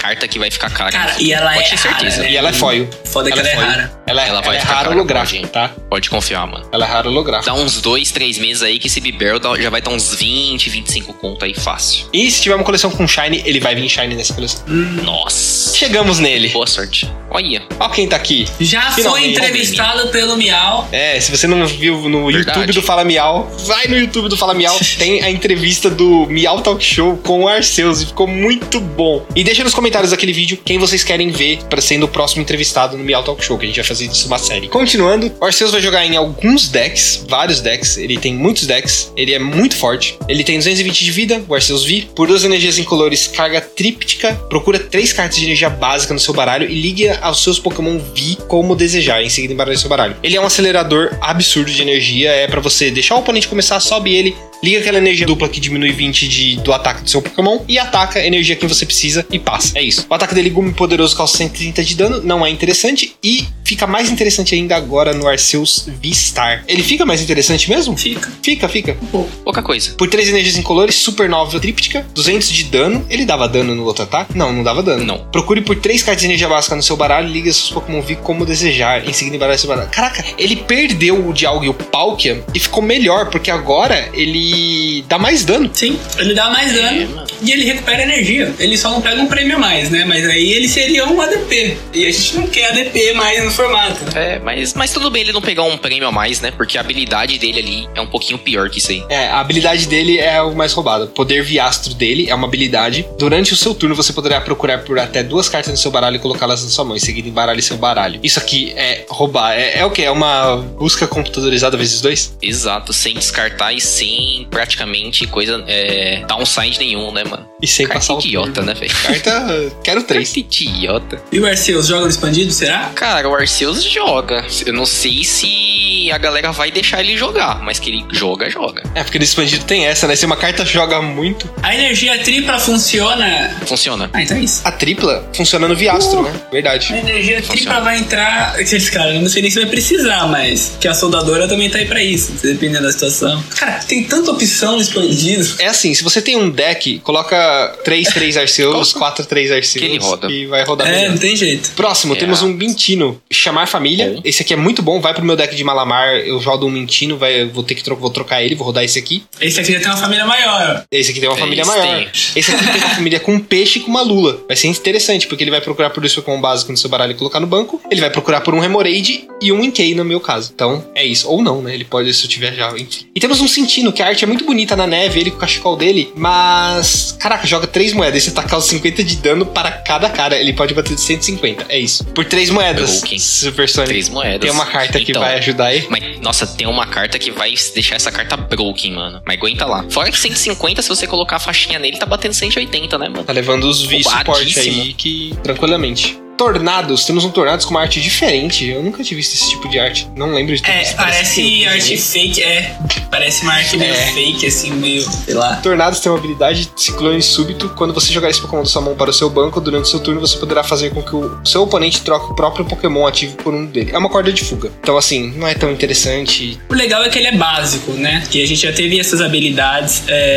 carta que vai ficar cara. Cara, e ela pode é ter certeza. rara, né? E ela é foil. Foda que ela é foil. rara. Ela vai é ficar rara cara, holográfica, tá? Pode confiar, mano. Ela é rara holográfica. Dá uns 2, 3 meses aí que esse Bibarel já vai dar uns 20, 25 conto aí fácil. E se tiver uma coleção com Shine, ele vai vir Shine nessa coleção. Nossa. Chegamos nele. Boa sorte. Olha. Ó quem tá aqui. Já foi Finalmente. entrevistado pelo Miau. Se você não viu no Verdade. YouTube do Fala Miau, vai no YouTube do Fala Miau, tem a entrevista do Miau Talk Show com o Arceus e ficou muito bom. E deixa nos comentários daquele vídeo quem vocês querem ver para sendo o próximo entrevistado no Miau Talk Show, que a gente vai fazer disso uma série. Continuando, o Arceus vai jogar em alguns decks, vários decks, ele tem muitos decks, ele é muito forte, ele tem 220 de vida, o Arceus V, por 2 energias incolores, carga tríptica, procura 3 cartas de energia básica no seu baralho e liga aos seus Pokémon V como desejar, em seguida embaralha seu baralho. Ele é um acelerador absurdo de energia, é pra você deixar o oponente começar, sobe ele, liga aquela energia dupla que diminui 20 do ataque do seu Pokémon e ataca a energia que você precisa e passa. É isso. O ataque dele, Gume Poderoso, causa 130 de dano, não é interessante e fica mais interessante ainda agora no Arceus V-Star. Ele fica mais interessante mesmo? Fica. Pouca coisa. Por 3 energias incolores, Supernova Tríptica, 200 de dano. Ele dava dano no outro ataque? Não dava dano. Não. Procure por 3 cartas de energia básica no seu baralho e liga seus Pokémon V como desejar. Em seguida embaralha seu baralho. Caraca, ele perdeu o Dialga e o Palkia e ficou melhor, porque agora ele dá mais dano. Sim, ele dá mais dano e ele recupera energia. Ele só não pega um prêmio a mais, né? Mas aí ele seria um ADP. E a gente não quer ADP mais no formato. Mas tudo bem ele não pegar um prêmio a mais, né? Porque a habilidade dele ali é um pouquinho pior que isso aí. A habilidade dele é o mais roubado. Poder Viastro dele é uma habilidade. Durante o seu turno, você poderá procurar por até 2 cartas no seu baralho e colocá-las na sua mão. Em seguida, embaralhe seu baralho. Isso aqui é roubar. É o quê? É uma busca computadorizada vezes 2? Exato, sem descartar e sem praticamente coisa. Downside nenhum, né, mano? E sem Carta passar o idiota, turno. né, velho? Carta... Quero 3. Carta idiota. E o Arceus joga no expandido, será? Cara, o Arceus joga. Eu não sei se a galera vai deixar ele jogar, mas que ele joga. Porque no expandido tem essa, né? Se uma carta joga muito... A energia tripla funciona? Funciona. Então é isso. A tripla funciona no Viastro, né? Verdade. A energia Funciona. tripla vai entrar... Cara, eu não sei nem se vai precisar, mas... Que a soldadora também tá aí pra isso, dependendo da situação. Cara, tem tanta opção no expandido. É assim, se você tem um deck, coloca 3 Arceus, 4 Arceus. Que ele roda. E vai rodar melhor. Não tem jeito. Próximo, temos um Mintino. Chamar família. Esse aqui é muito bom. Vai pro meu deck de Malamar. Eu jogo um Mintino. Vou trocar ele. Vou rodar esse aqui. Esse aqui já tem uma família maior. Esse aqui tem uma família maior. tem. Esse aqui tem uma família com um peixe e com uma lula. Vai ser interessante, porque ele vai procurar por 2 Pokémon básicos no seu baralho e colocar no banco. Ele vai procurar por um Remoraid e um Inkay, no meu caso. Então, é isso. Ou não, né? Ele pode, se eu tiver já, enfim. E temos um Cintino, que a arte é muito bonita na neve, ele com o cachecol dele, mas... Caraca, joga 3 moedas. E se tacar os 50 de dano para cada cara, ele pode bater de 150. É isso. Por 3 moedas. Super Sonic. 3 moedas. Tem uma carta que vai ajudar aí. Mas, nossa, tem uma carta que vai deixar essa carta broken, mano. Mas aguenta lá. Fora que 150, se você colocar a faixinha nele, tá batendo 180, né, mano? Tá levando os V-Support aí, que tranquilamente. Tornados, temos um Tornados com uma arte diferente. Eu nunca tinha visto esse tipo de arte. Não lembro de ter visto. Parece arte fake, Parece uma arte meio fake, assim, meio, sei lá. Tornados tem uma habilidade de ciclone súbito. Quando você jogar esse Pokémon da sua mão para o seu banco, durante o seu turno, você poderá fazer com que o seu oponente troque o próprio Pokémon ativo por um dele. É uma corda de fuga. Então, assim, não é tão interessante. O legal é que ele é básico, né? Que a gente já teve essas habilidades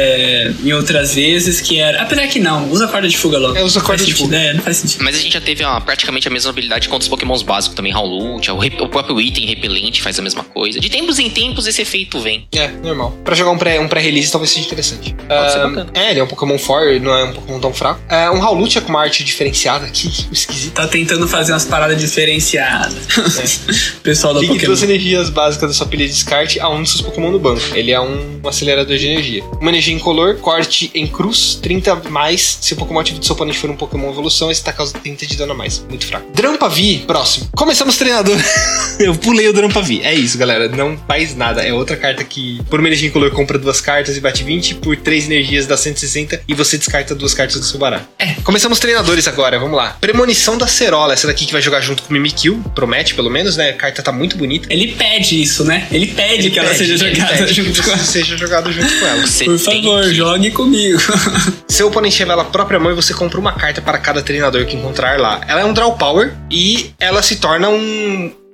em outras vezes, que era... Apesar que não, usa corda de fuga logo. Usa corda de fuga. Não faz sentido. Mas a gente já teve praticamente a mesma habilidade contra os Pokémons básicos também. Howlute, o próprio item repelente faz a mesma coisa. De tempos em tempos esse efeito vem. Normal. Pra jogar um pré-release talvez seja interessante. Pode ser bacana. Ele é um Pokémon forte, não é um Pokémon tão fraco. Um Howlute é com uma arte diferenciada aqui, esquisito. Tá tentando fazer umas paradas diferenciadas. Pessoal da Ligue Pokémon. 2 energias básicas da sua pilha de descarte a um dos seus Pokémon no banco. Ele é um acelerador de energia. Uma energia incolor, corte em cruz, 30 mais. Se o Pokémon ativo do seu oponente for um Pokémon evolução, esse tá causando 30 de dano a mais. Muito fraco. Drampavi, próximo. Começamos treinador. Eu pulei o Drampavi. É isso, galera. Não faz nada. É outra carta que, por uma energia incolor, compra 2 cartas e bate 20. Por 3 energias dá 160 e você descarta 2 cartas do seu baralho. Começamos treinadores agora. Vamos lá. Premonição da Cerola. Essa daqui que vai jogar junto com o Mimikyu. Promete, pelo menos, né? A carta tá muito bonita. Ele pede isso, né? Ele pede que ela seja jogada junto com ela. Seja jogado junto com ela. Por favor, jogue comigo. Seu oponente revela a própria mão e você compra uma carta para cada treinador que encontrar lá. Ela é um Draw Power e ela se torna um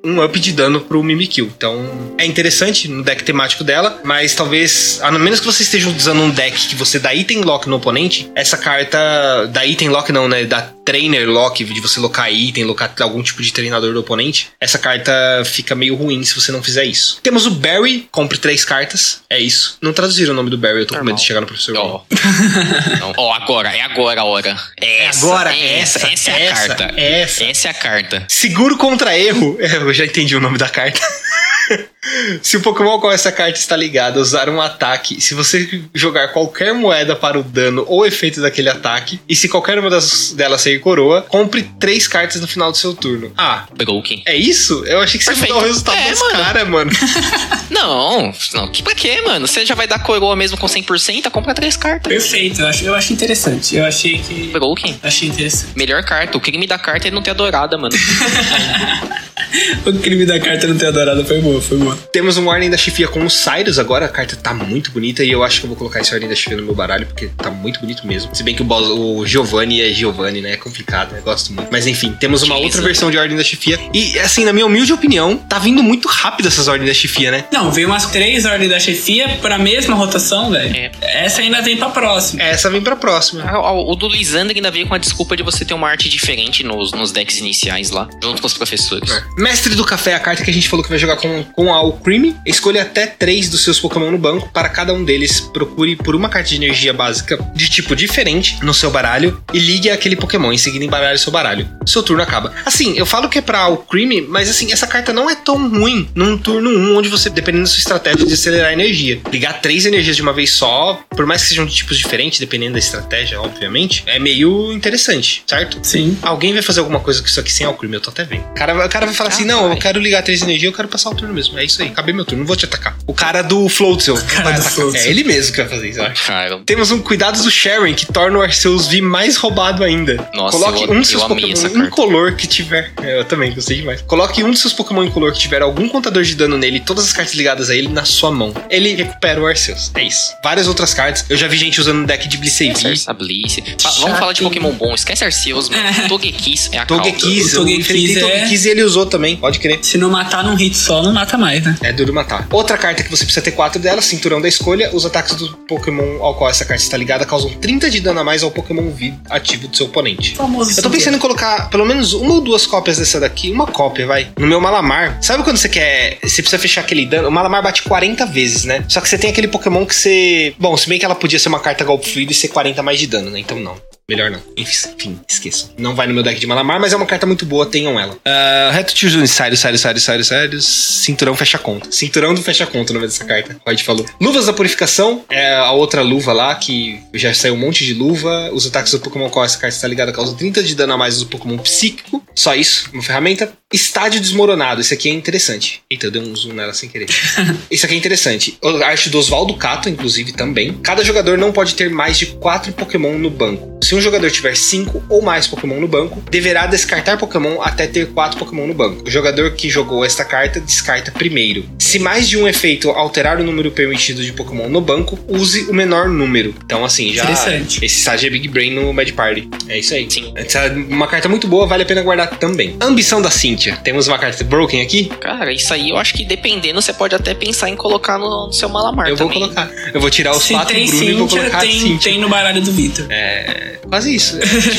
um up de dano pro Mimikyu. Então, é interessante no deck temático dela, mas talvez, a menos que você esteja usando um deck que você dá item lock no oponente, essa carta dá item lock não, né? Dá trainer lock, de você locar item, locar algum tipo de treinador do oponente. Essa carta fica meio ruim se você não fizer isso. Temos o Barry, compre 3 cartas. É isso. Não traduziram o nome do Barry, eu tô com medo de chegar no professor. Agora, é agora a hora. Essa é a carta. Essa é a carta. Seguro contra erro. Eu já entendi o nome da carta. Se o Pokémon ao qual essa carta está ligada usar um ataque, se você jogar qualquer moeda para o dano ou efeito daquele ataque, e se qualquer uma delas sair coroa, compre 3 cartas no final do seu turno. Broken. É isso? Eu achei que você ia mudar o resultado das caras, mano. Não, pra quê, mano? Você já vai dar coroa mesmo com 100%, compra 3 cartas. Perfeito, eu achei interessante. Eu achei que... Broken. Achei interessante. Melhor carta. O crime da carta é não ter a dourada, mano. O crime da carta não ter a dourada foi boa. Temos um Ordem da Chefia com o Cyrus agora. A carta tá muito bonita e eu acho que eu vou colocar esse Ordem da Chefia no meu baralho porque tá muito bonito mesmo. Se bem que o Giovanni é Giovanni, né? É complicado, eu gosto muito. Mas enfim, temos uma outra versão de Ordem da Chefia. E assim, na minha humilde opinião, tá vindo muito rápido essas Ordens da Chefia, né? Não, veio umas 3 Ordens da Chefia pra mesma rotação, velho. Essa ainda vem pra próxima. Essa vem pra próxima. O do Lisandro ainda veio com a desculpa de você ter uma arte diferente nos decks iniciais lá, junto com os professores. Mestre do Café é a carta que a gente falou que vai jogar com a Alcremie. Escolha até 3 dos seus Pokémon no banco. Para cada um deles, procure por uma carta de energia básica de tipo diferente no seu baralho e ligue aquele Pokémon. Em seguida, embaralhe seu baralho. Seu turno acaba. Assim, eu falo que é pra Alcremie, mas assim, essa carta não é tão ruim num turno 1, onde você, dependendo da sua estratégia de acelerar a energia. Ligar 3 energias de uma vez só, por mais que sejam de tipos diferentes, dependendo da estratégia, obviamente, é meio interessante, certo? Sim. Alguém vai fazer alguma coisa com isso aqui sem Alcremie, eu tô até vendo. O cara vai falar assim, não, eu quero ligar 3 energias, eu quero passar o turno mesmo. É isso aí, acabei meu turno, não vou te atacar. O cara do Floatzel. É ele mesmo que vai fazer isso, eu acho. Temos um Cuidados do Sharon, que torna o Arceus V mais roubado ainda. Nossa, coloque um dos seus Pokémon incolor que tiver... Eu também gostei demais. Coloque um dos seus Pokémon incolor que tiver algum contador de dano nele e todas as cartas ligadas a ele na sua mão. Ele recupera o Arceus. É isso. Várias outras cartas. Eu já vi gente usando um deck de Blissey V. Vamos falar de Pokémon bom. Esquece Arceus, mano. Togekiss é a calma. Togekiss e ele usou também, pode crer. Se não matar num hit só, não mata mais, né? É duro matar. Outra carta que você precisa ter 4 dela, Cinturão da Escolha. Os ataques do Pokémon ao qual essa carta está ligada causam 30 de dano a mais ao Pokémon V ativo do seu oponente. Eu tô pensando em colocar pelo menos 1 ou 2 cópias dessa daqui. Uma cópia, vai. No meu Malamar. Sabe quando você quer... Você precisa fechar aquele dano? O Malamar bate 40 vezes, né? Só que você tem aquele Pokémon que você... Bom, se bem que ela podia ser uma carta golpe fluido e ser 40 mais de dano, né? Então não. Melhor não. Enfim, esqueçam. Não vai no meu deck de Malamar, mas é uma carta muito boa, tenham ela. Reto Tio Sérios. Cinturão fecha conta. Cinturão do fecha conta, o nome dessa carta. O White falou. Luvas da Purificação. É a outra luva lá, que já saiu um monte de luva. Os ataques do Pokémon com essa carta está ligada causam 30 de dano a mais do Pokémon psíquico. Só isso, uma ferramenta. Estádio Desmoronado. Esse aqui é interessante. Eita, eu dei um zoom nela sem querer. Esse aqui é interessante. A arte do Oswaldo Cato, inclusive, também. Cada jogador não pode ter mais de 4 Pokémon no banco. Se um jogador tiver 5 ou mais Pokémon no banco, deverá descartar Pokémon até ter 4 Pokémon no banco. O jogador que jogou esta carta descarta primeiro. Se mais de um efeito alterar o número permitido de Pokémon no banco, use o menor número. Então, assim, já... Interessante. Esse estágio é Big Brain no Mad Party. É isso aí. Sim. Essa é uma carta muito boa, vale a pena guardar também. Ambição da Cynthia. Temos uma carta Broken aqui? Cara, isso aí eu acho que dependendo, você pode até pensar em colocar no seu Malamar também. Eu vou colocar. Eu vou tirar os 4 Bruno e vou colocar a Cynthia. Tem no baralho do Vitor. Quase isso.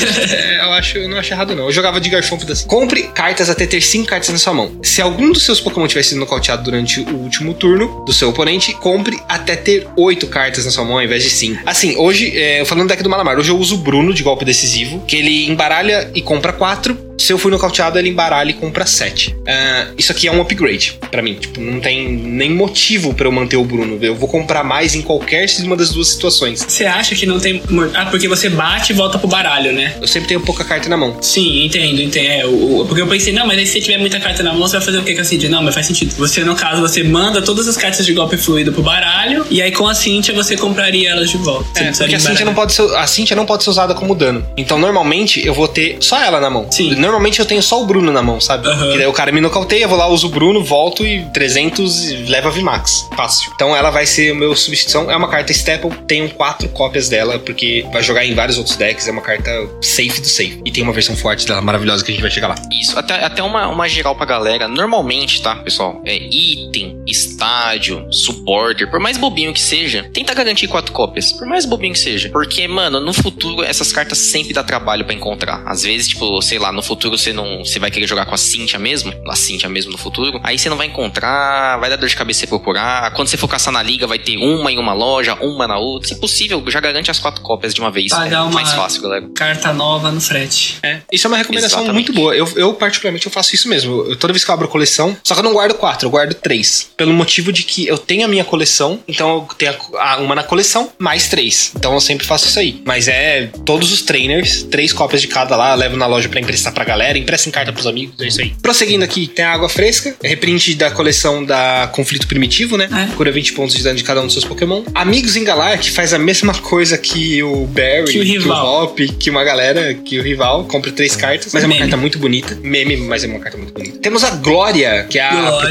Eu não acho errado, não. Eu jogava de Garchomp assim. Compre cartas até ter 5 cartas na sua mão. Se algum dos seus Pokémon tiver sido nocauteado durante o último turno do seu oponente, compre até ter 8 cartas na sua mão ao invés de 5. Assim, hoje, falando do deck do Malamar, hoje eu uso o Bruno de golpe decisivo, que ele embaralha e compra 4. Se eu fui nocauteado, ele embaralha e compra 7. Isso aqui é um upgrade pra mim. Tipo, não tem nem motivo pra eu manter o Bruno. Eu vou comprar mais em qualquer uma das duas situações. Você acha que não tem... porque você bate e volta pro baralho, né? Eu sempre tenho pouca carta na mão. Sim, entendo. Porque eu pensei, não, mas aí se você tiver muita carta na mão, você vai fazer o que com a Cynthia? Não, mas faz sentido. Você, no caso, você manda todas as cartas de golpe fluido pro baralho, e aí com a Cynthia você compraria elas de volta. Porque a Cynthia não pode ser usada como dano. Então, normalmente, eu vou ter só ela na mão. Sim. Normalmente eu tenho só o Bruno na mão, sabe? Que daí o cara me nocauteia, vou lá, uso o Bruno, volto e 300 e leva a VMAX. Fácil. Então ela vai ser o meu substituição. É uma carta Staple, tenho 4 cópias dela, porque vai jogar em vários outros decks. É uma carta safe do safe. E tem uma versão forte dela, maravilhosa, que a gente vai chegar lá. Isso, até uma geral pra galera. Normalmente, tá, pessoal? Item, estádio, supporter, por mais bobinho que seja, tenta garantir 4 cópias. Por mais bobinho que seja. Porque, mano, no futuro, essas cartas sempre dá trabalho pra encontrar. Às vezes, tipo, sei lá, no futuro você vai querer jogar com a Cynthia mesmo no futuro. Aí você não vai encontrar, vai dar dor de cabeça você procurar. Quando você for caçar na liga, vai ter uma em uma loja, uma na outra. Se possível, já garante as 4 cópias de uma vez. Pagar mais fácil, galera. Carta nova no frete. Isso é uma recomendação Exatamente. muito boa. Eu particularmente, eu faço isso mesmo. Toda vez que eu abro coleção, só que eu não guardo 4, eu guardo 3. Pelo motivo de que eu tenho a minha coleção, então eu tenho uma na coleção, mais 3. Então eu sempre faço isso aí. Mas todos os trainers, 3 cópias de cada lá, eu levo na loja pra emprestar pra galera, empresta em carta pros amigos, é isso aí. Prosseguindo aqui, tem a Água Fresca, reprint da coleção da Conflito Primitivo, né? Cura 20 pontos de dano de cada um dos seus Pokémon. Amigos em Galar, que faz a mesma coisa que o Barry, que o Hop, que uma galera, que o rival, compra 3 cartas, mas é uma carta muito bonita. Meme, mas é uma carta muito bonita. Temos a Glória, que é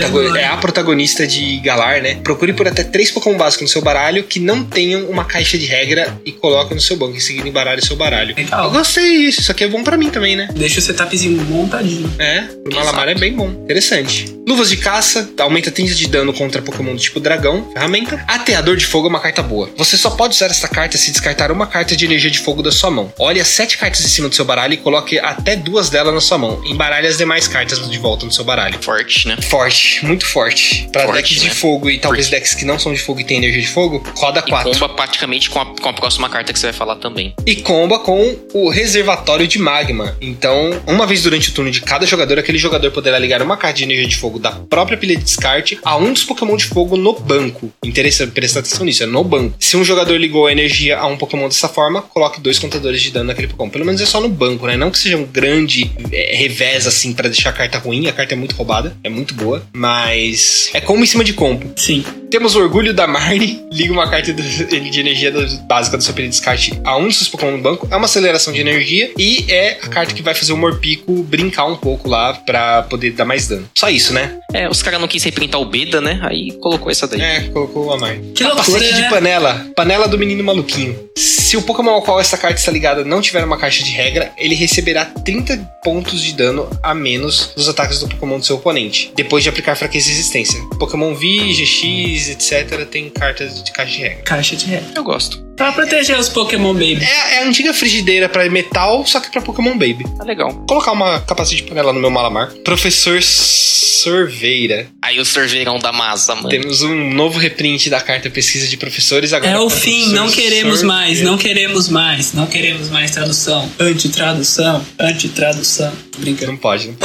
a protagonista de Galar, né? Procure por até 3 Pokémon básicos no seu baralho que não tenham uma caixa de regra e coloque no seu banco, em seguida embaralhe o seu baralho. Legal. Eu gostei disso, isso aqui é bom pra mim também, né? Deixa o setupzinho montadinho. O Malamar é bem bom, interessante. Luvas de caça, aumenta 30 de dano contra Pokémon do tipo dragão, ferramenta. Ateador de fogo é uma carta boa. Você só pode usar essa carta se descartar uma carta de energia de fogo da sua mão. Olhe as 7 cartas em cima do seu baralho e coloque até 2 delas na sua mão. Embaralhe as demais cartas de volta no seu baralho. Forte, né? Forte, muito forte. Pra decks de fogo e talvez decks que não são de fogo e tem energia de fogo, roda 4. E comba praticamente com a próxima carta que você vai falar também. E comba com o reservatório de magma. Então, uma vez durante o turno de cada jogador, aquele jogador poderá ligar uma carta de energia de fogo da própria pilha de descarte a um dos Pokémon de fogo no banco. Interessante, presta atenção nisso, é no banco. Se um jogador ligou a energia a um Pokémon dessa forma, coloque 2 contadores de dano naquele Pokémon. Pelo menos é só no banco, né? Não que seja um grande revés, assim, pra deixar a carta ruim. A carta é muito roubada, é muito boa, mas é como em cima de combo. Sim. Temos o Orgulho da Marnie, liga uma carta de energia básica do seu pilha de descarte a um dos seus Pokémon no banco. É uma aceleração de energia e é a carta que vai fazer o Morpico brincar um pouco lá pra poder dar mais dano. Só isso, né? Os caras não quis reprintar o Beda, né? Aí colocou essa daí. Colocou a Marnie. Que loucura, Capacete de panela. Panela do menino maluquinho. Se o Pokémon ao qual essa carta está ligada não tiver uma caixa de regra, ele receberá 30 pontos de dano a menos dos ataques do Pokémon do seu oponente, depois de aplicar fraqueza e resistência. Pokémon V, GX, etc. tem cartas de caixa de regra. Caixa de regra. Eu gosto. Pra proteger os Pokémon Baby. É a antiga frigideira pra metal, só que pra Pokémon Baby. Tá legal. Vou colocar uma capacete de panela no meu Malamar. Professor Sorveira. Aí o sorveirão da massa, mano. Temos um novo reprint da carta pesquisa de professores. Agora É o fim, não queremos Sorveira. mais, não queremos mais, não queremos mais tradução. Antitradução, antitradução. Brincando. Não pode.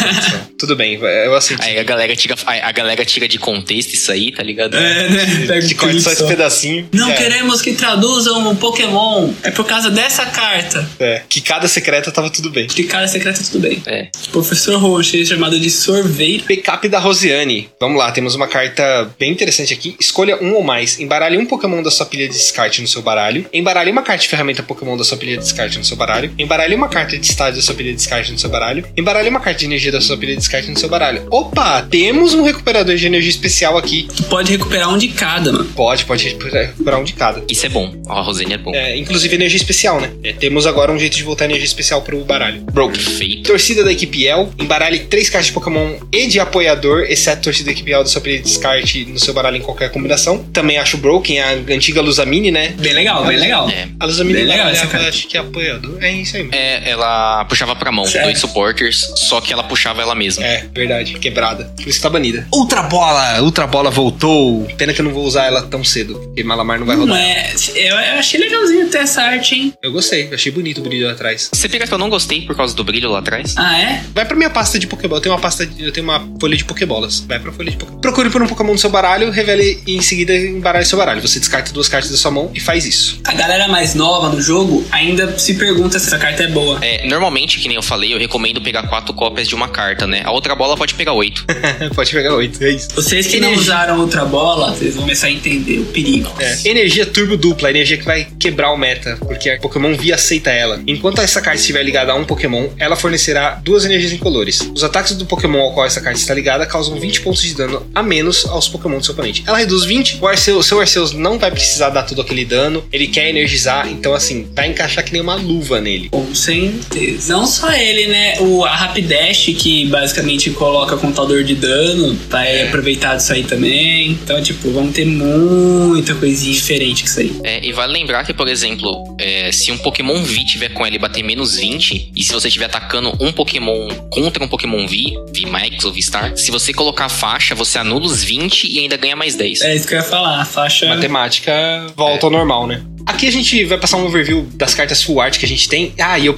Tudo bem, eu aceito. Aí a galera tira de contexto isso aí, tá ligado? Né? Pega De corte só esse pedacinho. Não queremos que traduzam um Pokémon. É por causa dessa carta. Que cada secreta tava tudo bem. De cara secreta, tudo bem. Professor Roche, chamado de Sorveira. Backup da Rosiane. Vamos lá, temos uma carta bem interessante aqui. Escolha um ou mais. Embaralhe um Pokémon da sua pilha de descarte no seu baralho. Embaralhe uma carta de ferramenta Pokémon da sua pilha de descarte no seu baralho. Embaralhe uma carta de estádio da sua pilha de descarte no seu baralho. Embaralhe uma carta de energia da sua pilha de descarte no seu baralho. Opa, temos um recuperador de energia especial aqui. Tu pode recuperar um de cada, mano. Pode recuperar um de cada. Isso é bom. A Rosane é bom. Inclusive energia especial, né? Temos agora um jeito de voltar energia especial pro baralho. Broken. Perfeito. Torcida da equipe El. Embaralhe 3 cartas de Pokémon e de apoiador, exceto torcida da equipe El da sua pilha de descarte no seu baralho em qualquer combinação. Também acho Broken, a antiga Luzamine, né? Bem legal, bem legal. A Luzamine Bem legal essa carta. acho que é apoiador. É isso aí mesmo. Ela puxava pra mão, Certo. 2 supporters, só que ela puxava ela mesma. Verdade. Quebrada. Por isso que tá banida. Ultra Bola voltou. Pena que eu não vou usar ela tão cedo, porque Malamar não vai rodar. Eu achei legalzinho ter essa arte, hein? Eu gostei. Eu achei bonito o brilho lá atrás. Você pega que eu não gostei por causa do brilho lá atrás? Ah, é? Vai pra minha pasta de Pokébola. Eu tenho uma folha de Pokébolas. vai pra folha de Pokémon. Procure por um Pokémon no seu baralho, revele e em seguida embaralhe seu baralho. Você descarta 2 cartas da sua mão e faz isso. A galera mais nova no jogo ainda se pergunta se essa carta é boa. Normalmente, que nem eu falei, eu recomendo pegar 4 cópias de uma carta, né? A outra bola pode pegar 8. Pode pegar 8, é isso. Vocês que não usaram outra bola, vocês vão começar a entender o perigo. Energia turbo dupla, energia que vai quebrar o meta, porque a Pokémon V aceita ela. Enquanto essa carta estiver ligada a um Pokémon, ela fornecerá 2 energias incolores. Os ataques do Pokémon ao qual essa carta está ligada causam 20 pontos de dano a menos aos Pokémon do seu oponente. Ela reduz 20, o seu Arceus não vai precisar dar todo aquele dano, ele quer energizar, então assim, vai encaixar que nem uma luva nele. Com certeza. Não só ele, né? A Rapidash, que basicamente coloca contador de dano, vai aproveitar disso aí também. Então, tipo, vamos ter muita coisinha diferente com isso aí. E vale lembrar que, por exemplo, se um Pokémon V tiver com ele bater menos 20, e se você estiver atacando um Pokémon contra um Pokémon V Max ou V-Star, se você colocar a faixa, você anula os 20 e ainda ganha mais 10. É isso que eu ia falar, a faixa... Matemática volta ao normal, né? Aqui a gente vai passar um overview das cartas Full Art que a gente tem.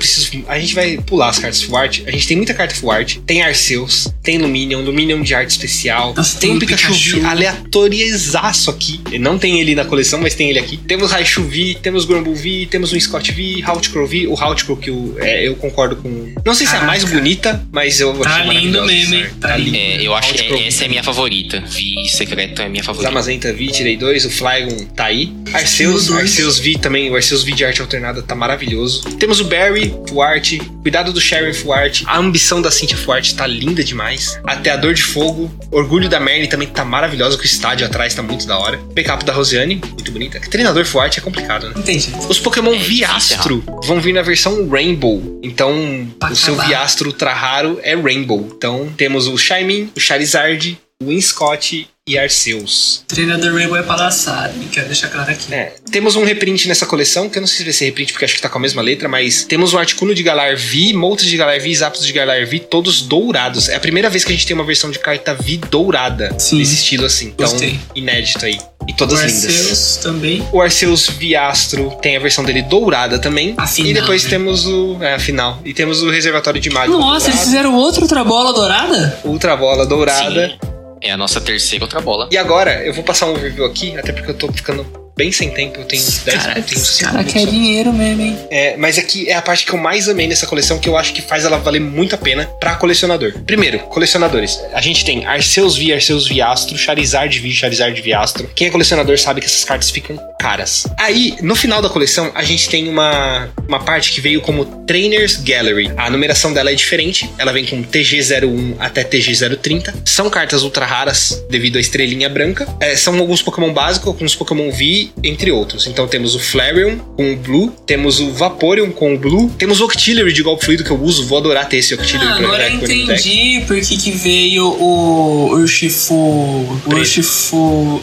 A gente vai pular as cartas Full Art. A gente tem muita carta Full Art. Tem Arceus, tem Lumineon de arte especial. Nossa, tem um Pikachu V aleatoriezaço aqui. Não tem ele na coleção, mas tem ele aqui. Temos Raichu V, temos Grumble V, temos um Scott V, Houtcrow V. O Houtcrow que eu concordo com... Não sei se é a mais bonita, mas eu tá achei lindo mesmo, hein? Tá lindo. Eu acho que essa é a minha favorita. V secreto é a minha favorita. Zamazenta V, tirei 2. O Flygon tá aí. Arceus V também, o Arceus V de arte alternada tá maravilhoso. Temos o Barry, Full Art, cuidado do Sharon Full Art, a ambição da Cynthia Full Art tá linda demais. Até a Dor de Fogo, Orgulho da Merle também tá maravilhosa, com o estádio atrás tá muito da hora. Backup da Rosiane, muito bonita. Treinador Full Art é complicado, né? Entendi. Os Pokémon Viastro vão vir na versão Rainbow, então o seu Viastro ultra raro é Rainbow. Então temos o Shaymin, o Charizard, o Winscott e Arceus. Treinador Rainbow é palhaçada, quero deixar claro aqui. Temos um reprint nessa coleção, que eu não sei se vai ser reprint porque acho que tá com a mesma letra, mas temos um Articuno de Galar V, Moltres de Galar V, Zapdos de Galar V, todos dourados. É a primeira vez que a gente tem uma versão de carta V dourada. Sim. Desse estilo assim. Então, gostei. Inédito aí. E todas lindas. O Arceus também. O Arceus Viastro tem a versão dele dourada também. A final, e depois né? temos a final. E temos o Reservatório de Mágica. Nossa, eles fizeram outra Ultra Bola dourada? Ultra Bola dourada. Sim. É a nossa terceira outra bola. E agora, eu vou passar um review aqui, até porque eu tô ficando bem sem tempo. Eu tenho 10 minutos. Cara, quer dinheiro mesmo, hein? Mas aqui é a parte que eu mais amei nessa coleção, que eu acho que faz ela valer muito a pena pra colecionador. Primeiro, colecionadores. A gente tem Arceus V, Arceus Viastro, Charizard V, Charizard Viastro. Quem é colecionador sabe que essas cartas ficam caras. Aí, no final da coleção, a gente tem uma parte que veio como Trainers Gallery. A numeração dela é diferente. Ela vem com TG01 até TG030. São cartas ultra raras devido à estrelinha branca. São alguns Pokémon básicos, alguns Pokémon V, entre outros. Então temos o Flareon com o Blue, temos o Vaporeon com o Blue, temos o Octillery de golpe fluido que eu uso, vou adorar ter esse Octillery. Agora eu entendi por que veio o Urshifu. O Urshifu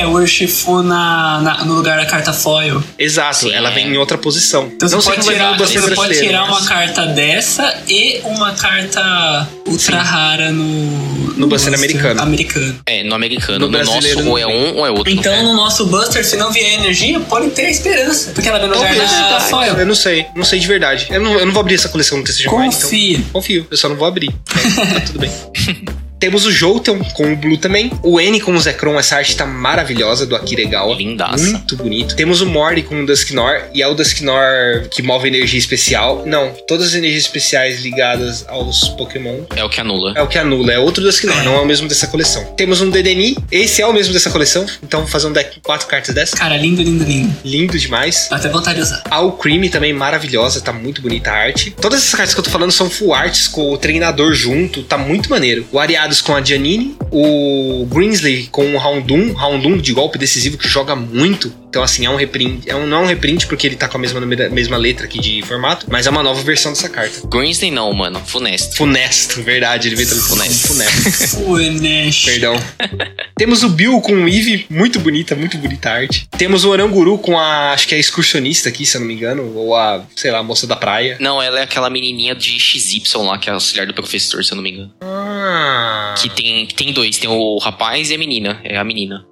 no lugar da carta foil. Exato, sim, ela vem em outra posição. Então não você pode tirar mas... uma carta dessa e uma carta ultra rara no Buster americano. No americano. No nosso ou é um ou é outro. Então no nosso Buster, se não vier energia, pode ter a esperança. Porque ela vem no lugar da foil. Eu não sei de verdade. Eu não vou abrir essa coleção no TCG Online, então confio, eu só não vou abrir. Tá tudo bem. Temos o Jolteon com o Blue também. O N com o Zekrom, essa arte tá maravilhosa, do Akira Egawa. Lindaça. Muito bonito. Temos o Morty com o Dusknoir. E é o Dusknoir que move energia especial. Não, todas as energias especiais ligadas aos Pokémon. É o que anula. É outro Dusknoir, não é o mesmo dessa coleção. Temos um Dedenne. Esse é o mesmo dessa coleção. Então vou fazer um deck com 4 cartas dessa. Cara, lindo. Lindo demais. Dá até vontade de usar. A Alcremie também maravilhosa, tá muito bonita a arte. Todas essas cartas que eu tô falando são full arts com o treinador junto, tá muito maneiro. O Ariados com a Janine, o Greensley com o Houndoom de golpe decisivo que joga muito. Então assim, é um reprint, não é um reprint porque ele tá com a mesma letra aqui de formato, mas é uma nova versão dessa carta. Greensley não, mano, Funesto, verdade, ele veio também Funesto. Funesto. Perdão. Temos o Bill com o Eevee, muito bonita a arte. Temos o Oranguru com acho que é a excursionista aqui, se eu não me engano, ou a moça da praia. Não, ela é aquela menininha de XY lá, que é auxiliar do professor, se eu não me engano. Que tem dois, tem o rapaz e a menina, é a menina.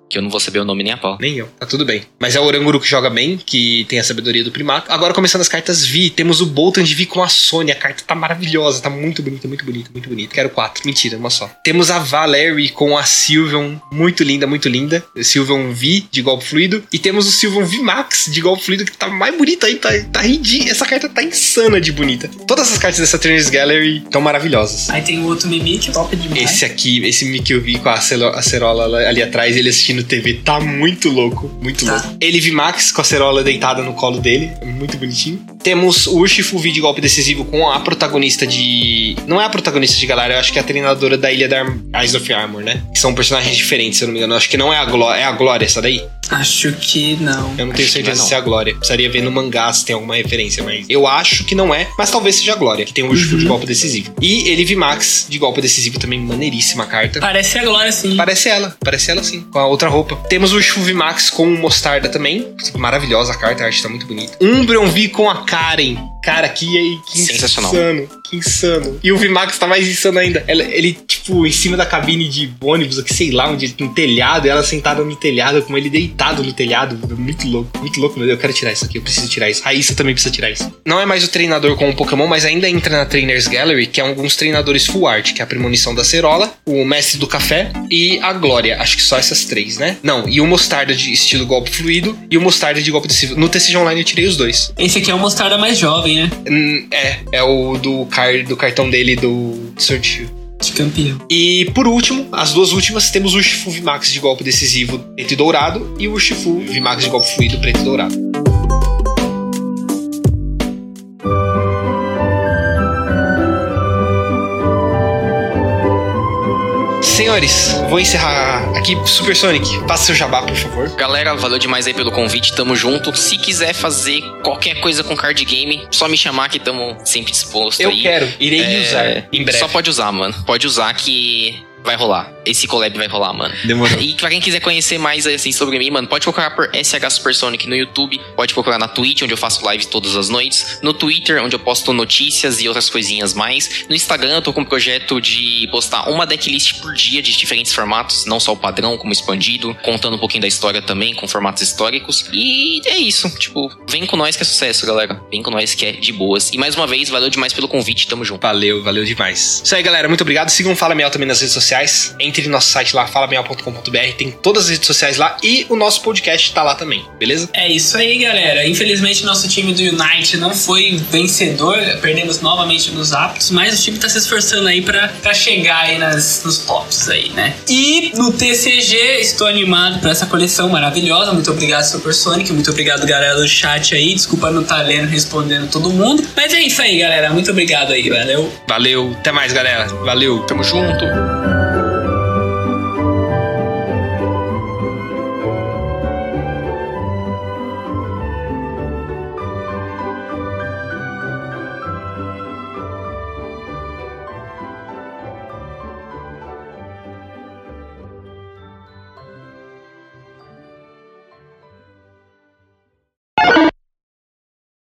que eu não vou saber o nome nem a pau. Nem eu, tá tudo bem. Mas é o Oranguru que joga bem, que tem a sabedoria do primato. Agora começando as cartas Vi, temos o Boltund de Vi com a Sônia. A carta tá maravilhosa, tá muito bonita, muito bonita, muito bonita. Quero 4, mentira, uma só. Temos a Valerie com a Sylveon, muito linda, muito linda. Sylveon Vi de golpe fluido. E temos o Sylveon V Max de golpe fluido, que tá mais bonita aí, tá ridículo. Essa carta tá insana de bonita. Todas as cartas dessa Trainers Gallery estão maravilhosas. Aí tem o outro Mimic, top demais. Esse aqui, esse Mimic que eu vi com a acerola ali atrás, ele assistindo TV, tá muito louco, muito louco. Ele VMAX com a acerola deitada no colo dele, muito bonitinho. Temos o Urshifu V de golpe decisivo com a protagonista de... Não é a protagonista de Galar, eu acho que é a treinadora da Ilha da Eyes of Armor, né? Que são personagens diferentes, se eu não me engano. Eu acho que não é a Glória, é a Glória essa daí? Acho que não. Eu não tenho certeza se é a Glória. Precisaria ver no mangá se tem alguma referência, mas eu acho que não é, mas talvez seja a Glória, que tem o Urshifu de golpe decisivo. E ele VMAX de golpe decisivo também, maneiríssima carta. Parece a Glória, sim. Parece ela sim, com a outra roupa. Temos o Urshifu VMAX com o Mostarda também, maravilhosa a carta, a arte tá muito bonita. Umbreon V com a Karen. Cara, que sensacional. Insano, que insano. E o VMAX tá mais insano ainda. Ele, tipo, em cima da cabine de ônibus, que sei lá, onde no telhado, ela sentada no telhado, com ele deitado no telhado. Muito louco, meu Deus. Eu quero tirar isso aqui, eu preciso tirar isso. Raíssa também precisa tirar isso. Não é mais o treinador com o Pokémon, mas ainda entra na Trainers Gallery, que é alguns treinadores Full Art, que é a Premonição da Acerola, o Mestre do Café e a Glória. Acho que só essas 3, né? Não, e o Mostarda de estilo golpe fluido e o Mostarda de golpe decisivo. No TCG Online eu tirei os 2. Esse aqui é o Mostarda mais jovem, né? É o do cartão dele do sorteio. De campeão. E por último, as duas últimas, temos o Urshifu VMAX de golpe decisivo preto e dourado e o Urshifu VMAX de golpe fluido preto e dourado. Senhores, vou encerrar aqui. Super Sonic, passa seu jabá, por favor. Galera, valeu demais aí pelo convite, tamo junto. Se quiser fazer qualquer coisa com card game, só me chamar que tamo sempre disposto. Eu aí. Quero, irei usar em breve. Só pode usar, mano. Pode usar que vai rolar. Esse collab vai rolar, mano. Demorou. E pra quem quiser conhecer mais assim sobre mim, mano, pode procurar por SH Supersonic no YouTube, pode procurar na Twitch, onde eu faço live todas as noites, no Twitter, onde eu posto notícias e outras coisinhas mais. No Instagram, eu tô com um projeto de postar uma decklist por dia de diferentes formatos, não só o padrão, como expandido, contando um pouquinho da história também, com formatos históricos. E é isso, tipo, vem com nós que é sucesso, galera. Vem com nós que é de boas. E mais uma vez, valeu demais pelo convite, tamo junto. Valeu demais. Isso aí, galera, muito obrigado. Sigam o Fala Miau também nas redes sociais. Entre no nosso site lá, falamiau.com.br, tem todas as redes sociais lá e o nosso podcast tá lá também, beleza? É isso aí, galera. Infelizmente, nosso time do Unite não foi vencedor, perdemos novamente nos aptos, mas o time tá se esforçando aí pra chegar aí nos tops aí, né? E no TCG, estou animado pra essa coleção maravilhosa. Muito obrigado, Super Sonic. Muito obrigado, galera do chat aí. Desculpa não estar lendo, respondendo todo mundo. Mas é isso aí, galera. Muito obrigado aí, valeu. Valeu, até mais, galera. Valeu. Tamo junto.